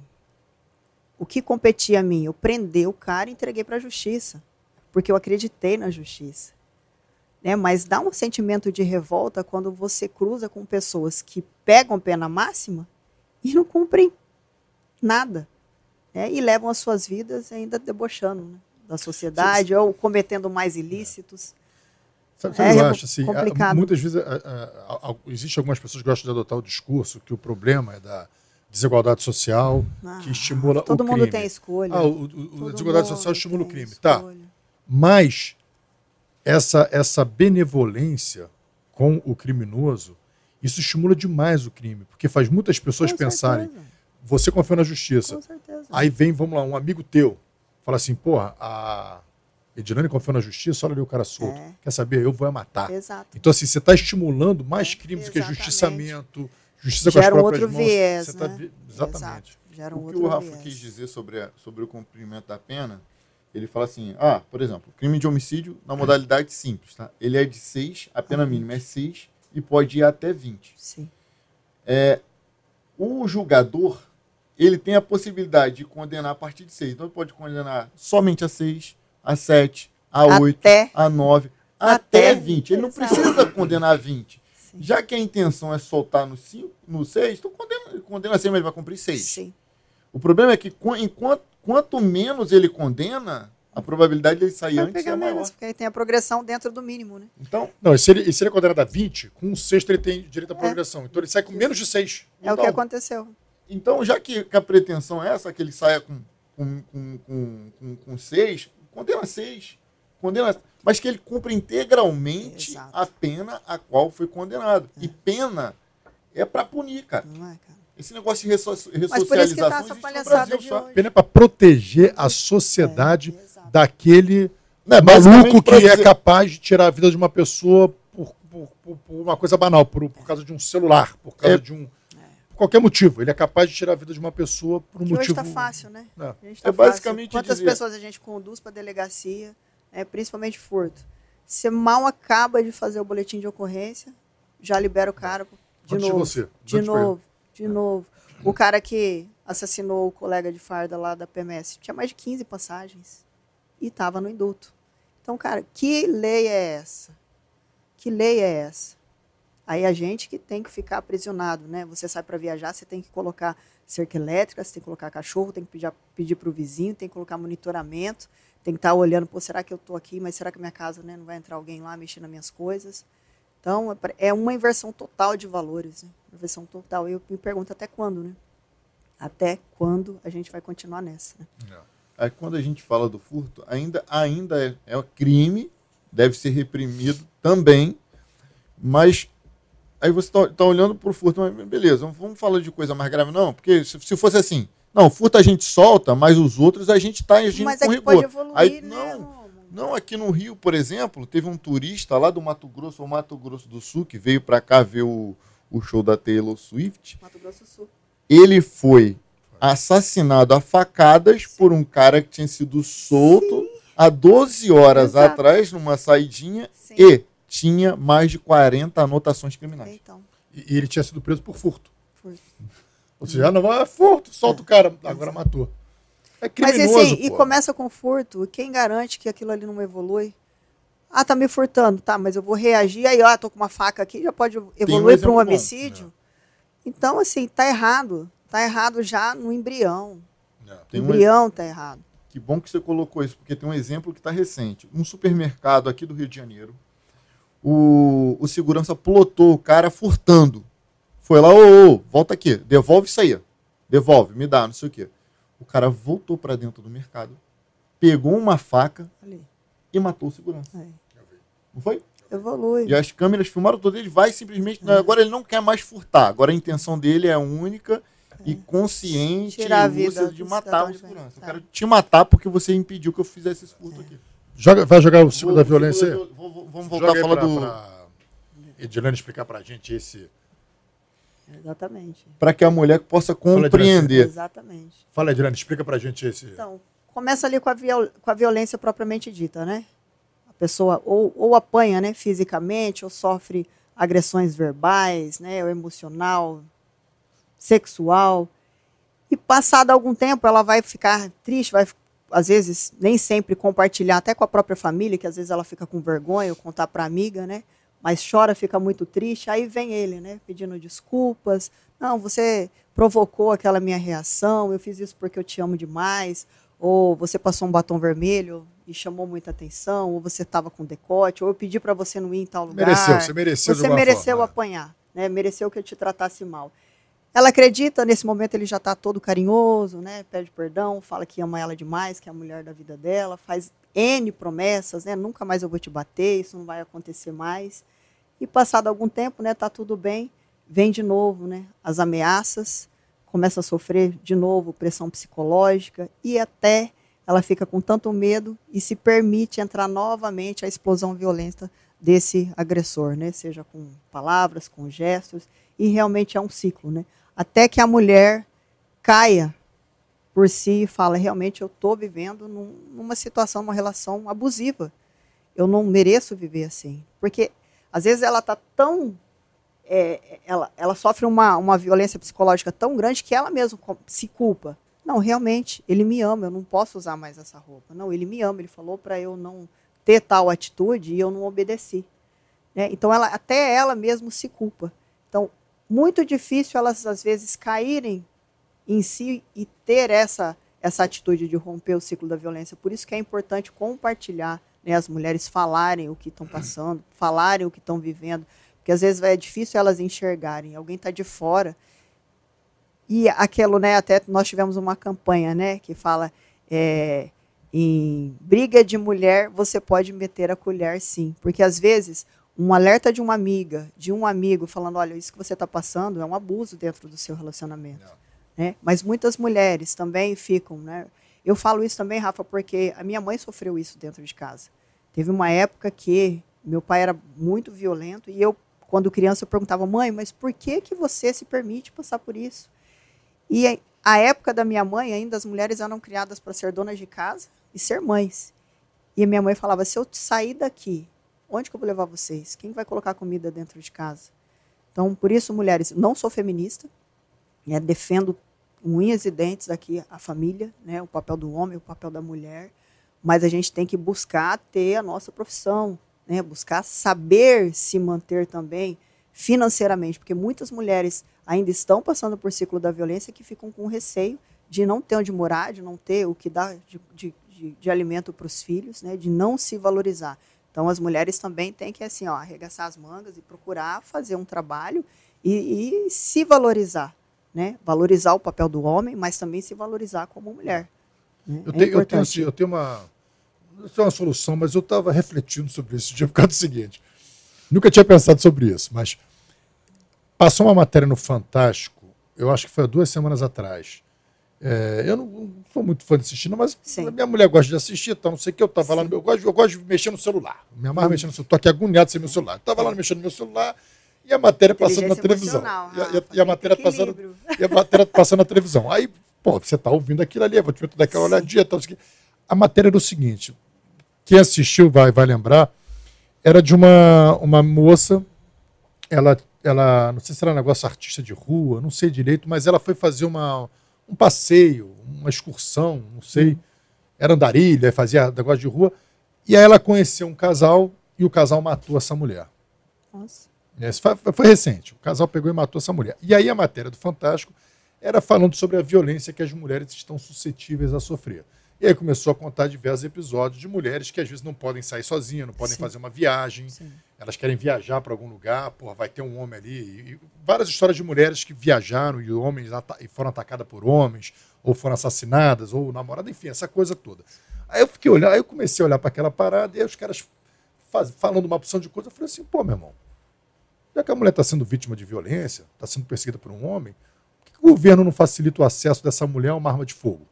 O que competia a mim? Eu prender o cara e entreguei para a justiça, porque eu acreditei na justiça. Né? Mas dá um sentimento de revolta quando você cruza com pessoas que pegam pena máxima e não cumprem nada. Né? E levam as suas vidas ainda debochando, né, da sociedade, sim, sim. ou cometendo mais ilícitos. Sabe o que eu acho? Assim, complicado. Muitas vezes a, a, a, existem algumas pessoas que gostam de adotar o discurso que o problema é da desigualdade social, ah, que estimula o crime. Todo mundo tem escolha. Ah, o, o, a desigualdade social estimula o crime. Tá. Mas essa, essa benevolência com o criminoso, isso estimula demais o crime, porque faz muitas pessoas com pensarem, certeza. Você confiou na justiça. Com certeza. Aí vem, vamos lá, um amigo teu, fala assim, porra, a Edilane confiou na justiça, olha ali o cara solto. É. Quer saber? Eu vou é matar. Exato. Então, assim, você está estimulando mais crimes do que justiçamento, justiça Gera com as um próprias outro mãos. viés, Você né? tá vi... Exatamente. Gera um o que outro o Rafa viés. quis dizer sobre, a, sobre o cumprimento da pena, ele fala assim, ah, por exemplo, crime de homicídio na modalidade simples, tá? Ele é de seis, a pena ah, mínima é seis e pode ir até vinte. Sim. É, o julgador, ele tem a possibilidade de condenar a partir de seis. Então ele pode condenar somente a seis, a sete, a oito, Até- a nove, até até vinte. Ele não Exato. precisa condenar vinte. Sim. Já que a intenção é soltar no cinco, no seis, então condena, condena seis, mas ele vai cumprir seis. Sim. O problema é que qu- enquanto, quanto menos ele condena, a probabilidade dele sair Vai antes pegar é maior. menos, porque aí tem a progressão dentro do mínimo, né? Então, Não, e se ele, e se ele é condenado a vinte, com um sexto ele tem direito à progressão. Então ele sai com menos de seis. É o que Então- aconteceu. então já que, que a pretensão é essa, que ele saia com, com, com, com, com, com seis, condena seis. Condena, mas que ele cumpra integralmente Exato. a pena a qual foi condenado. E pena é para punir, cara. Não é, cara? Esse negócio de resso- Mas por isso que tá ressocialização essa existe no palhaçada Brasil de só. hoje. Pena é para proteger a sociedade É, exato. daquele Não, é basicamente maluco que pra é dizer- capaz de tirar a vida de uma pessoa por, por, por- por uma coisa banal, por, por causa de um celular, por causa É. de um... Por qualquer motivo. Ele é capaz de tirar a vida de uma pessoa por um Que hoje motivo... está fácil, né? É. A gente tá É basicamente fácil. Quantas dizer- pessoas a gente conduz para delegacia, né, principalmente furto. Você mal acaba de fazer o boletim de ocorrência, já libera o cara de Antes de novo. você. De Antes foi eu. novo, de novo. O cara que assassinou o colega de farda lá da P M S tinha mais de quinze passagens e estava no indulto. Então, cara, que lei é essa? Que lei é essa? Aí a gente que tem que ficar aprisionado, né? Você sai para viajar, você tem que colocar cerca elétrica, você tem que colocar cachorro, tem que pedir, pedir para o vizinho, tem que colocar monitoramento, tem que estar olhando, pô, será que eu estou aqui, mas será que minha casa, né, não vai entrar alguém lá mexendo nas minhas coisas? Então, é uma inversão total de valores, né? Inversão total. Eu me pergunto até quando, né? Até quando a gente vai continuar nessa, né? Aí quando a gente fala do furto, ainda, ainda é, é um crime, deve ser reprimido também, mas aí você está tá olhando para o furto, mas beleza, vamos, vamos falar de coisa mais grave, não, porque se, se fosse assim, não, furto a gente solta, mas os outros a gente está agindo Mas com é que rigor. pode evoluir, Aí, né? não, Romulo? não, aqui no Rio, por exemplo, teve um turista lá do Mato Grosso ou Mato Grosso do Sul que veio para cá ver o, o show da Taylor Swift. Mato Grosso do Sul. Ele foi assassinado a facadas por um cara que tinha sido solto há doze horas Exato. atrás numa saidinha Sim. e tinha mais de quarenta anotações criminais. Então, E, e ele tinha sido preso por furto. furto. Ou seja, ah, não, é furto, solta o cara, agora matou. É Mas criminoso, assim, e pô. começa com furto, quem garante que aquilo ali não evolui? Ah, tá me furtando, tá, mas eu vou reagir, aí, ó, tô com uma faca aqui, já pode evoluir para um exemplo bom. homicídio. Então, assim, tá errado. Tá errado já no embrião. É. O Tem um, embrião tá errado. que bom que você colocou isso, porque tem um exemplo que está recente. Um supermercado aqui do Rio de Janeiro, o, o segurança plotou o cara furtando. Foi lá, ô, ô, volta aqui, devolve isso aí. Devolve, me dá, não sei o quê. O cara voltou para dentro do mercado, pegou uma faca Ali. e matou o segurança. É. Não foi? Evolui. E as câmeras filmaram todo, ele vai simplesmente... Agora ele não quer mais furtar, agora a intenção dele é única e consciente Tirar a e vida lúcida de do matar cidadão o de bem. segurança. Eu Tá. quero te matar porque você impediu que eu fizesse esse furto aqui. Joga, vai jogar o ciclo da violência aí? Vou- vou- Vamos voltar Joga a aí falar pra, do... pra Edilane explicar pra gente esse... Exatamente. Para que a mulher possa compreender. Exatamente. Fala, Edilane, explica pra gente esse... Então, começa ali com a, viol- com a violência propriamente dita, né? A pessoa ou, ou apanha, né, fisicamente, ou sofre agressões verbais, né, ou emocional, sexual. E passado algum tempo, ela vai ficar triste, vai, às vezes, nem sempre compartilhar, até com a própria família, que às vezes ela fica com vergonha, ou contar para a amiga, né? Mas chora, fica muito triste, aí vem ele, né, pedindo desculpas. Não, você provocou aquela minha reação, eu fiz isso porque eu te amo demais, ou você passou um batom vermelho e chamou muita atenção, ou você estava com decote, ou eu pedi para você não ir em tal lugar. Mereceu, você mereceu de Você alguma mereceu forma, é. apanhar, né? Mereceu que eu te tratasse mal. Ela acredita, nesse momento ele já está todo carinhoso, né? Pede perdão, fala que ama ela demais, que é a mulher da vida dela, faz N promessas, né? Nunca mais eu vou te bater, isso não vai acontecer mais. E passado algum tempo, né? Tá tudo bem, vem de novo, né? As ameaças, começa a sofrer de novo pressão psicológica e até ela fica com tanto medo e se permite entrar novamente a explosão violenta desse agressor, né? Seja com palavras, com gestos, e realmente é um ciclo, né? Até que a mulher caia por si e fala, realmente eu estou vivendo num, numa situação, uma relação abusiva. Eu não mereço viver assim. Porque às vezes ela está tão é, ela, ela sofre uma, uma violência psicológica tão grande que ela mesma se culpa. Não, realmente, ele me ama, eu não posso usar mais essa roupa. Não, ele me ama, ele falou para eu não ter tal atitude e eu não obedeci. Né? Então, ela, até ela mesma se culpa. Então, muito difícil elas, às vezes, caírem em si e ter essa, essa atitude de romper o ciclo da violência. Por isso que é importante compartilhar, né, as mulheres falarem o que estão passando, falarem o que estão vivendo, porque às vezes é difícil elas enxergarem, alguém está de fora. E aquilo, né, até nós tivemos uma campanha, né, que fala, é, em briga de mulher, você pode meter a colher sim, porque às vezes um alerta de uma amiga, de um amigo, falando, olha, isso que você está passando é um abuso dentro do seu relacionamento. Né? Mas muitas mulheres também ficam, né? Eu falo isso também, Rafa, porque a minha mãe sofreu isso dentro de casa. Teve uma época que meu pai era muito violento e eu, quando criança, eu perguntava, mãe, mas por que que você se permite passar por isso? E a época da minha mãe, ainda as mulheres eram criadas para ser donas de casa e ser mães. E a minha mãe falava, se eu sair daqui, onde que eu vou levar vocês? Quem vai colocar comida dentro de casa? Então, por isso, mulheres, não sou feminista, né, defendo unhas e dentes aqui a família, né, o papel do homem, o papel da mulher, mas a gente tem que buscar ter a nossa profissão, né, buscar saber se manter também financeiramente, porque muitas mulheres ainda estão passando por ciclo da violência que ficam com receio de não ter onde morar, de não ter o que dar de, de, de, de alimento para os filhos, né, de não se valorizar. Então, as mulheres também têm que assim, ó, arregaçar as mangas e procurar fazer um trabalho e, e se valorizar. Né? Valorizar o papel do homem, mas também se valorizar como mulher. Né? Eu, é tenho, eu, tenho, assim, eu tenho uma... Não sei uma solução, mas eu estava refletindo sobre isso dia por causa do seguinte. Nunca tinha pensado sobre isso, mas passou uma matéria no Fantástico, eu acho que foi há duas semanas atrás. É, eu não, não sou muito fã de assistir, não, mas Sim. minha mulher gosta de assistir, então não sei o que, eu estava lá no meu. Eu gosto, eu gosto de mexer no celular. Minha mãe hum. mexendo no celular, estou aqui agoniado sem meu celular. Estava lá mexendo no meu celular. E a matéria passando na televisão. E a, e a, e a matéria passando, e a matéria passando na televisão. Aí, pô, você tá ouvindo aquilo ali, vou te dar aquela olhadinha. Tal, a matéria era o seguinte, quem assistiu vai, vai lembrar, era de uma, uma moça, ela, ela, não sei se era um negócio artista de rua, não sei direito, mas ela foi fazer uma, um passeio, uma excursão, não sei, era andarilha, fazia negócio de rua, e aí ela conheceu um casal e o casal matou essa mulher. Nossa. Esse foi, foi recente. O casal pegou e matou essa mulher. E aí a matéria do Fantástico era falando sobre a violência que as mulheres estão suscetíveis a sofrer. E aí começou a contar diversos episódios de mulheres que às vezes não podem sair sozinhas, não podem Sim. fazer uma viagem, Sim. elas querem viajar para algum lugar, porra, vai ter um homem ali. E várias histórias de mulheres que viajaram e homens e foram atacadas por homens, ou foram assassinadas, ou namorada, enfim, essa coisa toda. Aí eu fiquei olhando, aí eu comecei a olhar para aquela parada e aí os caras faz, falando uma opção de coisa, eu falei assim, pô, meu irmão, já que a mulher está sendo vítima de violência, está sendo perseguida por um homem, por que, que o governo não facilita o acesso dessa mulher a uma arma de fogo?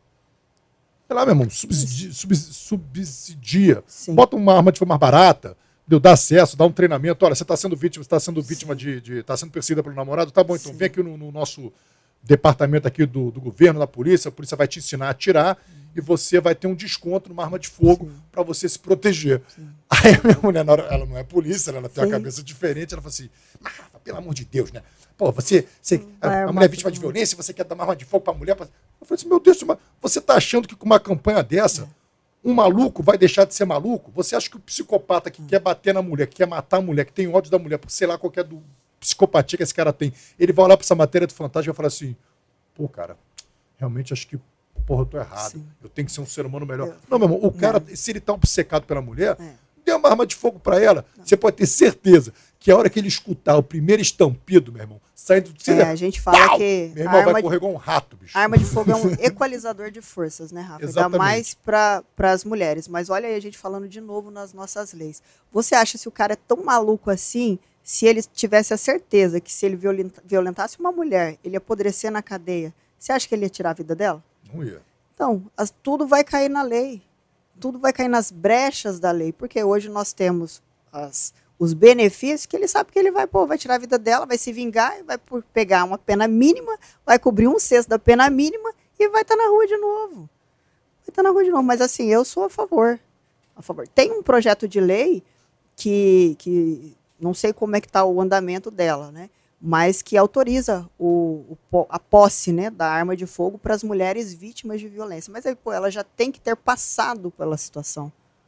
Sei lá, meu irmão, subsidia, subsidia bota uma arma de fogo mais barata, deu, dá acesso, dá um treinamento. Olha, você está sendo vítima, você está sendo vítima de, de. está sendo perseguida pelo namorado, tá bom, então Sim. vem aqui no, no nosso departamento aqui do, do governo, da polícia, a polícia vai te ensinar a atirar e você vai ter um desconto numa arma de fogo para você se proteger. Sim. Aí a minha mulher, ela não é polícia, ela tem Sim. uma cabeça diferente, ela fala assim, Rafa, pelo amor de Deus, né? Pô, você, você a, a mulher é vítima de violência, você quer dar uma arma de fogo para a mulher? Pra... Eu falei assim, meu Deus, você está achando que com uma campanha dessa, é. um maluco vai deixar de ser maluco? Você acha que o psicopata que hum. quer bater na mulher, que quer matar a mulher, que tem ódio da mulher, porque sei lá qualquer do psicopatia que esse cara tem, ele vai olhar para essa matéria do Fantástico e vai falar assim, pô, cara, realmente acho que porra, eu tô errado. Sim. Eu tenho que ser um ser humano melhor. Eu, não, meu irmão, o cara, não. se ele tá obcecado pela mulher, é. dê uma arma de fogo para ela. Não. Você pode ter certeza que a hora que ele escutar o primeiro estampido, meu irmão, saindo... É, é, a gente fala pau, que... Meu irmão, vai correr igual um rato, bicho. A arma de fogo é um equalizador de forças, né, Rafa? Ainda mais para as mulheres. Mas olha aí a gente falando de novo nas nossas leis. Você acha se o cara é tão maluco assim, se ele tivesse a certeza que se ele violentasse uma mulher, ele ia apodrecer na cadeia, você acha que ele ia tirar a vida dela? Não ia. Então, as, tudo vai cair na lei. Tudo vai cair nas brechas da lei. Porque hoje nós temos as, os benefícios que ele sabe que ele vai, pô, vai tirar a vida dela, vai se vingar, vai por pegar uma pena mínima, vai cobrir um sexto da pena mínima e vai estar tá na rua de novo. Vai estar tá na rua de novo. Mas assim, eu sou a favor. A favor. Tem um projeto de lei que, que não sei como é que está o andamento dela, né? Mas que autoriza o, o, a posse, né, da arma de fogo para as mulheres vítimas de violência. Mas aí, pô, ela já tem que ter passado pela situação.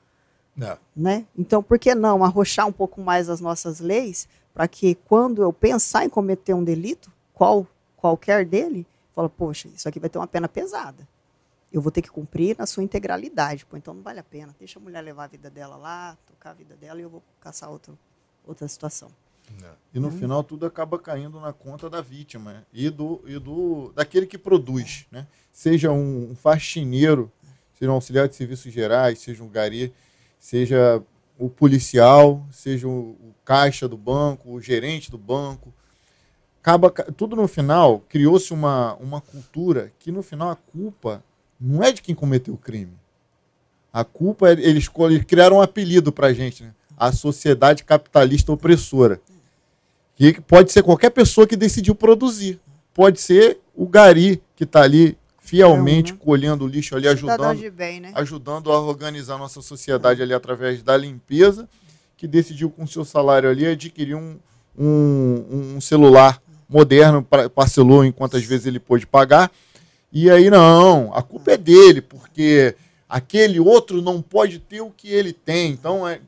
Não. Né? Então, por que não arrochar um pouco mais as nossas leis para que, quando eu pensar em cometer um delito, qual, qualquer dele, fala, poxa, isso aqui vai ter uma pena pesada. Eu vou ter que cumprir na sua integralidade. Pô, então não vale a pena. Deixa a mulher levar a vida dela lá, tocar a vida dela e eu vou caçar outro, outra situação. Não. E no hum. final tudo acaba caindo na conta da vítima e do, e do daquele que produz, né? Seja um faxineiro, seja um auxiliar de serviços gerais, seja um gari, seja o policial, seja o, o caixa do banco, o gerente do banco. Acaba, tudo no final criou-se uma, uma cultura que no final a culpa não é de quem cometeu o crime. A culpa é, eles, eles criaram um apelido pra gente, né? A sociedade capitalista opressora. Que pode ser qualquer pessoa que decidiu produzir. Pode ser o gari que está ali fielmente uhum. colhendo o lixo ali, ajudando, de bem, né? ajudando a organizar a nossa sociedade ali através da limpeza, que decidiu com o seu salário ali adquirir um, um, um celular moderno, parcelou enquanto às vezes ele pôde pagar. E aí não, a culpa é dele, porque aquele outro não pode ter o que ele tem. Então é...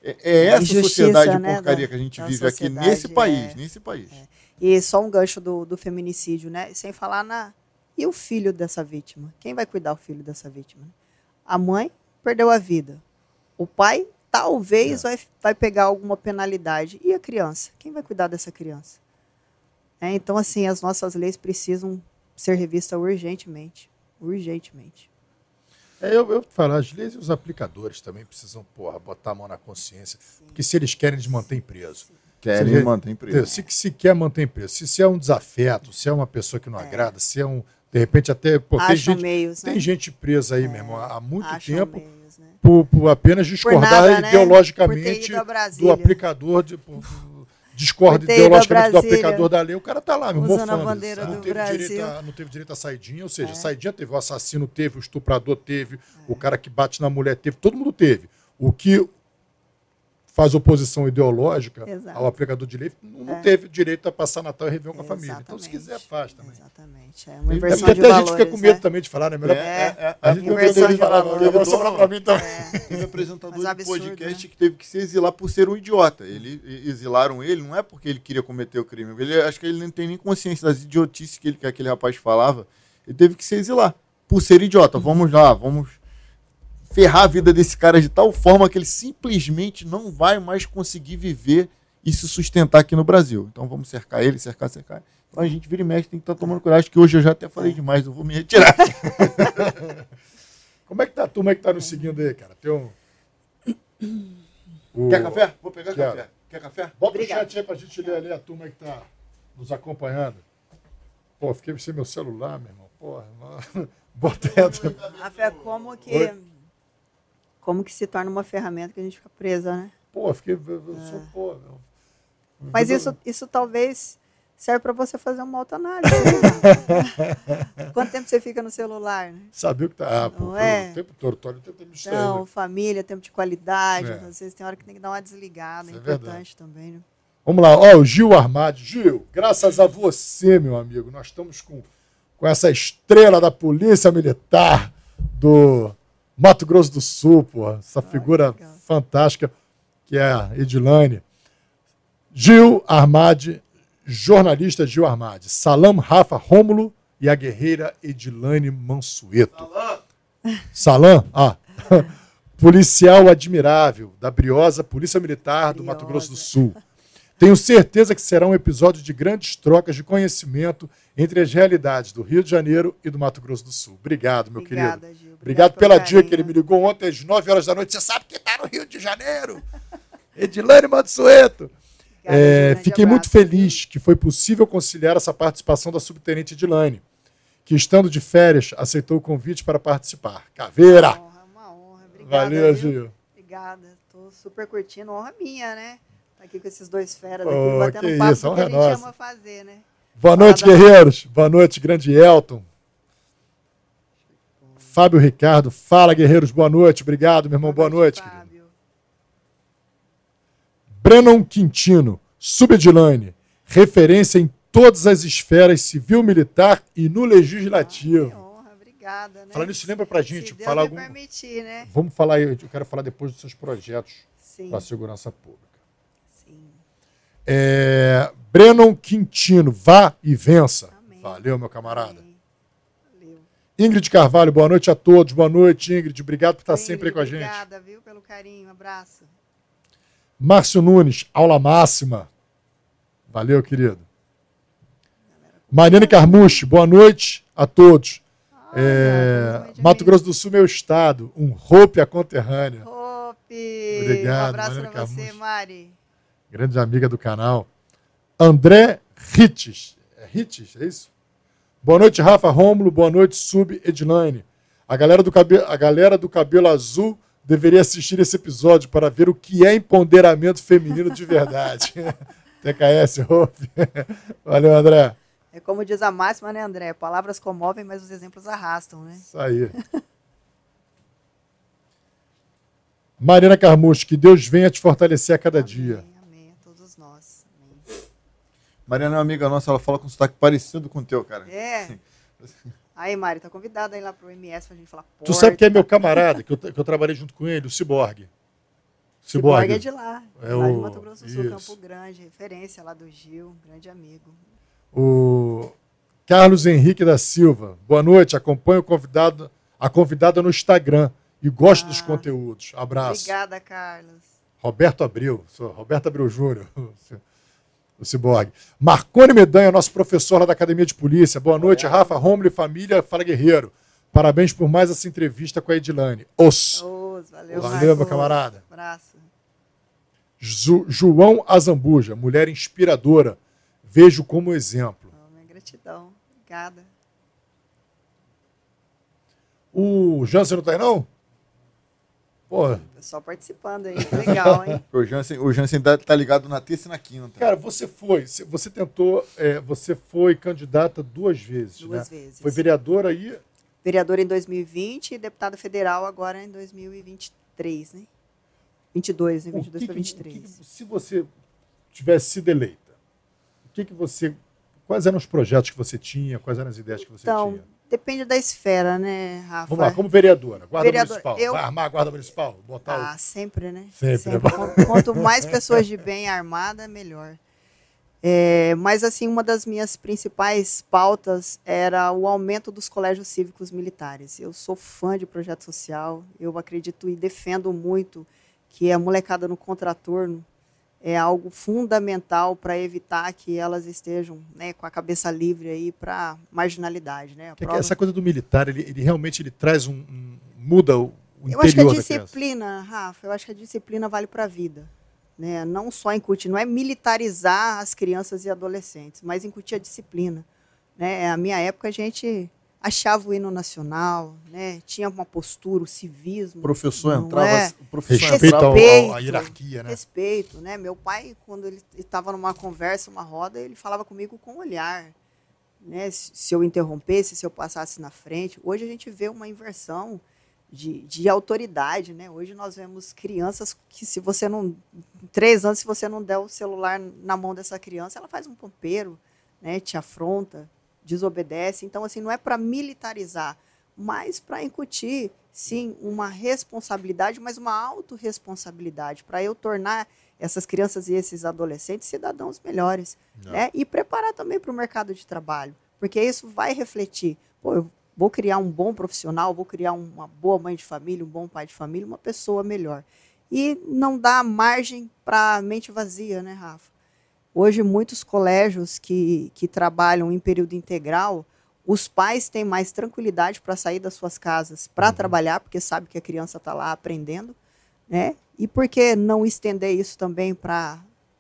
É essa sociedade né, porcaria da, que a gente vive aqui nesse país, é, nesse país. É. E só um gancho do, do feminicídio, né? Sem falar na... E o filho dessa vítima? Quem vai cuidar do filho dessa vítima? A mãe perdeu a vida. O pai talvez é. vai, vai pegar alguma penalidade. E a criança? Quem vai cuidar dessa criança? É, então, assim, as nossas leis precisam ser revistas urgentemente. Urgentemente. É, eu, eu falo, as leis e os aplicadores também precisam, porra, botar a mão na consciência. Sim. Porque se eles querem, eles mantêm preso. Querem, manter preso. Se, se quer, mantém preso. Se, se é um desafeto, se é uma pessoa que não é. agrada, se é um, de repente até... Pô, tem gente, meios, né? tem gente presa aí, é. meu irmão, há muito Acham tempo, meios, né? por, por apenas discordar por nada, ideologicamente né? do aplicador, de, por, discorda ideologicamente do aplicador da lei, o cara tá lá, meu usando mofando. a bandeira não, do teve Brasil. direito a, não teve direito a saidinha, ou seja, é. saidinha teve, o assassino teve, o estuprador teve, é. o cara que bate na mulher teve, todo mundo teve. O que faz oposição ideológica Exato. ao aplicador de lei não é. teve direito a passar Natal e Réveillon com a família. Então, se quiser, faz também. Exatamente. É uma inversão é porque de até valores, a gente fica com medo né? também de falar, né? Melhor, é, é, é, a gente inversão de valores. Vai sobrar pra mim também. É. Teve um apresentador absurdo, de podcast né? que teve que se exilar por ser um idiota. Ele, exilaram ele, não é porque ele queria cometer o crime. Ele, acho que ele não tem nem consciência das idiotices que, ele, que aquele rapaz falava. Ele teve que se exilar por ser idiota. Vamos lá, vamos... ferrar a vida desse cara de tal forma que ele simplesmente não vai mais conseguir viver e se sustentar aqui no Brasil. Então vamos cercar ele, cercar, cercar. Então a gente vira e mexe, tem que estar tomando coragem, que hoje eu já até falei demais, eu vou me retirar. Como é que tá a turma que tá nos seguindo aí, cara? Tem um... O... Quer café? Vou pegar Quer. café. Quer café? Bota Obrigado. o chat aí pra gente ler ali a turma que tá nos acompanhando. Pô, fiquei sem meu celular, meu irmão. Porra, mano. Bota aí. Café, como que... Oi? Como que se torna uma ferramenta que a gente fica presa, né? Pô, fiquei... Eu sou, é. pô, meu. Mas isso, isso talvez serve para você fazer uma autoanálise. Né? Quanto tempo você fica no celular? Né? Sabia que tá... Ah, pô, Não é? o tempo todo, todo tempo me distrair. Não, né? família, tempo de qualidade. É. Às vezes tem hora que tem que dar uma desligada. Isso é é importante também, né? Vamos lá. Ó, o Gil Armadi. Gil, graças a você, meu amigo, nós estamos com, com essa estrela da Polícia Militar do... Mato Grosso do Sul, pô, essa figura ah, fantástica que é a Edilane. Gil Armadi, jornalista Gil Armadi. Salam Rafa Rômulo e a guerreira Edilane Mansueto. Salam! Salam, ah. Policial admirável da briosa Polícia Militar do Briosa. Mato Grosso do Sul. Tenho certeza que será um episódio de grandes trocas de conhecimento entre as realidades do Rio de Janeiro e do Mato Grosso do Sul. Obrigado, meu Obrigada, querido. Gil. Obrigado, Obrigado pela carinho. dica que ele me ligou ontem às nove horas da noite. Você sabe que está no Rio de Janeiro. Edilane Mansueto. É, fiquei muito feliz que foi possível conciliar essa participação da subtenente Edilane, que, estando de férias, aceitou o convite para participar. Caveira! Uma honra, uma honra. Obrigada, Valeu, Gil. Obrigada. Estou super curtindo. Honra minha, né? Tá aqui com esses dois feras aqui, Oh, batendo que papo isso, que a honra gente nossa. ama fazer, né? Boa noite, Fala, guerreiros. Boa noite, grande Elton. Fábio Ricardo. Fala, guerreiros. Boa noite. Obrigado, meu irmão. Boa noite, querido. Fábio. Brennan Quintino, Subedilane, referência em todas as esferas, civil, militar e no legislativo. Ah, que honra, obrigada. Né? Falando isso, lembra pra gente. Se Deus falar me algum... permitir, né? Vamos falar, eu quero falar depois dos seus projetos para a segurança pública. Sim. É... Brennan Quintino, vá e vença. Amém. Valeu, meu camarada. Amém. Valeu. Ingrid Carvalho, boa noite a todos. Boa noite, Ingrid. Obrigado por estar Ingrid, sempre aí com a gente. Obrigada, viu, pelo carinho. Um abraço. Márcio Nunes, aula máxima. Valeu, querido. Mariane Carmucci, boa noite a todos. Olha, É, Deus, Mato Grosso do Sul, meu estado. Um roupe a conterrânea. Hope. Obrigado, Um abraço Mariane pra você, Carmucci. Mari. Grande amiga do canal. André Rittes. É Rittes, é isso? Boa noite, Rafa Rômulo. Boa noite, Sub Edilane. A galera do cabelo, a galera do cabelo azul deveria assistir esse episódio para ver o que é empoderamento feminino de verdade. T K S, Hope. Valeu, André. É como diz a máxima, né, André? Palavras comovem, mas os exemplos arrastam, né? Isso aí. Mariana Carmucci, que Deus venha te fortalecer a cada Amém, dia. amém, a todos nós. Amém. Mariana é uma amiga nossa, ela fala com um sotaque parecido com o teu, cara. É. Aí, Mari, tá convidada aí lá pro M S pra gente falar porta. Tu sabe quem é meu camarada, que eu, que eu trabalhei junto com ele, o Ciborgue. Ciborgue é de lá, É lá de o- Mato Grosso do Sul, isso. Campo Grande, referência lá do Gil, grande amigo. O Carlos Henrique da Silva. Boa noite, acompanho o convidado, a convidada no Instagram e gosto Ah. dos conteúdos. Abraço. Obrigada, Carlos. Roberto Abreu, sou Roberto Abreu Júnior, o Ciborgue. Marcone Medanha, nosso professor lá da Academia de Polícia. Boa noite, Rafa, Romulo e família. Fala, guerreiro. Parabéns por mais essa entrevista com a Edilane. Os. Os, valeu, Valeu, Marcos. meu camarada. Abraço. Ju- João Azambuja, mulher inspiradora. Vejo como exemplo. Oh, minha gratidão. Obrigada. O Jansen não tá aí, não? Pô, Pessoal participando aí, que legal, hein? O Jansen, o Jansen tá, tá ligado na terça e na quinta. cara, você foi, você tentou, é, você foi candidata duas vezes, Duas né? vezes. Foi vereadora aí. Vereadora em dois mil e vinte e deputada federal agora em dois mil e vinte e três, né? vinte e dois, né? O vinte e dois que para que- vinte e o que três. que- se você tivesse sido eleita, o que que você, quais eram os projetos que você tinha, quais eram as ideias que você Então, tinha? depende da esfera, né, Rafa? Vamos lá, como vereadora, guarda Vereadora, municipal, eu- vai armar a guarda municipal, botar Ah, sempre, né? Sempre, né? Quanto, quanto mais pessoas de bem armada, melhor. É, mas, assim, uma das minhas principais pautas era o aumento dos colégios cívicos militares. Eu sou fã de projeto social, eu acredito e defendo muito que a molecada no contraturno é algo fundamental para evitar que elas estejam, né, com a cabeça livre aí para marginalidade, né? A o... que- prova- essa coisa do militar, ele, ele realmente ele traz um, um- muda o, o Eu acho que a interior da criança. disciplina, Rafa, eu acho que a disciplina vale para a vida. Né? Não só incutir, não é militarizar as crianças e adolescentes, mas incutir a disciplina. Né? A minha época a gente achava o hino nacional, né? Tinha uma postura, o civismo. O professor não entrava. é? O professor Respeito entrava. ao- Respeito. ao- à hierarquia, né? Respeito, né? Meu pai, quando ele estava numa conversa, uma roda, ele falava comigo com olhar. Né? Se se eu interrompesse, se eu passasse na frente. Hoje a gente vê uma inversão de, de autoridade, né? Hoje nós vemos crianças que, se você não... em três anos, se você não der o celular na mão dessa criança, ela faz um pompeiro, né? Te afronta, desobedece. Então, assim, não é para militarizar, mas para incutir, sim, uma responsabilidade, mas uma autorresponsabilidade, para eu tornar essas crianças e esses adolescentes cidadãos melhores, Não. né? E preparar também para o mercado de trabalho, porque isso vai refletir. Pô, eu vou criar um bom profissional, vou criar uma boa mãe de família, um bom pai de família, uma pessoa melhor. E não dá margem para mente vazia, né, Rafa? Hoje, muitos colégios que, que trabalham em período integral, os pais têm mais tranquilidade para sair das suas casas para Uhum. trabalhar, porque sabe que a criança está lá aprendendo, né? E por que não estender isso também para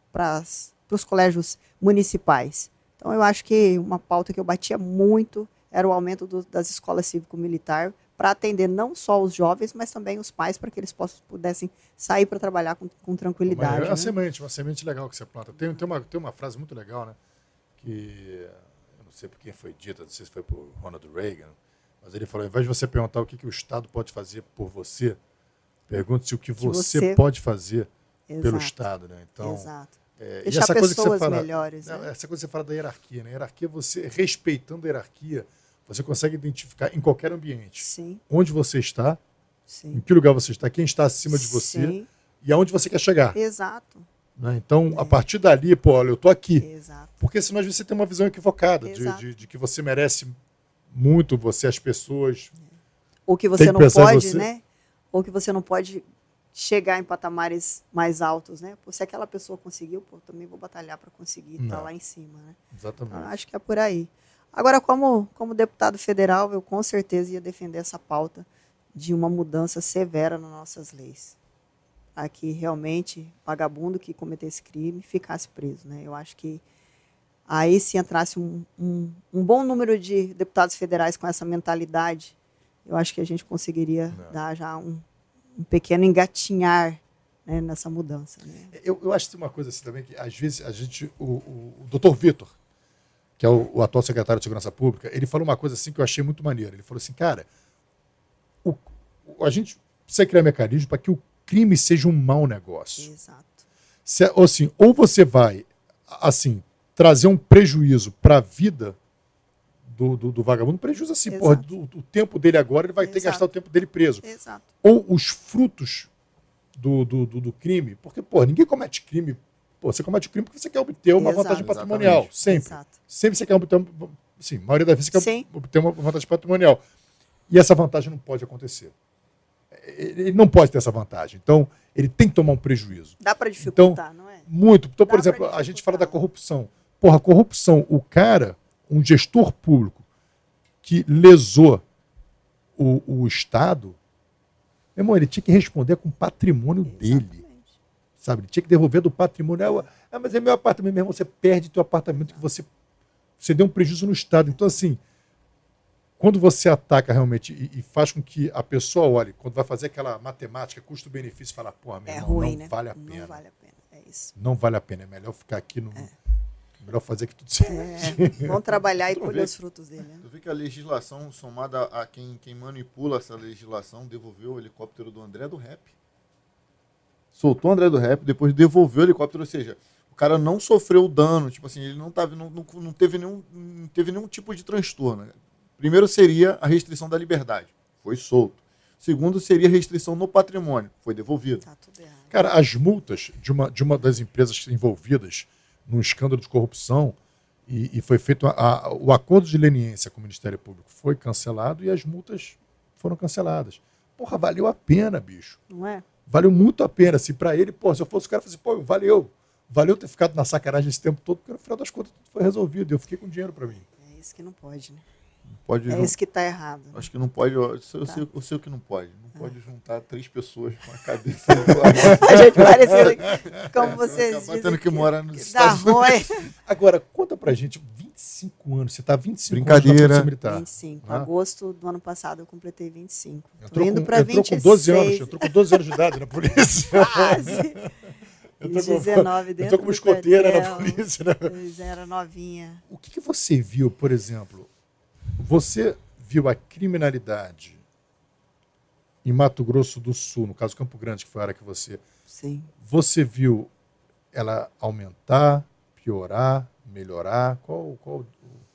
os colégios municipais? Então, eu acho que uma pauta que eu batia muito era o aumento do, das escolas cívico-militar para atender não só os jovens, mas também os pais, para que eles possam, pudessem sair para trabalhar com, com tranquilidade. Mas é uma né? semente, uma semente legal que você planta. Tem, tem, uma, tem uma frase muito legal, né? Que eu não sei por quem foi dita, não sei se foi por Ronald Reagan, mas ele falou: ao invés de você perguntar o que, que o Estado pode fazer por você, pergunte-se o que você, você- pode fazer pelo Exato. Estado, né? Então, Exato. é, e Deixar essa coisa que você pessoas fala, melhores, não, né? essa coisa que você fala da hierarquia, né? Hierarquia, você respeitando a hierarquia, você consegue identificar em qualquer ambiente Sim, onde você está, em sim. que lugar você está, quem está acima de você Sim, e aonde você quer chegar. exato. Né? Então, a É. partir dali, pô, olha, eu tô aqui. Exato. Porque senão às vezes você tem uma visão equivocada de, Exato. de, de que você merece muito, você, as pessoas. Ou que Tem você que não pensar em pode, você. né? Ou que você não pode chegar em patamares mais altos, né? Pô, se aquela pessoa conseguiu, pô, também vou batalhar para conseguir estar Não. lá em cima, né? Exatamente. Então, acho que é por aí. Agora, como, como deputado federal, eu com certeza ia defender essa pauta de uma mudança severa nas nossas leis. Para que realmente o vagabundo que cometesse crime ficasse preso, né? Eu acho que aí se entrasse um, um, um bom número de deputados federais com essa mentalidade, eu acho que a gente conseguiria Não. dar já um, um pequeno engatinhar, né, nessa mudança. Né? Eu, eu acho que tem uma coisa assim também, que às vezes a gente, o, o, o doutor Vitor, que é o, o atual secretário de Segurança Pública, ele falou uma coisa assim que eu achei muito maneira. Ele falou assim, cara, o, o, a gente precisa criar mecanismo para que o crime seja um mau negócio. Exato. Se, ou, assim, ou você vai, assim, trazer um prejuízo para a vida do, do, do vagabundo, prejuízo assim, Exato. porra, do, do tempo dele agora, ele vai ter que Exato. gastar o tempo dele preso. Exato. Ou os frutos do, do, do, do crime, porque, pô, ninguém comete crime. Pô, você comete crime porque você quer obter uma Exato. vantagem patrimonial. Exatamente. Sempre. Exato. Sempre você quer obter, uma, sim, a maioria das vezes você Sim. quer obter uma vantagem patrimonial. E essa vantagem não pode acontecer. Ele não pode ter essa vantagem. Então, ele tem que tomar um prejuízo. Dá para dificultar, não é? Muito. Então, por Dá pra exemplo, a gente dificultar. fala da corrupção. Porra, corrupção, o cara, um gestor público que lesou o, o Estado, meu irmão, ele tinha que responder com o patrimônio dele. Exatamente. Sabe? Ele tinha que devolver do patrimônio. Ah, mas é meu apartamento, meu irmão, você perde teu apartamento que você, você deu um prejuízo no Estado. Então, assim, quando você ataca realmente e, e faz com que a pessoa olhe, quando vai fazer aquela matemática, custo-benefício, fala, porra, meu É irmão, ruim, não né? vale a pena. Não vale a pena, é isso. Não vale a pena, é melhor ficar aqui no. É. Melhor fazer que tudo certo. É, vamos trabalhar e Tu colher vê- os frutos dele. Né? Tu vê que a legislação, somada a quem, quem manipula essa legislação, devolveu o helicóptero do André do Rap. Soltou o André do Rap, depois devolveu o helicóptero, ou seja, o cara não sofreu dano, tipo assim, ele não, tava, não, não, não teve nenhum, não teve nenhum tipo de transtorno. Primeiro seria a restrição da liberdade, foi solto. Segundo seria a restrição no patrimônio, foi devolvido. Tá tudo errado. Cara, as multas de uma, de uma das empresas envolvidas num escândalo de corrupção e, e foi feito a, a, o acordo de leniência com o Ministério Público foi cancelado e as multas foram canceladas. Porra, valeu a pena, bicho. Não é? Valeu muito a pena. Se pra ele, pô, se eu fosse o cara, eu falei assim, pô, valeu. Valeu ter ficado na sacanagem esse tempo todo, porque no final das contas tudo foi resolvido e eu fiquei com dinheiro pra mim. É isso que não pode, né? Pode É jun- isso que tá errado. né? Acho que não pode, eu sei, eu Tá. sei, eu sei o que não pode. Não pode juntar três pessoas com a cabeça igual a nossa. A gente parecendo, como vocês Acabar dizem, tendo que morar nos que dá Estados Unidos. ruim. Agora, conta pra gente, vinte e cinco anos, você tá há vinte e cinco Brincadeira. anos na Polícia Militar. vinte e cinco. Ah. Agosto do ano passado eu completei vinte e cinco. Tô Entrou, indo com, para entrou vinte e seis. com doze anos, entrou com doze anos de idade na polícia. Quase. Entrou Fiz como- dezenove dentro Entrou como do escoteira na quartel. polícia, né? Pois era novinha. O que, que você viu, por exemplo? Você viu a criminalidade em Mato Grosso do Sul, no caso Campo Grande, que foi a área que você... Sim. Você viu ela aumentar, piorar, melhorar? Qual... qual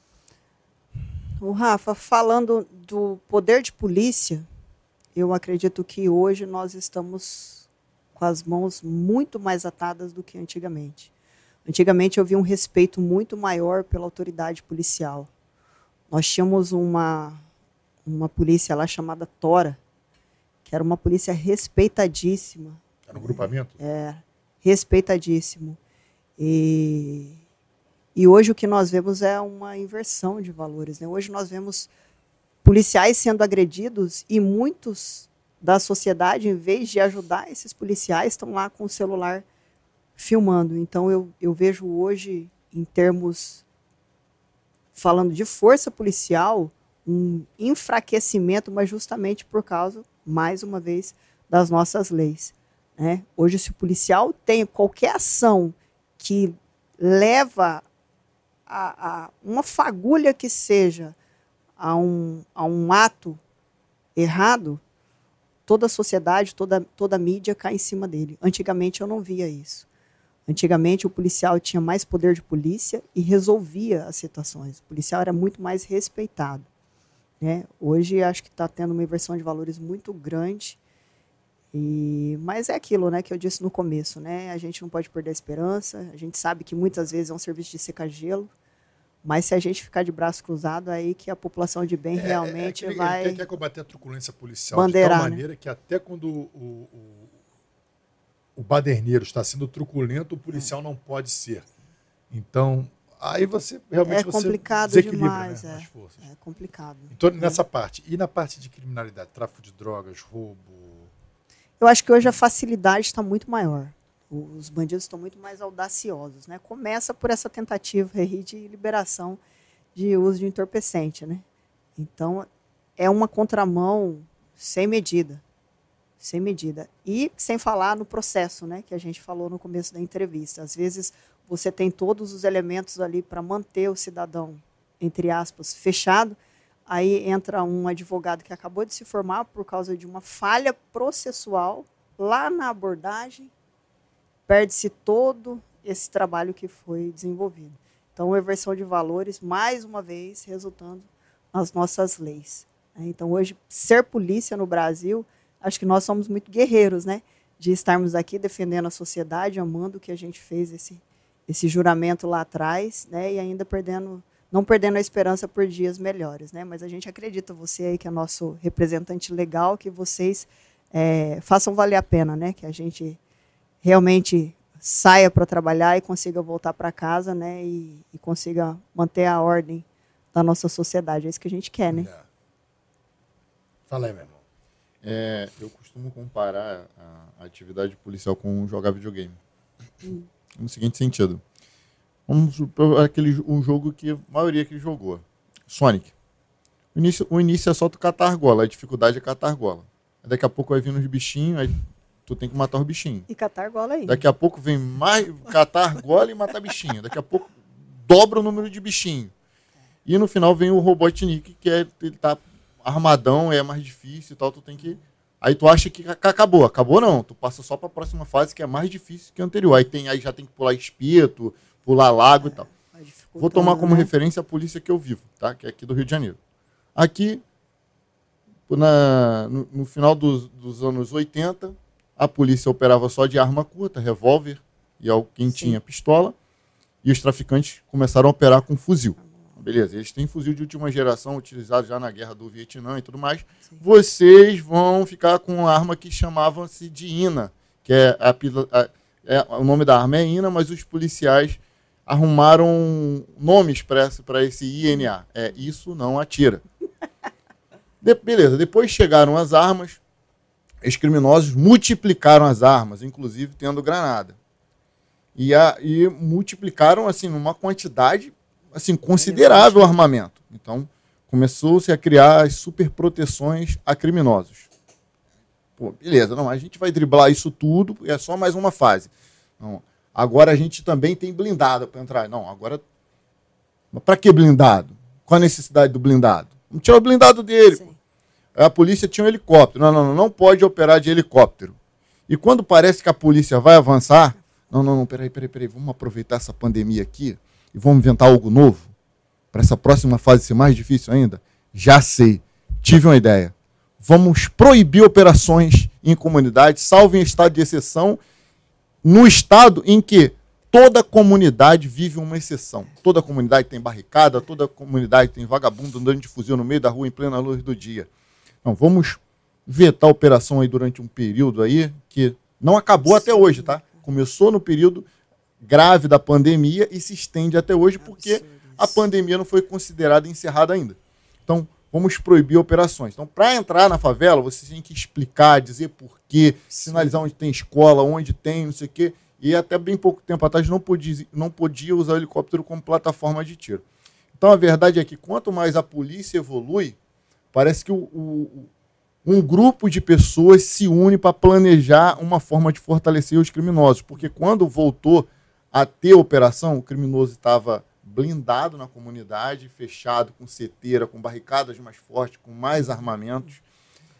O Rafa, falando do poder de polícia, eu acredito que hoje nós estamos com as mãos muito mais atadas do que antigamente. Antigamente eu vi um respeito muito maior pela autoridade policial. Nós tínhamos uma, uma polícia lá chamada Tora, que era uma polícia respeitadíssima. era um grupamento? É, respeitadíssimo. E, e hoje o que nós vemos é uma inversão de valores. Né? Hoje nós vemos policiais sendo agredidos e muitos da sociedade, em vez de ajudar esses policiais, estão lá com o celular filmando. Então eu, eu vejo hoje, em termos, falando de força policial, um enfraquecimento, mas justamente por causa, mais uma vez, das nossas leis. Né? Hoje, se o policial tem qualquer ação que leva a, a uma fagulha que seja a um, a um ato errado, toda a sociedade, toda, toda a mídia cai em cima dele. Antigamente eu não via isso. Antigamente o policial tinha mais poder de polícia e resolvia as situações. O policial era muito mais respeitado, né? Hoje acho que está tendo uma inversão de valores muito grande. E, mas é aquilo, né, que eu disse no começo, né? A gente não pode perder a esperança. A gente sabe que muitas vezes é um serviço de secar-gelo. Mas se a gente ficar de braço cruzado, aí que a população de bem é, realmente é, é vai... Ele quer combater a truculência policial bandeirar, de tal maneira, né, que até quando o, o, o baderneiro está sendo truculento, o policial é. não pode ser. Então, aí você realmente... É complicado você demais, né, é, as forças. É complicado. Então, nessa é. parte. E na parte de criminalidade, tráfico de drogas, roubo... Eu acho que hoje a facilidade está muito maior. Os bandidos estão muito mais audaciosos, né? Começa por essa tentativa aí de liberação de uso de entorpecente, né? Então, é uma contramão sem medida. Sem medida. E sem falar no processo, né? Que a gente falou no começo da entrevista. Às vezes, você tem todos os elementos ali para manter o cidadão, entre aspas, fechado. Aí entra um advogado que acabou de se formar por causa de uma falha processual lá na abordagem. Perde-se todo esse trabalho que foi desenvolvido. Então, a inversão de valores, mais uma vez, resultando nas nossas leis. Então, hoje, ser polícia no Brasil, acho que nós somos muito guerreiros, né? De estarmos aqui defendendo a sociedade, amando o que a gente fez, esse, esse juramento lá atrás, né? E ainda perdendo, não perdendo a esperança por dias melhores, né? Mas a gente acredita, você aí que é nosso representante legal, que vocês é, façam valer a pena, né? Que a gente realmente saia para trabalhar e consiga voltar para casa, né, e, e consiga manter a ordem da nossa sociedade. É isso que a gente quer, né? É. Fala aí, meu irmão. É, eu costumo comparar a, a atividade policial com jogar videogame. Hum. No seguinte sentido. Vamos supor aquele, um jogo que a maioria que jogou. Sonic. O início, o início é só tu catar argola, a dificuldade é catar argola. Daqui a pouco vai vindo os bichinhos, aí tu tem que matar os bichinhos. E catar argola aí. Daqui a pouco vem mais catar argola e matar bichinho. Daqui a pouco dobra o número de bichinho. E no final vem o Robotnik, que é, ele tá armadão, é mais difícil e tal, tu tem que... Aí tu acha que acabou. Acabou não. Tu passa só pra próxima fase, que é mais difícil que a anterior. Aí, tem, aí já tem que pular espeto, pular lago é, e tal. Vou tomar como né? referência a polícia que eu vivo, tá? Que é aqui do Rio de Janeiro. Aqui, na, no, no final dos, dos anos oitenta, a polícia operava só de arma curta, revólver, e quem tinha pistola, e os traficantes começaram a operar com fuzil. Beleza, eles têm fuzil de última geração, utilizado já na guerra do Vietnã e tudo mais. Sim. Vocês vão ficar com uma arma que chamava-se de I N A, que é, a, a, é o nome da arma é I N A, mas os policiais arrumaram nomes para esse I N A. É, isso não atira. De, beleza, depois chegaram as armas, os criminosos multiplicaram as armas, inclusive tendo granada. E, a, e multiplicaram, assim, numa quantidade assim, considerável o armamento. Então, começou-se a criar as superproteções a criminosos. Pô, beleza, não, a gente vai driblar isso tudo, é só mais uma fase. Não, agora a gente também tem blindado para entrar. Não, agora... Para que blindado? Qual a necessidade do blindado? Vamos tirar o blindado dele. Pô. A polícia tinha um helicóptero. Não, não, não, não pode operar de helicóptero. E quando parece que a polícia vai avançar, não, não, não, peraí, peraí, peraí, vamos aproveitar essa pandemia aqui e vamos inventar algo novo para essa próxima fase ser mais difícil ainda? Já sei, tive uma ideia. Vamos proibir operações em comunidade, salvo em estado de exceção, no estado em que toda comunidade vive uma exceção. Toda comunidade tem barricada, toda comunidade tem vagabundo andando de fuzil no meio da rua em plena luz do dia. Então, vamos vetar a operação aí durante um período aí que não acabou até hoje, tá? Começou no período grave da pandemia e se estende até hoje porque a pandemia não foi considerada encerrada ainda. Então, vamos proibir operações. Então, para entrar na favela, você tem que explicar, dizer por quê, sinalizar onde tem escola, onde tem, não sei o quê. E até bem pouco tempo atrás não podia, não podia usar o helicóptero como plataforma de tiro. Então, a verdade é que quanto mais a polícia evolui, parece que o, o, um grupo de pessoas se une para planejar uma forma de fortalecer os criminosos. Porque quando voltou a ter operação, o criminoso estava blindado na comunidade, fechado, com ceteira, com barricadas mais fortes, com mais armamentos.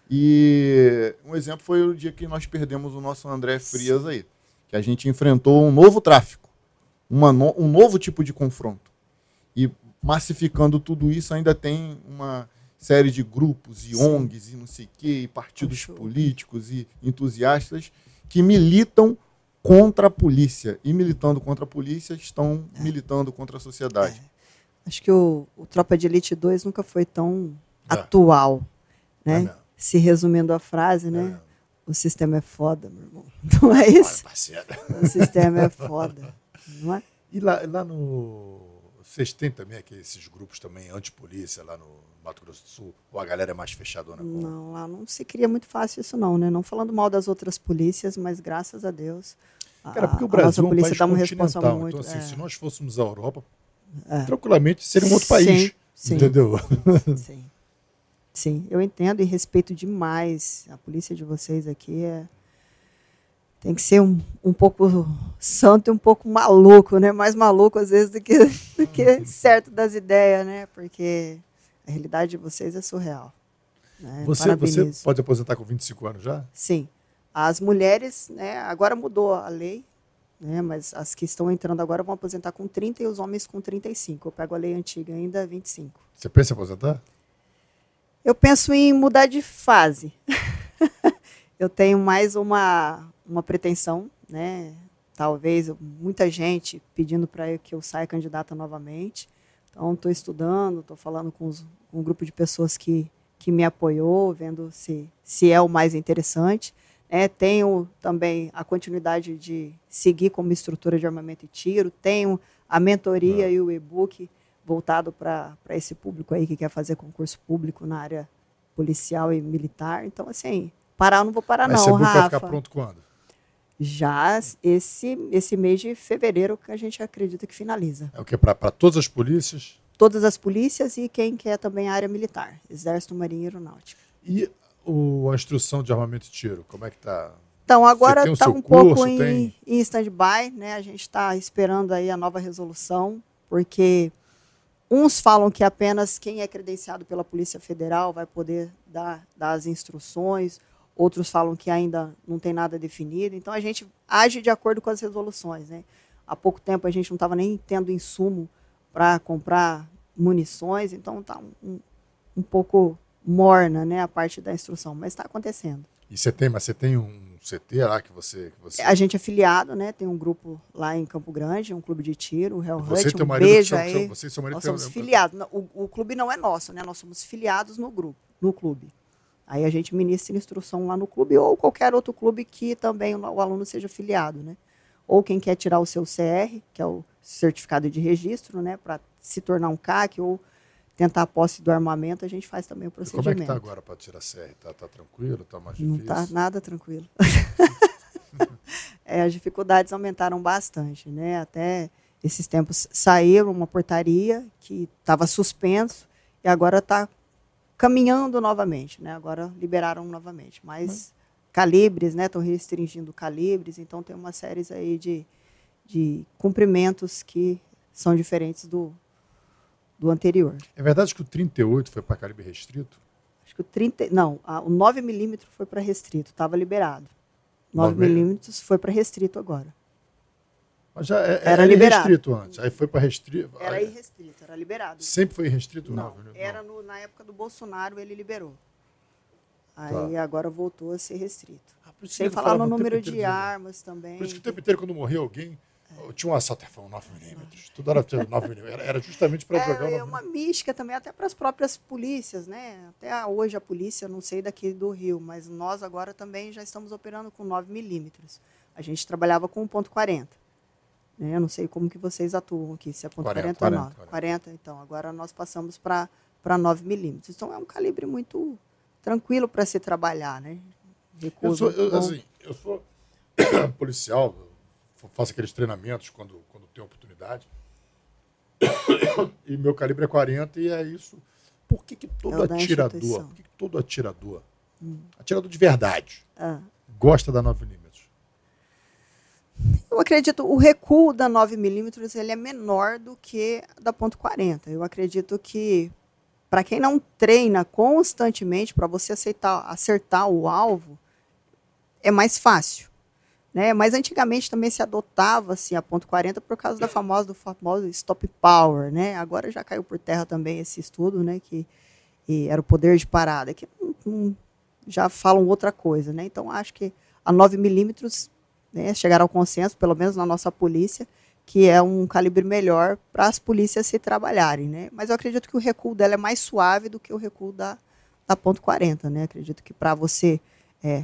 E um exemplo foi o dia que nós perdemos o nosso André Frias aí, que a gente enfrentou um novo tráfico, uma no, um novo tipo de confronto. E massificando tudo isso, ainda tem uma série de grupos e Sim. O N Gs e não sei o quê, e partidos Poxa. políticos e entusiastas que militam contra a polícia. E militando contra a polícia, estão é. militando contra a sociedade. É. Acho que o, o Tropa de Elite dois nunca foi tão é. atual, né? É Se resumindo a frase, né? É. O sistema é foda, meu irmão. Não é isso? O sistema é foda, não é? E lá, lá no... Vocês têm também aqui esses grupos também antipolícia lá no Mato Grosso do Sul? Ou a galera é mais fechadona? Com... Não, lá não se cria muito fácil isso não, né? Não falando mal das outras polícias, mas graças a Deus... Cara, porque o Brasil é um país continental. Muito, então, assim, é. se nós fôssemos à Europa, é. tranquilamente seria um outro sim, país. Sim. Entendeu? Sim. Sim, eu entendo e respeito demais. A polícia de vocês aqui é... tem que ser um, um pouco santo e um pouco maluco, né? Mais maluco, às vezes, do que, do que certo das ideias, né? Porque a realidade de vocês é surreal. Né? Você, você pode aposentar com vinte e cinco anos já? Sim. As mulheres, né, agora mudou a lei, né, mas as que estão entrando agora vão aposentar com trinta e os homens com trinta e cinco. Eu pego a lei antiga ainda, vinte e cinco. Você pensa em aposentar? Eu penso em mudar de fase. Eu tenho mais uma, uma pretensão, né? Talvez muita gente pedindo para que eu saia candidata novamente. Então, estou estudando, estou falando com, os, com um grupo de pessoas que, que me apoiou, vendo se, se é o mais interessante. É, tenho também a continuidade de seguir como instrutora de armamento e tiro, tenho a mentoria ah. e o e-book voltado para esse público aí que quer fazer concurso público na área policial e militar. Então, assim, parar eu não vou parar. Mas não, Rafa. Mas esse e-book vai ficar pronto quando? Já esse, esse mês de fevereiro que a gente acredita que finaliza. É o que? Para todas as polícias? Todas as polícias e quem quer também a área militar, Exército, Marinha e Aeronáutica. E o, a instrução de armamento e tiro, como é que está? Então, agora está um curso, pouco em, tem... em stand-by, né? A gente está esperando aí a nova resolução, porque uns falam que apenas quem é credenciado pela Polícia Federal vai poder dar, dar as instruções, outros falam que ainda não tem nada definido. Então, a gente age de acordo com as resoluções, né? Há pouco tempo a gente não estava nem tendo insumo para comprar munições, então está um, um pouco morna, né, a parte da instrução, mas está acontecendo. E você tem, mas você tem um C T lá que você, que você... A gente é filiado, né, tem um grupo lá em Campo Grande, um clube de tiro, o Hell Você Hut, tem um marido, beijo seu, aí. seu, você e seu marido nós tem... somos filiados, o, o clube não é nosso, né, nós somos filiados no grupo, no clube. Aí a gente ministra instrução lá no clube ou qualquer outro clube que também o, o aluno seja filiado, né? Ou quem quer tirar o seu C R, que é o certificado de registro, né, para se tornar um C A C ou tentar a posse do armamento, a gente faz também o procedimento. E como é que está agora para tirar C R? Está tá tranquilo? Está mais difícil? Não está nada tranquilo. É, as dificuldades aumentaram bastante, né? Até esses tempos saíram uma portaria que estava suspenso e agora está caminhando novamente, né? Agora liberaram novamente, mas... mas... calibres, né? Estão restringindo calibres, então tem uma série aí de, de cumprimentos que são diferentes do, do anterior. É verdade que o trinta e oito foi para calibre restrito? Acho que o trinta, não, a, o nove milímetros foi para restrito, estava liberado. nove milímetros foi para restrito agora. Mas já é, era, era liberado. Restrito antes, aí foi para restrito. Era aí... irrestrito, era liberado. Sempre foi restrito? Não, não era no, na época do Bolsonaro ele liberou. Aí tá. Agora voltou a ser restrito. Ah, sem falar no número de armas também. Por isso que o tempo inteiro, quando morria alguém, é. tinha um assalto, foi um nove milímetros. Tudo era nove milímetros. Era, era justamente para é, jogar... É uma mística também, até para as próprias polícias, né? Até hoje a polícia, não sei daqui do Rio, mas nós agora também já estamos operando com nove milímetros. A gente trabalhava com ponto quarenta. Né? Eu não sei como que vocês atuam aqui, se é ponto quarenta ou nove. quarenta, então. Agora nós passamos para nove milímetros. Então é um calibre muito... tranquilo para se trabalhar, né? Eu sou, eu, assim, eu sou policial, faço aqueles treinamentos quando, quando tenho oportunidade. E meu calibre é quarenta e é isso. Por que, que todo é atirador, por que, que todo atirador, hum. atirador de verdade, ah. gosta da nove milímetros? Eu acredito, o recuo da nove milímetros ele é menor do que da ponto quarenta. Eu acredito que para quem não treina constantemente, para você aceitar, acertar o alvo, é mais fácil. Né? Mas antigamente também se adotava assim, a ponto quarenta por causa da famosa, do famoso stop power. Né? Agora já caiu por terra também esse estudo, né? Que e era o poder de parada, que não, não, já falam outra coisa. Né? Então, acho que a nove milímetros, né, chegaram ao consenso, pelo menos na nossa polícia, que é um calibre melhor para as polícias se trabalharem. Né? Mas eu acredito que o recuo dela é mais suave do que o recuo da, da ponto quarenta. Né? Acredito que para você é,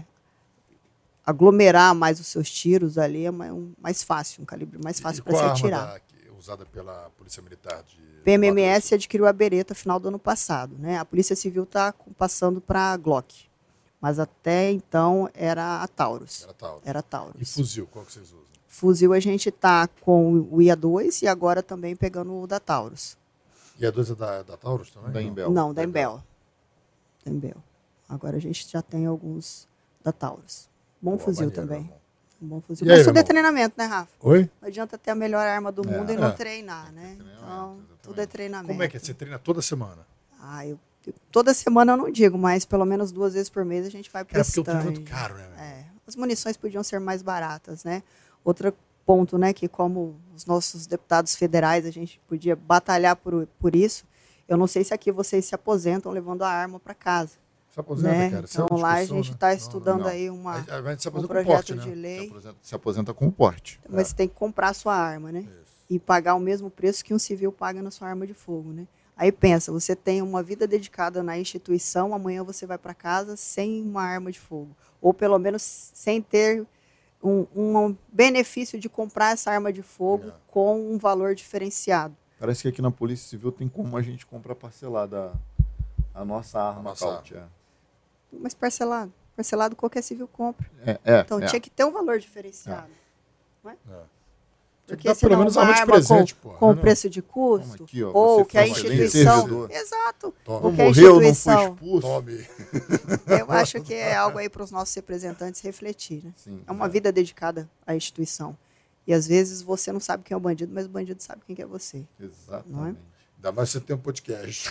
aglomerar mais os seus tiros ali é mais, um, mais fácil, um calibre mais fácil para você atirar. Da, que, usada pela Polícia Militar de... P M M S adquiriu a Beretta no final do ano passado. Né? A Polícia Civil está passando para a Glock. Mas até então era a Taurus. Era Taurus. Era Taurus. E fuzil, qual que vocês usam? Fuzil a gente está com o I A dois e agora também pegando o da Taurus. I A dois é da, da Taurus também? Da Imbel. Não, da Imbel. Da Imbel. Agora a gente já tem alguns da Taurus. Bom Pô, fuzil maneiro, também. irmão. Um bom fuzil. E aí, Mas tudo é irmão? treinamento, né, Rafa? Oi? Não adianta ter a melhor arma do mundo É. e não É. treinar, né? Então, tudo é treinamento. Como é que é? Você treina toda semana? Ah, eu, eu- toda semana eu não digo, mas pelo menos duas vezes por mês a gente vai para Cara, o porque o treino é stand. muito caro, né? velho? É, as munições podiam ser mais baratas, né? Outro ponto, né, que como os nossos deputados federais, a gente podia batalhar por, por isso. Eu não sei se aqui vocês se aposentam levando a arma para casa. Se aposenta, Né? cara. Isso é Então uma lá a discussão, gente né? está Não, estudando não. aí uma, A, a gente se um aposenta com projeto porte, de né? Se lei, aposenta, se aposenta com o porte. mas você tem que comprar a sua arma, né? Isso. E pagar o mesmo preço que um civil paga na sua arma de fogo, né? Aí pensa, você tem uma vida dedicada na instituição, amanhã você vai para casa sem uma arma de fogo. Ou pelo menos sem ter um, um benefício de comprar essa arma de fogo É. com um valor diferenciado. Parece que aqui na Polícia Civil tem como a gente comprar parcelada a, a nossa arma. Nossa Caute, é. Mas parcelado. Parcelado qualquer civil compra. É, é, Então é. tinha que ter um valor diferenciado. É. Porque Dá senão pelo menos uma arma de arma presente, com, pô. com Não, não. preço de Toma custo, aqui, ó, ou você que a foi um excelente instituição... servidor. Exato. Toma. Não o que a morreu, não foi instituição- expulso. Tome. Eu acho que é algo aí para os nossos representantes refletir, né? Sim, É uma vida dedicada à instituição. E às vezes você não sabe quem é o bandido, mas o bandido sabe quem que é você. Exatamente. Ainda mais se você tem um podcast.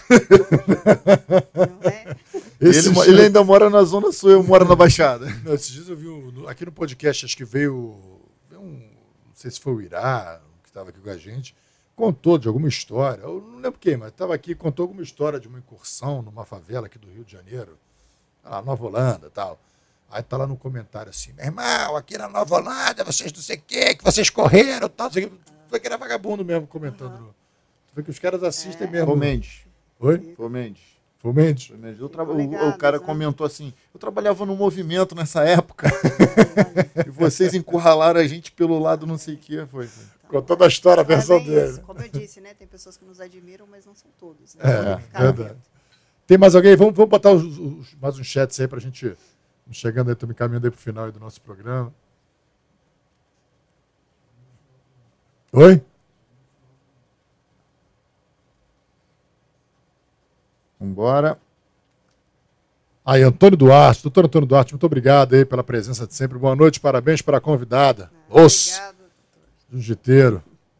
Não é? Esse Ele, ele ainda mora na Zona Sul, eu moro na Baixada. Não, esses dias eu vi um- no- aqui no podcast, acho que veio, veio um, não sei se foi o Irá, que estava aqui com a gente, contou de alguma história, eu não lembro quem, mas estava aqui, contou alguma história de uma incursão numa favela aqui do Rio de Janeiro, a Nova Holanda e tal. Aí tá lá no comentário assim, meu irmão, aqui na Nova Holanda, vocês não sei o quê, que vocês correram, tal, não sei o quê. Foi aquele vagabundo mesmo comentando. no- Tu vê que os caras assistem mesmo. Ô Mendes, Oi? ô Mendes. Foi o Mendes? Ô, Mendes. Eu tra- Ficou o, ligados, o cara né? comentou assim, eu trabalhava no movimento nessa época e vocês encurralaram a gente pelo lado não sei o que. Foi. Contando a história, a Então, é versão bem dele. isso. Como eu disse, né? Tem pessoas que nos admiram, mas não são todos. Né? É, Tem que ficar verdade. atento. Tem mais alguém? Vamos, vamos botar os- os- mais uns chats aí pra gente ir chegando aí, estamos caminhando aí pro final aí do nosso programa. Oi? Vambora. Aí, Antônio Duarte, doutor Antônio Duarte, muito obrigado aí pela presença de sempre. Boa noite, parabéns para a convidada. Os Obrigado, doutor. jiu-jiteiro.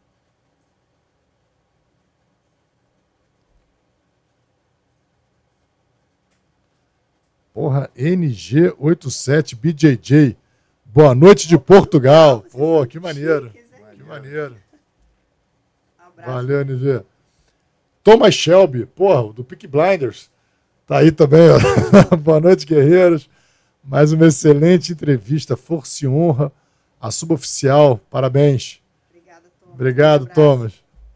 Porra, N G oitenta e sete B J J. Boa noite de Portugal. Pô, que maneiro. Que maneiro. Um abraço. Valeu, N G. Thomas Shelby, porra, do Peaky Blinders. Tá aí também, ó. Boa noite, guerreiros. Mais uma excelente entrevista, força e honra. A suboficial, parabéns. Obrigada, Thomas. Obrigado, Um abraço. Thomas.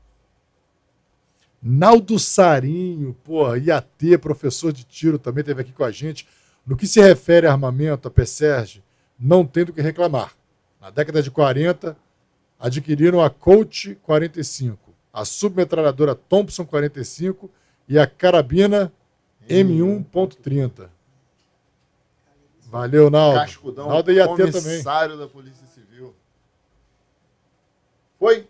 Naldo Sarinho, porra, I A T, professor de tiro, também esteve aqui com a gente. No que se refere a armamento, a P S E R G, não tem do que reclamar. Na década de quarenta, adquiriram a Colt quarenta e cinco, a submetralhadora Thompson quarenta e cinco e a carabina M um ponto trinta. Valeu, Naldo. Cascudão, Naldo é I A T também. comissário da Polícia Civil. Foi?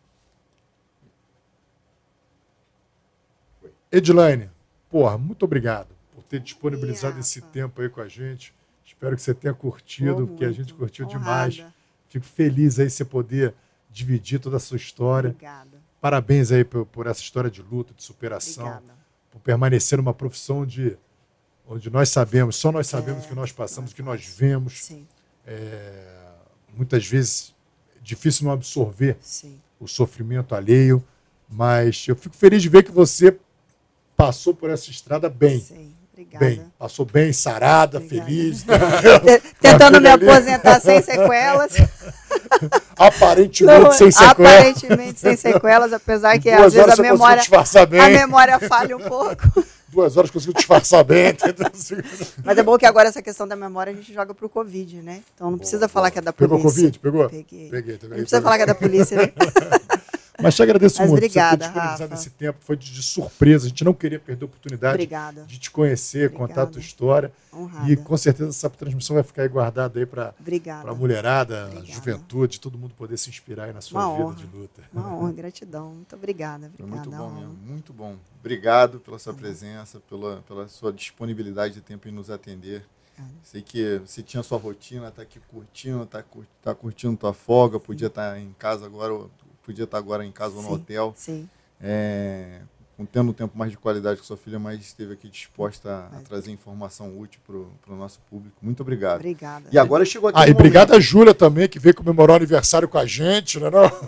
Edilane, porra, muito obrigado por ter disponibilizado Rafa. esse tempo aí com a gente. Espero que você tenha curtido, Pô, porque a muito. gente curtiu Honrada. demais. Fico feliz aí você poder dividir toda a sua história. Obrigada. Parabéns aí por, por essa história de luta, de superação, Obrigada. por permanecer numa profissão onde, onde nós sabemos, só nós sabemos o é, que nós passamos, o que nós vemos. Sim. É, muitas vezes é difícil não absorver Sim. o sofrimento alheio, mas eu fico feliz de ver que você passou por essa estrada bem. Sim. Obrigada. Bem, passou bem, sarada, Obrigada. feliz. Tentando me aposentar sem sequelas. Aparentemente Não, sem sequelas. Aparentemente sem sequelas, apesar que às vezes a memória, a memória falha um pouco. Duas horas conseguiu disfarçar bem. Mas é bom que agora essa questão da memória a gente joga pro Covid, né? Então não precisa boa, falar boa. que é da polícia. Pegou Covid? Pegou? Peguei. Peguei também. Não precisa falar que é da polícia, né? Mas te agradeço Mas muito obrigada, por você ter disponibilizado esse tempo. Foi de, de surpresa. A gente não queria perder a oportunidade obrigada. de te conhecer, obrigada. contar a tua história. Honrada. E com certeza essa transmissão vai ficar aí guardada aí para a mulherada, obrigada. a juventude, todo mundo poder se inspirar aí na sua Uma vida honra. de luta. Uma honra, gratidão. Muito obrigada. obrigada Foi muito bom honra. mesmo, muito bom. Obrigado pela sua presença, pela, pela sua disponibilidade de tempo em nos atender. Sei que você tinha sua rotina, tá aqui curtindo, tá, curtindo, tá curtindo tua folga, podia estar tá em casa agora, podia estar tá agora em casa ou no sim, hotel. Sim. É, tendo um tempo mais de qualidade com sua filha, mas esteve aqui disposta a, a trazer informação útil para o nosso público. Muito obrigado. Obrigada. E agora chegou aqui. Ah, e obrigado a Júlia também, que veio comemorar o aniversário com a gente, não é não?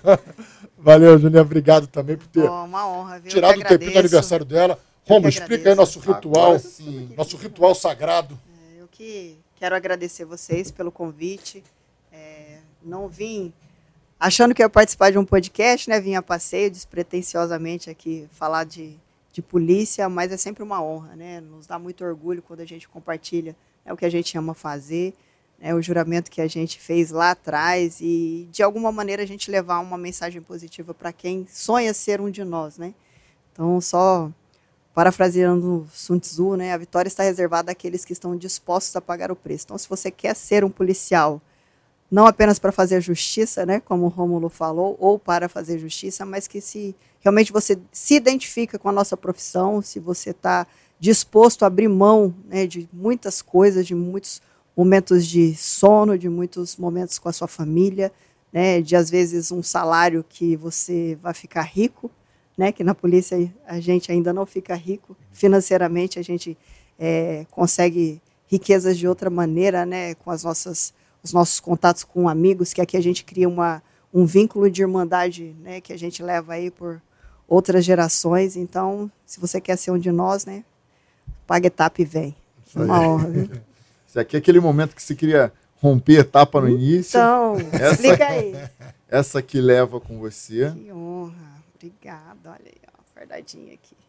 Valeu, Julinha, obrigado também por ter oh, uma honra, viu? tirado o tempinho do aniversário dela. Romulo, explica aí nosso ritual, nosso ritual sagrado. É, eu que quero agradecer vocês pelo convite. É, não vim achando que eu ia participar de um podcast, né? Vim a passeio, despretensiosamente aqui falar de, de polícia, mas é sempre uma honra, né? Nos dá muito orgulho quando a gente compartilha, né, o que a gente ama fazer, né, o juramento que a gente fez lá atrás e, de alguma maneira, a gente levar uma mensagem positiva para quem sonha ser um de nós, né? Então, só parafraseando Sun Tzu, né, a vitória está reservada àqueles que estão dispostos a pagar o preço. Então, se você quer ser um policial, não apenas para fazer justiça, né, como o Rômulo falou, ou para fazer justiça, mas que se realmente você se identifica com a nossa profissão, se você está disposto a abrir mão, né, de muitas coisas, de muitos momentos de sono, de muitos momentos com a sua família, né, de às vezes um salário que você vai ficar rico, né, que na polícia a gente ainda não fica rico, financeiramente a gente é, consegue riquezas de outra maneira, né, com as nossas os nossos contatos com amigos, que aqui a gente cria uma, um vínculo de irmandade, né, que a gente leva aí por outras gerações. Então, se você quer ser um de nós, né, paga etapa e vem. É uma honra, viu? Isso aqui é aquele momento que você queria romper etapa no início. Então, essa, explica aí. Essa que leva com você. Que honra. Obrigada. Olha aí, ó, fardadinha aqui.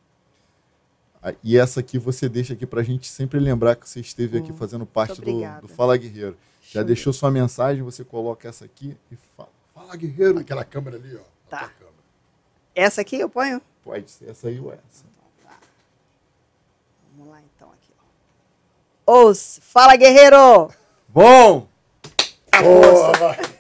E essa aqui você deixa aqui pra gente sempre lembrar que você esteve aqui fazendo parte do, do Fala Guerreiro. Já Show deixou sua mensagem, você coloca essa aqui e fala. Fala, Guerreiro. Aquela câmera ali, ó. Tá. Essa aqui eu ponho? Pode ser essa aí ou essa. Então, tá. Vamos lá, então, aqui, ó. Os Fala, Guerreiro! Bom! A força.